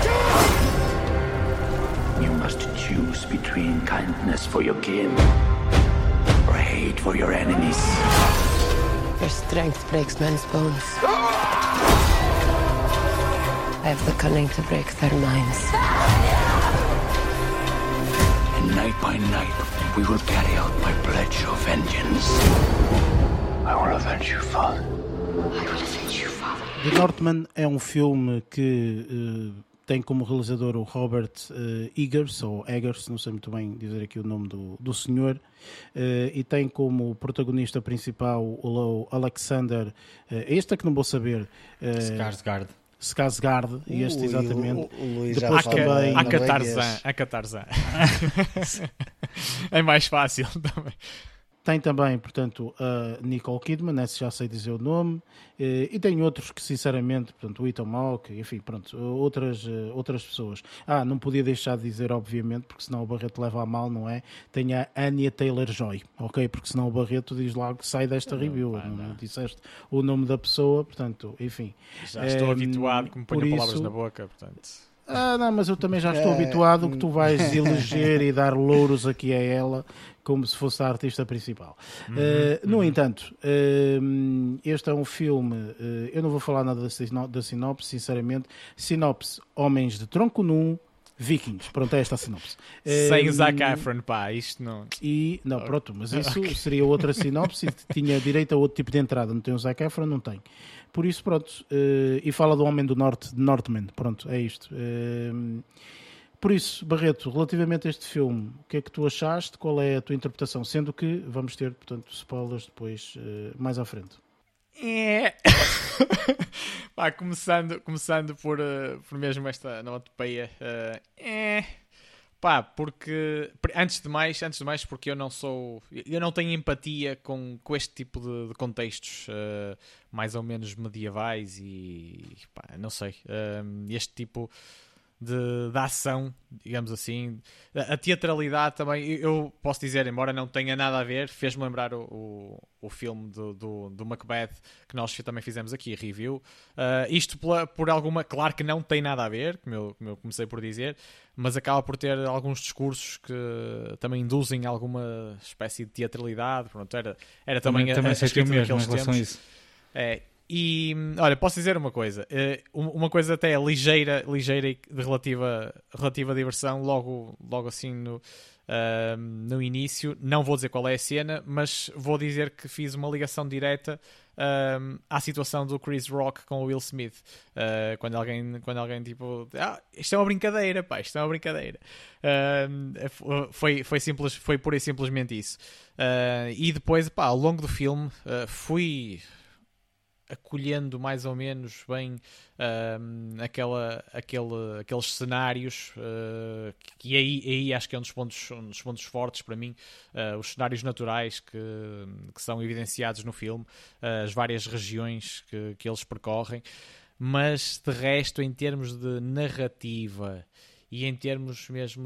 Speaker 5: You must choose between kindness for your kin or hate for your enemies.
Speaker 6: Your strength breaks men's bones. I have the cunning to break their minds.
Speaker 5: And night by night, we will carry out my pledge of vengeance. I will avenge you, father.
Speaker 6: I will avenge you, Father.
Speaker 1: The Northman é um filme que tem como realizador o Robert Eggers, ou Eggers, não sei muito bem dizer aqui o nome do senhor, e tem como protagonista principal o Alexander, este é que não vou saber, Skarsgård, este exatamente.
Speaker 2: O Luís
Speaker 1: depois
Speaker 2: já
Speaker 1: também
Speaker 3: a Catarzan. É mais fácil também.
Speaker 1: Tem também, portanto, a Nicole Kidman, né, se já sei dizer o nome, e tem outros que, sinceramente, portanto, o Ethan Hawke, enfim, pronto, outras pessoas. Não podia deixar de dizer, obviamente, porque senão o Barreto leva a mal, não é? Tem a Anya Taylor-Joy, ok? Porque senão o Barreto diz logo que sai desta review, não disseste o nome da pessoa, portanto, enfim.
Speaker 3: Já estou habituado que me ponham palavras na boca, portanto...
Speaker 1: Não, mas eu também já estou habituado que tu vais eleger e dar louros aqui a ela como se fosse a artista principal. No entanto, este é um filme, eu não vou falar nada da sinopse, sinceramente. Sinopse: homens de tronco nu, vikings. Pronto, é esta a sinopse.
Speaker 3: Sem o Zac Efron, pá, isto não...
Speaker 1: Não, pronto, mas isso seria outra sinopse e tinha direito a outro tipo de entrada. Não tem o Zac Efron, não tem. Por isso, pronto, e fala do Homem do Norte, de Northman, pronto, é isto. Por isso, Barreto, relativamente a este filme, o que é que tu achaste? Qual é a tua interpretação? Sendo que vamos ter, portanto, spoilers depois, mais à frente.
Speaker 3: Pá, começando por mesmo esta onomatopeia. Pá, porque antes de mais, porque eu não tenho empatia com este tipo de contextos mais ou menos medievais e pá, não sei, este tipo de ação, digamos assim. A teatralidade também, eu posso dizer, embora não tenha nada a ver, fez-me lembrar o filme do Macbeth, que nós também fizemos aqui, review. Isto por alguma... Claro que não tem nada a ver, como eu comecei por dizer, mas acaba por ter alguns discursos que também induzem alguma espécie de teatralidade. Pronto, era também
Speaker 4: a escrita daqueles tempos.
Speaker 3: E, olha, posso dizer uma coisa até ligeira e de relativa diversão, logo assim no início. Não vou dizer qual é a cena, mas vou dizer que fiz uma ligação direta à situação do Chris Rock com o Will Smith. Quando alguém tipo, isto é uma brincadeira, pá, isto é uma brincadeira. Foi pura e simplesmente isso. E depois, pá, ao longo do filme, fui acolhendo mais ou menos bem aqueles cenários, que aí acho que é um dos pontos fortes para mim, os cenários naturais que são evidenciados no filme, as várias regiões que eles percorrem, mas de resto, em termos de narrativa e em termos mesmo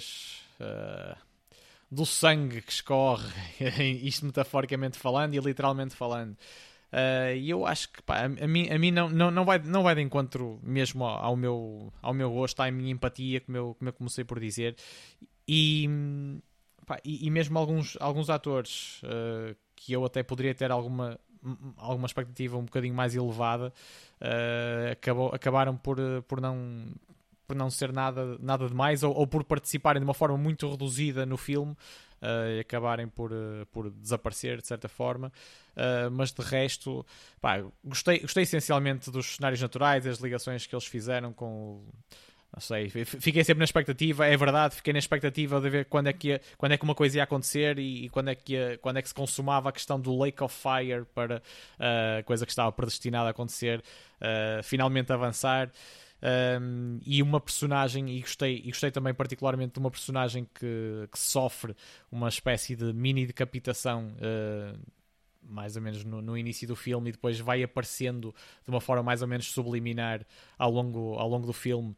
Speaker 3: do sangue que escorre, isto metaforicamente falando e literalmente falando, e eu acho que, pá, a mim não vai de encontro mesmo ao meu gosto, à minha empatia, como eu comecei por dizer, e mesmo alguns atores que eu até poderia ter alguma expectativa um bocadinho mais elevada, acabaram por não ser nada de mais, ou por participarem de uma forma muito reduzida no filme, e acabarem por desaparecer de certa forma. Mas de resto, pá, gostei essencialmente dos cenários naturais, das ligações que eles fizeram com... Não sei, fiquei sempre na expectativa, é verdade, fiquei na expectativa de ver quando é que uma coisa ia acontecer e quando é que se consumava a questão do Lake of Fire para a coisa que estava predestinada a acontecer, finalmente avançar. E uma personagem, e gostei também particularmente de uma personagem que sofre uma espécie de mini decapitação, mais ou menos no início do filme, e depois vai aparecendo de uma forma mais ou menos subliminar ao longo do filme,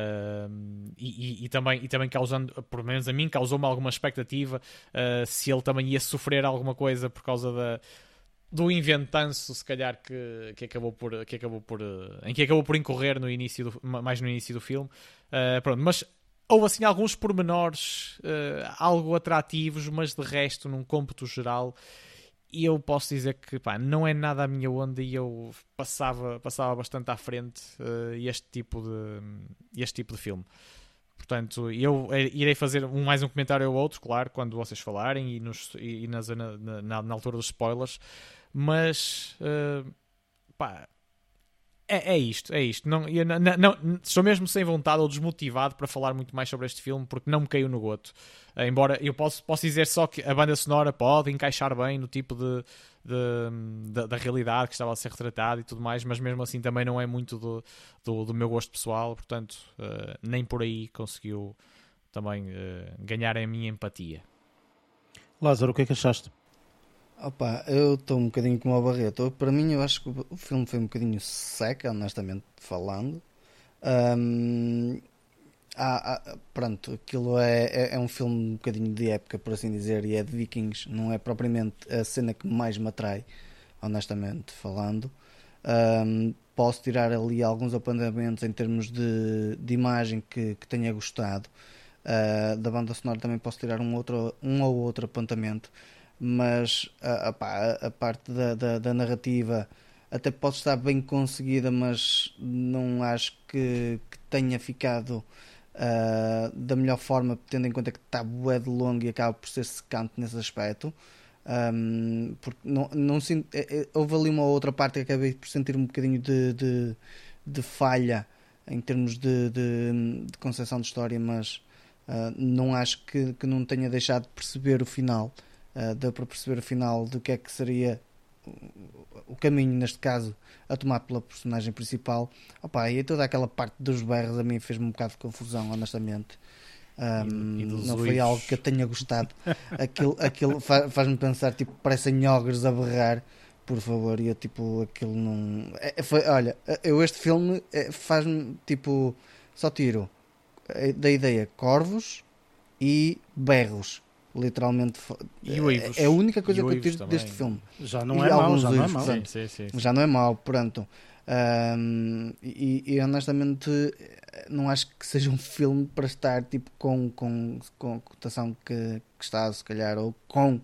Speaker 3: e também causando, pelo menos a mim, causou-me alguma expectativa, se ele também ia sofrer alguma coisa por causa do inventanço, se calhar, que acabou por incorrer mais no início do filme. Pronto, mas houve assim alguns pormenores algo atrativos, mas de resto, num cômputo geral, eu posso dizer que, pá, não é nada a minha onda, e eu passava bastante à frente este tipo de filme. Portanto, eu irei fazer mais um comentário ou outro, claro, quando vocês falarem e na altura dos spoilers. Mas, pá, é isto. Não, estou mesmo sem vontade ou desmotivado para falar muito mais sobre este filme, porque não me caiu no goto. Embora eu posso dizer só que a banda sonora pode encaixar bem no tipo da realidade que estava a ser retratada e tudo mais, mas mesmo assim também não é muito do meu gosto pessoal, portanto, nem por aí conseguiu também ganhar a minha empatia.
Speaker 1: Lázaro, o que é que achaste?
Speaker 2: Opa, eu estou um bocadinho como a Barreto. Para mim, eu acho que o filme foi um bocadinho seca, honestamente falando. Pronto, aquilo é um filme um bocadinho de época, por assim dizer, e é de Vikings. Não é propriamente a cena que mais me atrai, honestamente falando. Posso tirar ali alguns apontamentos em termos de imagem que tenha gostado. Da banda sonora também posso tirar um ou outro apontamento, mas a parte da narrativa até pode estar bem conseguida, mas não acho que tenha ficado da melhor forma, tendo em conta que está bué de longo e acaba por ser secante nesse aspecto. Porque não sinto, houve ali uma outra parte que acabei por sentir um bocadinho de falha em termos de concepção de história, mas não acho que não tenha deixado de perceber o final. Deu para perceber o final do que é que seria o caminho, neste caso, a tomar pela personagem principal. E toda aquela parte dos berros a mim fez-me um bocado de confusão, honestamente. Não foi algo que eu tenha gostado. Aquilo faz-me pensar, tipo, parecem ogres a berrar, por favor, e eu, tipo, aquilo não... olha, este filme faz-me, tipo, só tiro da ideia corvos e berros. Literalmente é a única coisa que eu tiro deste filme.
Speaker 1: Já não é mau, já não é mau.
Speaker 3: Sim.
Speaker 2: Já não é mau, pronto. E honestamente não acho que seja um filme para estar tipo com a cotação que está, se calhar, ou com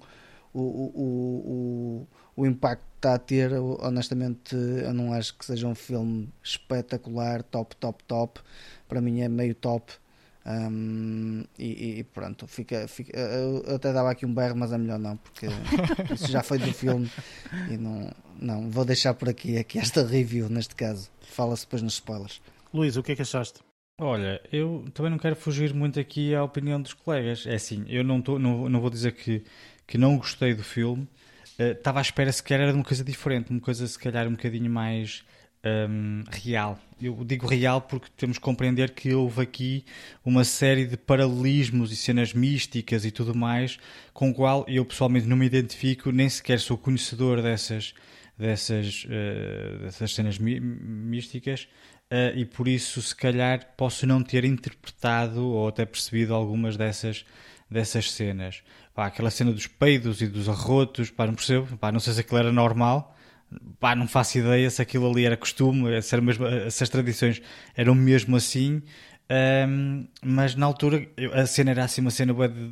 Speaker 2: o impacto que está a ter. Honestamente, eu não acho que seja um filme espetacular, top. Para mim é meio top. E pronto, fica, eu até dava aqui um berro, mas é melhor não, porque isso já foi do filme e não vou deixar por aqui esta review. Neste caso, fala-se depois nos spoilers.
Speaker 1: Luís, o que é que achaste?
Speaker 4: Olha, eu também não quero fugir muito aqui à opinião dos colegas. É assim, eu não vou dizer que não gostei do filme. Estava à espera se calhar era de uma coisa diferente, uma coisa se calhar um bocadinho mais real. Eu digo real porque temos que compreender que houve aqui uma série de paralelismos e cenas místicas e tudo mais, com o qual eu pessoalmente não me identifico, nem sequer sou conhecedor dessas cenas místicas, e por isso se calhar posso não ter interpretado ou até percebido algumas dessas cenas. Aquela cena dos peidos e dos arrotos, não percebo, não sei se aquilo era normal. Não faço ideia se aquilo ali era costume, se as tradições eram mesmo assim, mas na altura a cena era assim uma cena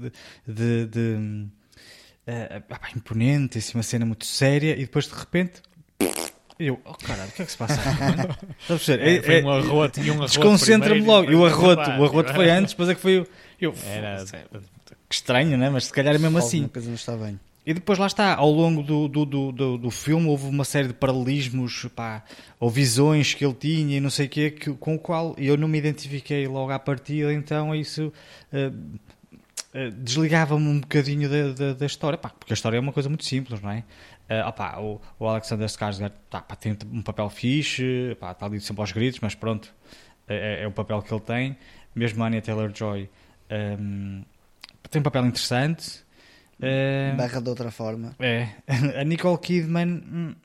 Speaker 4: imponente, assim, uma cena muito séria, e depois de repente caralho, o que é que se passa aqui?
Speaker 3: Foi um arroto e um arroto
Speaker 4: desconcentra-me logo, e o arroto foi antes, depois é que foi que estranho, né? Mas se calhar é mesmo assim.
Speaker 2: Alguma coisa não está bem.
Speaker 4: E depois lá está, ao longo do filme houve uma série de paralelismos, ou visões que ele tinha e não sei o quê, com o qual eu não me identifiquei logo à partida, então isso desligava-me um bocadinho da história, porque a história é uma coisa muito simples, não é? O Alexander Skarsgård tem um papel fixe, está ali sempre aos gritos, mas pronto, é o papel que ele tem. Mesmo a Anya Taylor-Joy tem um papel interessante.
Speaker 2: Barra de outra forma.
Speaker 4: A Nicole Kidman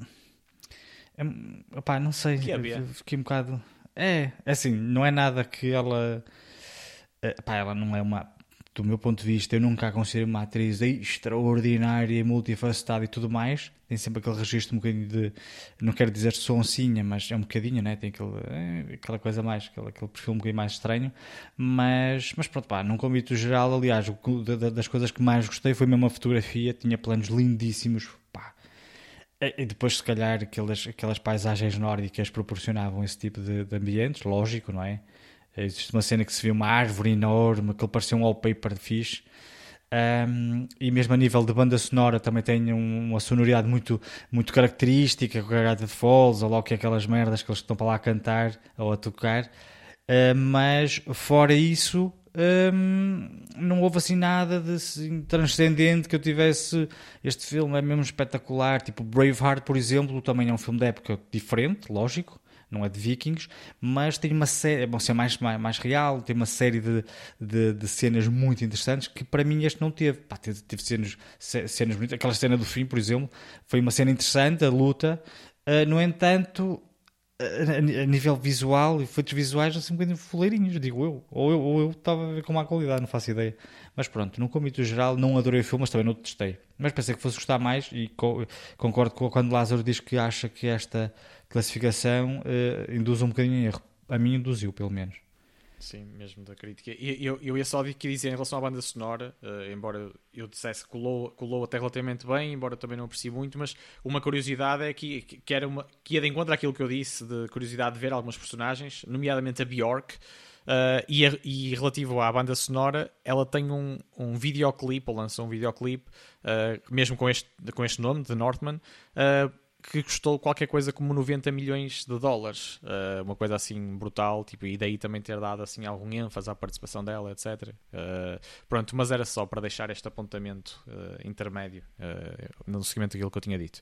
Speaker 4: não sei, fiquei um bocado assim, não é nada que ela ela não é uma, do meu ponto de vista, eu nunca a considero uma atriz extraordinária, multifacetada e tudo mais. Tem sempre aquele registro um bocadinho de, não quero dizer sonsinha, mas é um bocadinho, né? Tem aquela coisa mais, aquele perfil um bocadinho mais estranho, mas pronto, num convite geral, aliás, das coisas que mais gostei foi mesmo a fotografia, tinha planos lindíssimos, e depois se calhar aquelas paisagens nórdicas proporcionavam esse tipo de ambientes, lógico, não é? Existe uma cena que se vê uma árvore enorme, que ele parecia um wallpaper de fixe. E mesmo a nível de banda sonora também tem uma sonoridade muito, muito característica, com a Garden Falls, ou logo que é aquelas merdas que eles estão para lá a cantar ou a tocar. Mas fora isso, não houve assim nada de assim, transcendente que eu tivesse. Este filme é mesmo espetacular, tipo Braveheart, por exemplo, também é um filme da época diferente, lógico. não é de vikings, mas tem uma série, bom, ser mais real, tem uma série de cenas muito interessantes que para mim este não teve. Pá, teve cenas bonitas. Aquela cena do fim, por exemplo, foi uma cena interessante, a luta. No entanto, a nível visual e efeitos visuais, assim um bocadinho foleirinhos, digo eu. Ou eu estava a ver com má qualidade, não faço ideia. Mas pronto, no âmbito geral, não adorei o filme, mas também não detestei. Mas pensei que fosse gostar mais e concordo com quando Lázaro diz que acha que esta classificação induz um bocadinho em erro. A mim induziu, pelo menos.
Speaker 3: Sim, mesmo da crítica. Eu ia só dizer em relação à banda sonora, embora eu dissesse que colou até relativamente bem, embora também não aprecie muito, mas uma curiosidade é que ia de encontro àquilo que eu disse, de curiosidade de ver algumas personagens, nomeadamente a Bjork, e relativo à banda sonora, ela tem um videoclipe, ou lançou um videoclipe, mesmo com este nome, The Northman, que custou qualquer coisa como 90 milhões de dólares, uma coisa assim brutal, tipo, e daí também ter dado assim algum ênfase à participação dela, etc. Pronto, mas era só para deixar este apontamento intermédio no seguimento daquilo que eu tinha dito.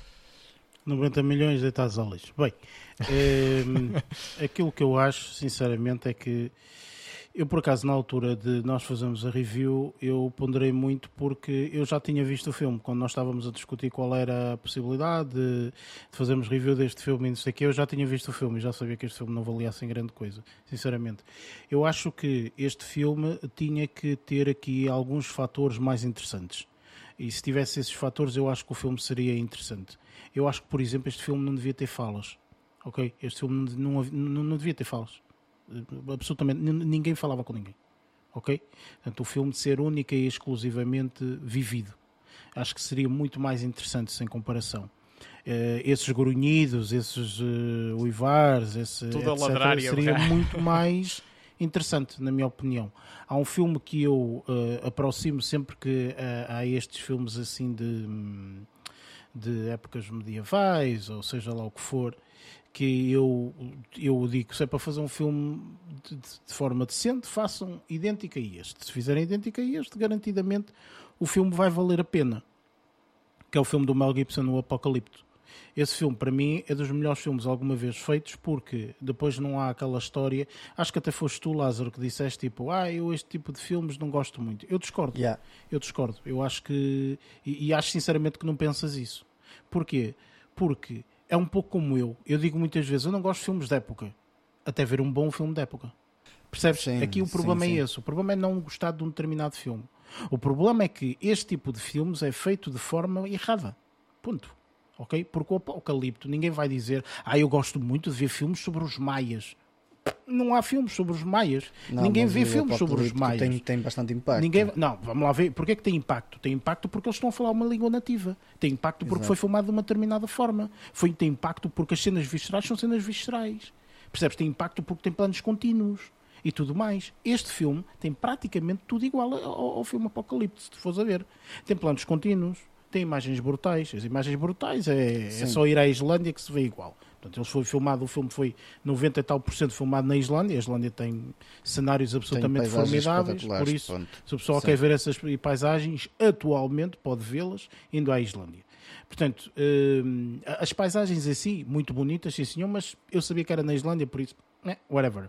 Speaker 1: 90 milhões deitados ao lixo. Bem, aquilo que eu acho, sinceramente, é que eu, por acaso, na altura de nós fazermos a review, eu ponderei muito porque eu já tinha visto o filme. Quando nós estávamos a discutir qual era a possibilidade de fazermos review deste filme e não sei o quê, eu já tinha visto o filme e já sabia que este filme não valia assim grande coisa, sinceramente. Eu acho que este filme tinha que ter aqui alguns fatores mais interessantes. E se tivesse esses fatores, eu acho que o filme seria interessante. Eu acho que, por exemplo, este filme não devia ter falas. Ok? Este filme não devia ter falas. Absolutamente, ninguém falava com ninguém, ok? Portanto, o filme de ser única e exclusivamente vivido, acho que seria muito mais interessante sem comparação. Esses grunhidos, esses uivares,
Speaker 3: tudo
Speaker 1: etc,
Speaker 3: a ladrar,
Speaker 1: seria muito mais interessante, na minha opinião. Há um filme que eu aproximo sempre que há estes filmes assim de épocas medievais, ou seja lá o que for, que eu digo, se é para fazer um filme de forma decente, façam idêntico a este. Se fizerem idêntico a este, garantidamente o filme vai valer a pena. Que é o filme do Mel Gibson, o Apocalipto. Esse filme, para mim, é dos melhores filmes alguma vez feitos, porque depois não há aquela história. Acho que até foste tu, Lázaro, que disseste tipo, eu este tipo de filmes não gosto muito. Eu discordo.
Speaker 2: Yeah.
Speaker 1: Eu discordo. Eu acho que... E acho sinceramente que não pensas isso. Porquê? Porque é um pouco como eu. Eu digo muitas vezes, eu não gosto de filmes de época. Até ver um bom filme de época. Percebes?
Speaker 2: Sim,
Speaker 1: aqui o problema
Speaker 2: sim.
Speaker 1: é esse. O problema é não gostar de um determinado filme. O problema é que este tipo de filmes é feito de forma errada. Ponto. Ok? Porque o Apocalipto, ninguém vai dizer eu gosto muito de ver filmes sobre os maias. Não há filmes sobre os maias.
Speaker 2: Não,
Speaker 1: ninguém vê filmes sobre os maias.
Speaker 2: Tem bastante impacto.
Speaker 1: Não, vamos lá ver. Porquê é que tem impacto? Tem impacto porque eles estão a falar uma língua nativa. Tem impacto porque foi filmado de uma determinada forma. Tem impacto porque as cenas viscerais são cenas viscerais. Percebes? Tem impacto porque tem planos contínuos e tudo mais. Este filme tem praticamente tudo igual ao filme Apocalipse, se tu fores a ver. Tem planos contínuos, tem imagens brutais. As imagens brutais é só ir à Islândia que se vê igual. Portanto, o filme foi 90 e tal % filmado na Islândia. A Islândia tem cenários absolutamente formidáveis, por isso, se o pessoal quer ver essas paisagens, atualmente pode vê-las indo à Islândia. Portanto, as paisagens em si, muito bonitas, sim senhor, mas eu sabia que era na Islândia, por isso, whatever.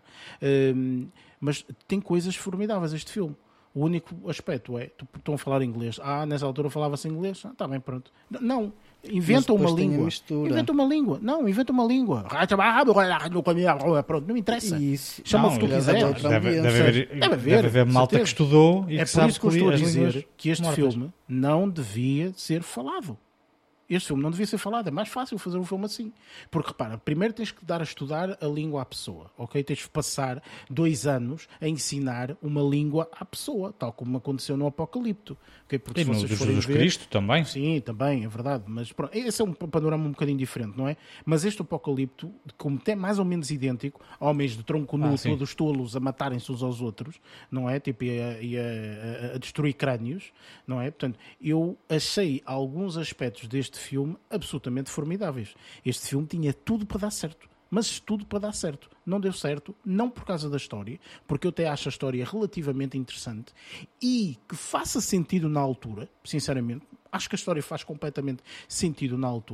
Speaker 1: Mas tem coisas formidáveis este filme. O único aspecto é, estão a falar inglês. Nessa altura falava-se inglês. Está bem, pronto. Não, inventa uma língua. Inventa uma língua. Não, inventa uma língua. Pronto, não interessa. Chama o que tu quiseres.
Speaker 4: Deve haver malta que estudou e que sabe.
Speaker 1: É por isso que eu estou a dizer que este filme não devia ser falado. Este filme não devia ser falado, é mais fácil fazer um filme assim. Porque, repara, primeiro tens que dar a estudar a língua à pessoa, ok? Tens que passar 2 anos a ensinar uma língua à pessoa, tal como aconteceu no Apocalipto. Okay? Porque
Speaker 4: e no Jesus Cristo também.
Speaker 1: Sim, também, é verdade. Mas pronto, esse é um panorama um bocadinho diferente, não é? Mas este Apocalipto, como é mais ou menos idêntico, homens de tronco nu, todos tolos a matarem-se uns aos outros, não é? Tipo, a destruir crânios, não é? Portanto, eu achei alguns aspectos deste filme absolutamente formidáveis. Este filme tinha tudo para dar certo, mas tudo para dar certo. Não deu certo, não por causa da história, porque eu até acho a história relativamente interessante e que faça sentido na altura, sinceramente. Acho que a história faz completamente sentido na altura,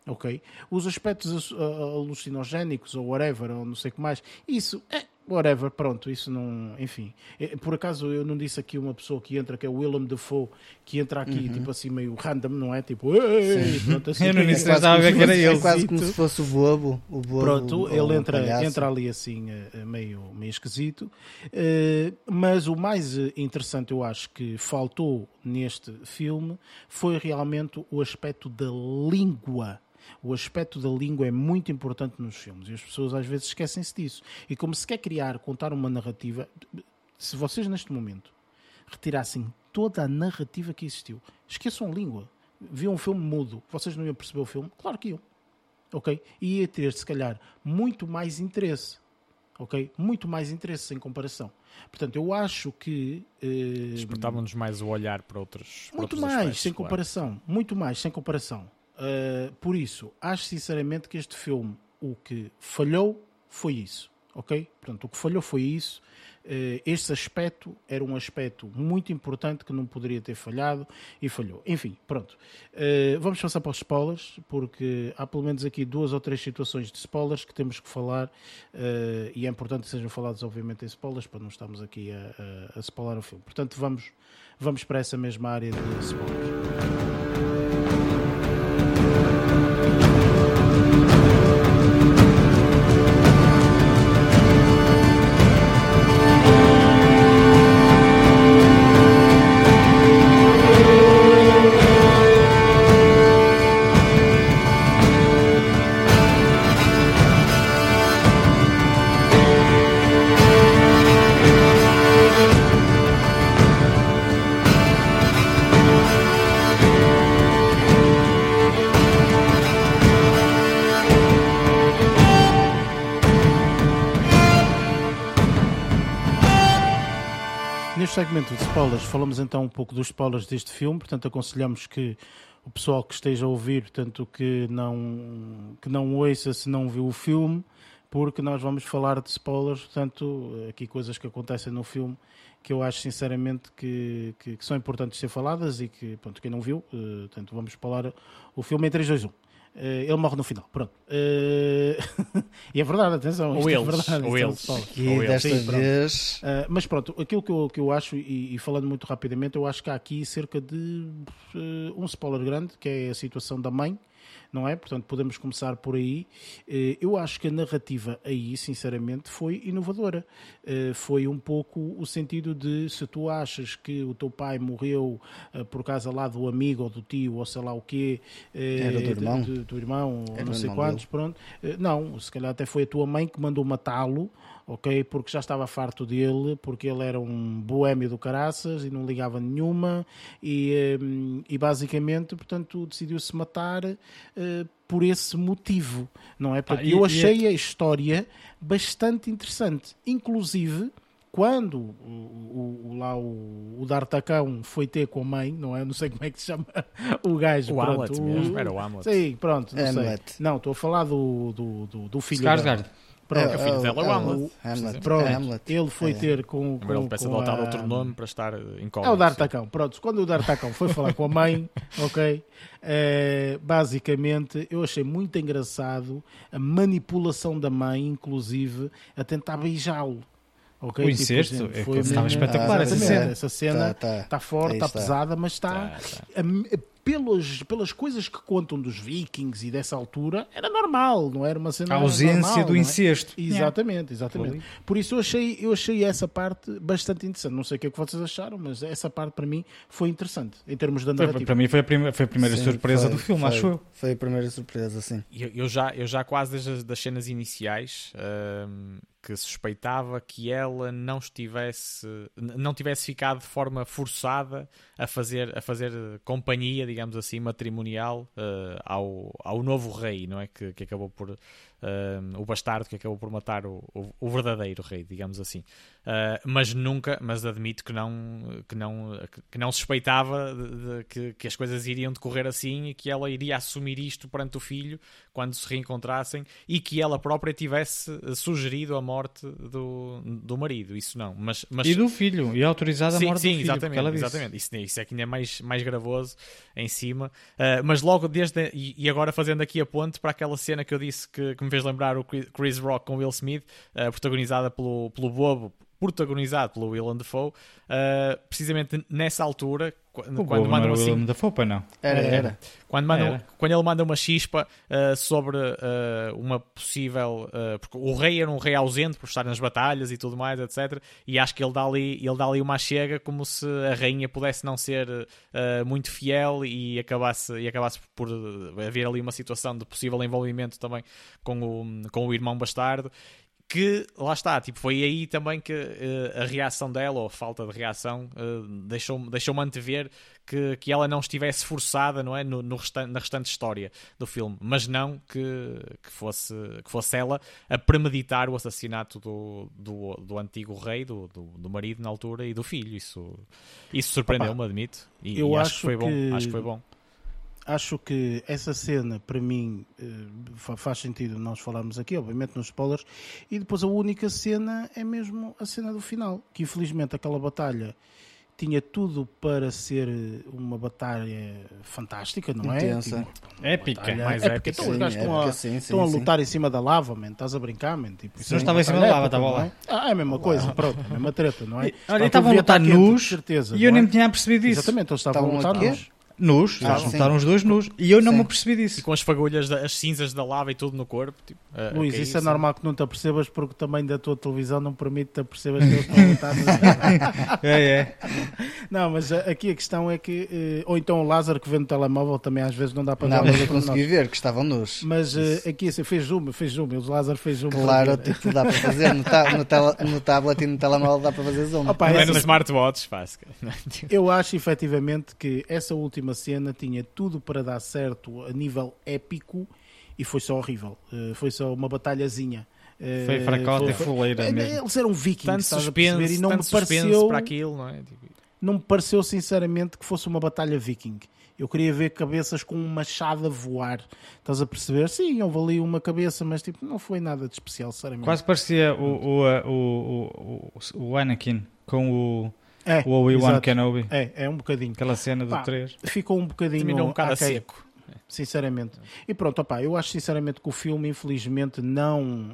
Speaker 1: ok? Os aspectos alucinogénicos ou whatever, ou não sei o que mais, isso whatever, pronto, isso não, enfim. Por acaso eu não disse aqui uma pessoa que entra, que é o Willem Dafoe, que entra aqui tipo assim meio random, não é? Tipo, pronto, assim,
Speaker 4: eu não estava a ver que era ele.
Speaker 2: É quase como se fosse o bobo.
Speaker 1: Pronto, ele entra ali assim meio esquisito. Mas o mais interessante, eu acho que faltou neste filme foi realmente o aspecto da língua. O aspecto da língua é muito importante nos filmes e as pessoas às vezes esquecem-se disso. E como se quer contar uma narrativa, se vocês neste momento retirassem toda a narrativa que existiu, esqueçam a língua, viam um filme mudo, vocês não iam perceber o filme? Claro que iam. Ok? E ia ter, se calhar, muito mais interesse. Ok? Muito mais interesse em comparação. Portanto, eu acho que...
Speaker 3: despertavam-nos mais o olhar para outros
Speaker 1: muito
Speaker 3: outros
Speaker 1: mais,
Speaker 3: aspectos,
Speaker 1: sem
Speaker 3: claro.
Speaker 1: comparação. Muito mais, sem comparação. Por isso, acho sinceramente que este filme, o que falhou foi isso, ok? Portanto, o que falhou foi isso. Este aspecto era um aspecto muito importante que não poderia ter falhado e falhou. Enfim, pronto. Vamos passar para os spoilers, porque há pelo menos aqui 2 ou 3 situações de spoilers que temos que falar e é importante que sejam falados, obviamente, em spoilers, para não estarmos aqui a spoiler o filme. Portanto, vamos para essa mesma área de spoilers. Neste segmento de spoilers, falamos então um pouco dos spoilers deste filme, portanto aconselhamos que o pessoal que esteja a ouvir, portanto que não ouça se não viu o filme, porque nós vamos falar de spoilers, portanto aqui coisas que acontecem no filme que eu acho sinceramente que são importantes ser faladas e que, pronto, quem não viu, portanto vamos falar o filme em 3, 2, 1. Ele morre no final, pronto. E é verdade, atenção.
Speaker 3: Ou eles,
Speaker 1: é verdade,
Speaker 3: ou eles.
Speaker 2: E desta vez...
Speaker 1: mas pronto, aquilo que eu acho, e falando muito rapidamente, eu acho que há aqui cerca de um spoiler grande, que é a situação da mãe, não é? Portanto, podemos começar por aí. Eu acho que a narrativa aí, sinceramente, foi inovadora. Foi um pouco o sentido de, se tu achas que o teu pai morreu por causa lá do amigo ou do tio ou sei lá o quê,
Speaker 2: era
Speaker 1: do irmão, ou não sei
Speaker 2: irmão
Speaker 1: quantos, pronto. Não, se calhar até foi a tua mãe que mandou matá-lo, ok? Porque já estava farto dele, porque ele era um boémio do caraças e não ligava nenhuma e basicamente, portanto, decidiu-se matar por esse motivo, não é? Portanto, eu achei a história bastante interessante, inclusive quando o D'Artacão foi ter com a mãe, não é? Não sei como é que se chama o gajo.
Speaker 3: O Hamlet mesmo, era o Hamlet.
Speaker 1: Sim, pronto, não
Speaker 2: Hamlet.
Speaker 1: sei. Não, estou a falar do filho
Speaker 4: Skarsgård.
Speaker 1: Pronto.
Speaker 3: É o filho dela, o Hamlet.
Speaker 1: Pronto,
Speaker 2: Hamlet.
Speaker 1: ele foi ter com
Speaker 3: Ele peça de adotar outro nome para estar incómodo.
Speaker 1: É o D'Artacão. Pronto, quando o D'Artacão foi falar com a mãe, ok, basicamente eu achei muito engraçado a manipulação da mãe, inclusive, a tentar beijá-lo. Okay?
Speaker 4: O incesto,
Speaker 1: tipo, exemplo,
Speaker 4: estava espetacular essa cena.
Speaker 1: Essa cena está forte, está pesada, mas está... Pelas coisas que contam dos vikings e dessa altura, era normal, não era uma cena
Speaker 4: a ausência
Speaker 1: normal,
Speaker 4: do incesto.
Speaker 1: Exatamente. Por isso eu achei essa parte bastante interessante. Não sei o que é que vocês acharam, mas essa parte para mim foi interessante, em termos da narrativa.
Speaker 4: Para mim foi a primeira surpresa do filme, acho eu.
Speaker 2: Foi a primeira surpresa, sim.
Speaker 3: Eu já quase desde das cenas iniciais... que suspeitava que ela não tivesse ficado de forma forçada a fazer companhia, digamos assim, matrimonial ao novo rei, não é? Que acabou por o bastardo que acabou por matar o verdadeiro rei, digamos assim. Mas admito que não suspeitava que as coisas iriam decorrer assim e que ela iria assumir isto perante o filho quando se reencontrassem e que ela própria tivesse sugerido a morte do marido. Isso não. Mas...
Speaker 4: E do filho, e autorizado a morte do filho. Sim,
Speaker 3: exatamente. Isso é que ainda é mais gravoso em cima. Mas logo e agora fazendo aqui a ponte para aquela cena que eu disse que me fez lembrar o Chris Rock com Will Smith, protagonizada pelo Bobo, protagonizado pelo Willem Dafoe, precisamente nessa altura, quando mandam assim...
Speaker 4: Willem Dafoe, não?
Speaker 2: Era.
Speaker 3: Quando ele manda uma chispa sobre uma possível... porque o rei era um rei ausente por estar nas batalhas e tudo mais, etc. E acho que ele dá ali uma chega como se a rainha pudesse não ser muito fiel e acabasse por haver ali uma situação de possível envolvimento também com o irmão bastardo. Que, lá está, tipo, foi aí também que a reação dela, ou a falta de reação, deixou-me antever que ela não estivesse forçada, não é? Na restante história do filme, mas não que fosse ela a premeditar o assassinato do antigo rei, do marido na altura e do filho. Isso surpreendeu-me, admito. E acho que foi bom.
Speaker 1: Acho que essa cena, para mim, faz sentido nós falarmos aqui, obviamente nos spoilers, e depois a única cena é mesmo a cena do final, que infelizmente aquela batalha tinha tudo para ser uma batalha fantástica, não é?
Speaker 2: Intensa.
Speaker 1: Tipo,
Speaker 4: épica.
Speaker 1: Mais épica. Então os gajos estão a lutar em cima da lava, man. Estás a brincar, man. Tipo,
Speaker 4: não estava em cima da lava, estava lá.
Speaker 1: É a mesma coisa, pronto, a mesma treta, não é?
Speaker 4: Olha, estavam a lutar nus e eu nem me tinha percebido disso.
Speaker 1: Exatamente, eles estavam a lutar nus.
Speaker 4: Nus, eles lutaram os dois nus e eu não me apercebi disso.
Speaker 3: E com as fagulhas, as cinzas da lava e tudo no corpo. Tipo,
Speaker 1: Luís, isso é normal que não te apercebas porque o tamanho da tua televisão não permite que te apercebas que eles estão a lutar nus. Não, mas aqui a questão é que, ou então o Lázaro que vê no telemóvel também às vezes não dá para ver.
Speaker 2: Não, mas eu consegui ver que estavam nus.
Speaker 1: Mas aqui assim, fez zoom, o Lázaro fez zoom.
Speaker 2: Claro, tipo, dá para fazer no tablet e no telemóvel dá para fazer zoom.
Speaker 3: Opa, no smartwatch faz.
Speaker 1: Eu acho efetivamente que essa última cena tinha tudo para dar certo a nível épico e foi só horrível. Foi só uma batalhazinha.
Speaker 4: Foi fracote e fuleira mesmo.
Speaker 1: Eles eram vikings,
Speaker 3: tanto suspense, e não me pareceu para aquilo, não é?
Speaker 1: Não me pareceu sinceramente que fosse uma batalha viking. Eu queria ver cabeças com um machado a voar. Estás a perceber? Sim, houve ali uma cabeça, mas tipo, não foi nada de especial, sinceramente.
Speaker 4: Quase parecia o Anakin com o Obi-Wan Kenobi.
Speaker 1: É um bocadinho.
Speaker 4: Aquela cena do 3.
Speaker 1: Ficou um bocadinho...
Speaker 3: Terminou um bocado a seco.
Speaker 1: Sinceramente. E pronto, eu acho sinceramente que o filme, infelizmente, não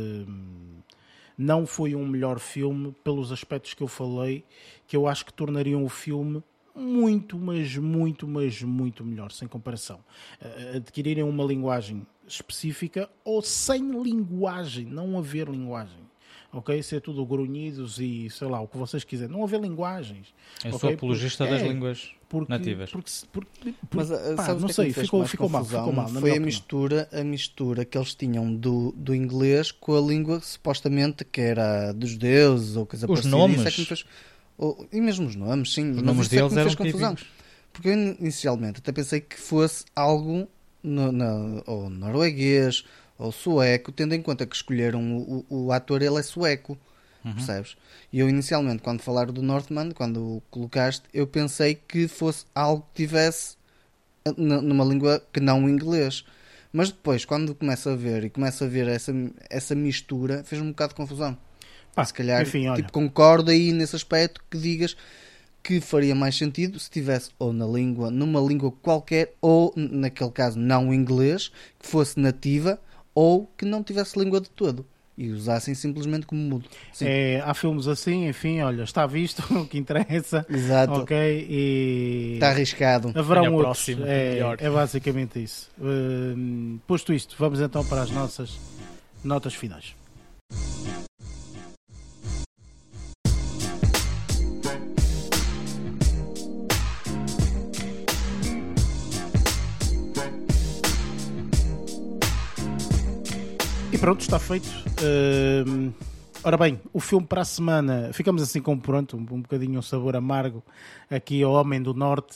Speaker 1: foi um melhor filme pelos aspectos que eu falei, que eu acho que tornariam o filme muito melhor, sem comparação. Adquirirem uma linguagem específica ou sem linguagem, não haver linguagem. Ok? Ser tudo grunhidos e sei lá, o que vocês quiserem. Não haver linguagens.
Speaker 4: Eu sou apologista das línguas nativas.
Speaker 2: Mas
Speaker 1: não sei, ficou mal.
Speaker 2: Foi a mistura que eles tinham do inglês com a língua supostamente que era dos deuses ou coisa parecida.
Speaker 4: Os nomes.
Speaker 2: E mesmo os nomes, sim.
Speaker 4: Os nomes deles eram
Speaker 2: confusão. Porque eu inicialmente até pensei que fosse algo ou norueguês ou sueco, tendo em conta que escolheram o ator, ele é sueco, percebes? E eu inicialmente, quando falaram do Northman, quando o colocaste, eu pensei que fosse algo que tivesse numa língua que não o inglês. Mas depois, quando começo a ver essa mistura, fez-me um bocado de confusão. Se calhar,
Speaker 1: enfim,
Speaker 2: tipo, concordo aí nesse aspecto que digas que faria mais sentido se tivesse ou numa língua qualquer, ou naquele caso não inglês, que fosse nativa, ou que não tivesse língua de todo e usassem simplesmente como mudo.
Speaker 1: Há filmes assim, enfim, olha, está visto o que interessa.
Speaker 2: Exato.
Speaker 1: Ok, e
Speaker 2: está arriscado.
Speaker 1: Haverão outros. É basicamente isso. Posto isto, vamos então para as nossas notas finais. E pronto, está feito. Ora bem, o filme para a semana, ficamos assim com pronto, um bocadinho um sabor amargo aqui ao Homem do Norte.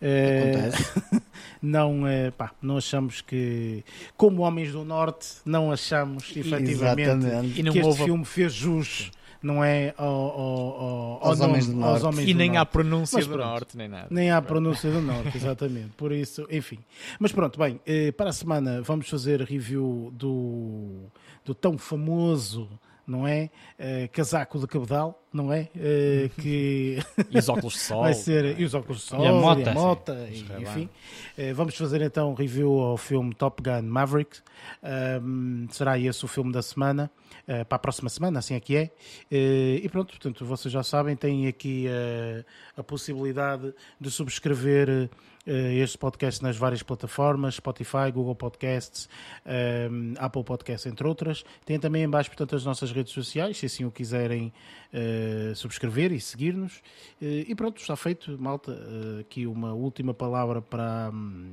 Speaker 1: Não achamos que, como Homens do Norte, não achamos efetivamente que este filme fez jus, não é, aos Homens do Norte.
Speaker 3: E nem à pronúncia do Norte, nem nada.
Speaker 1: Nem à pronúncia do Norte, exatamente. Por isso, enfim. Mas pronto, bem, para a semana vamos fazer review do tão famoso, não é? Casaco de cabedal, não é? Que
Speaker 3: e os óculos de sol.
Speaker 1: Vai ser, e os óculos de sol,
Speaker 4: e a mota,
Speaker 1: enfim. Vamos fazer então review ao filme Top Gun Maverick. Será esse o filme da semana, para a próxima semana, assim é que é. E pronto, portanto, vocês já sabem, têm aqui a possibilidade de subscrever este podcast nas várias plataformas, Spotify, Google Podcasts, Apple Podcasts, entre outras. Tem também em baixo, portanto, as nossas redes sociais, se assim o quiserem subscrever e seguir-nos. E pronto, está feito, malta. Aqui uma última palavra para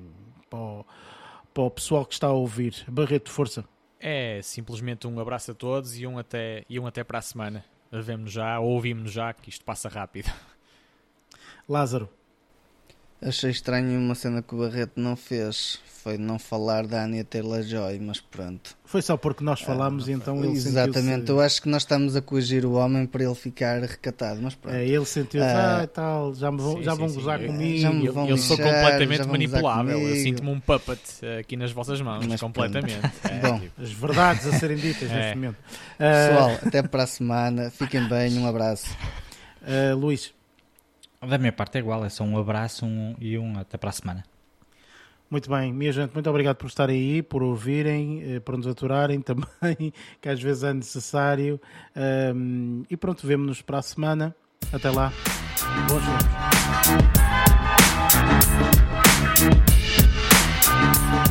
Speaker 1: o pessoal que está a ouvir. Barreto, força.
Speaker 3: É simplesmente um abraço a todos e um até para a semana. Vemo-nos já, ou ouvimos-nos já, que isto passa rápido.
Speaker 1: Lázaro.
Speaker 2: Achei estranho uma cena que o Barreto não fez, foi não falar da Anya Taylor-Joy, mas pronto.
Speaker 1: Foi só porque nós falámos e então ele
Speaker 2: exatamente, eu acho que nós estamos a coagir o homem para ele ficar recatado, mas pronto.
Speaker 1: Ele sentiu-se, tal, já vão gozar comigo.
Speaker 3: Eu sou completamente manipulável, eu sinto-me um puppet aqui nas vossas mãos, mas completamente.
Speaker 1: Bom, as verdades a serem ditas neste momento.
Speaker 2: Pessoal, até para a semana, fiquem bem, um abraço.
Speaker 1: Luís.
Speaker 4: Da minha parte é igual, é só um abraço e até para a semana.
Speaker 1: Muito bem, minha gente, muito obrigado por estarem aí, por ouvirem, por nos aturarem também, que às vezes é necessário. E pronto, vemo-nos para a semana. Até lá. Bons filmes.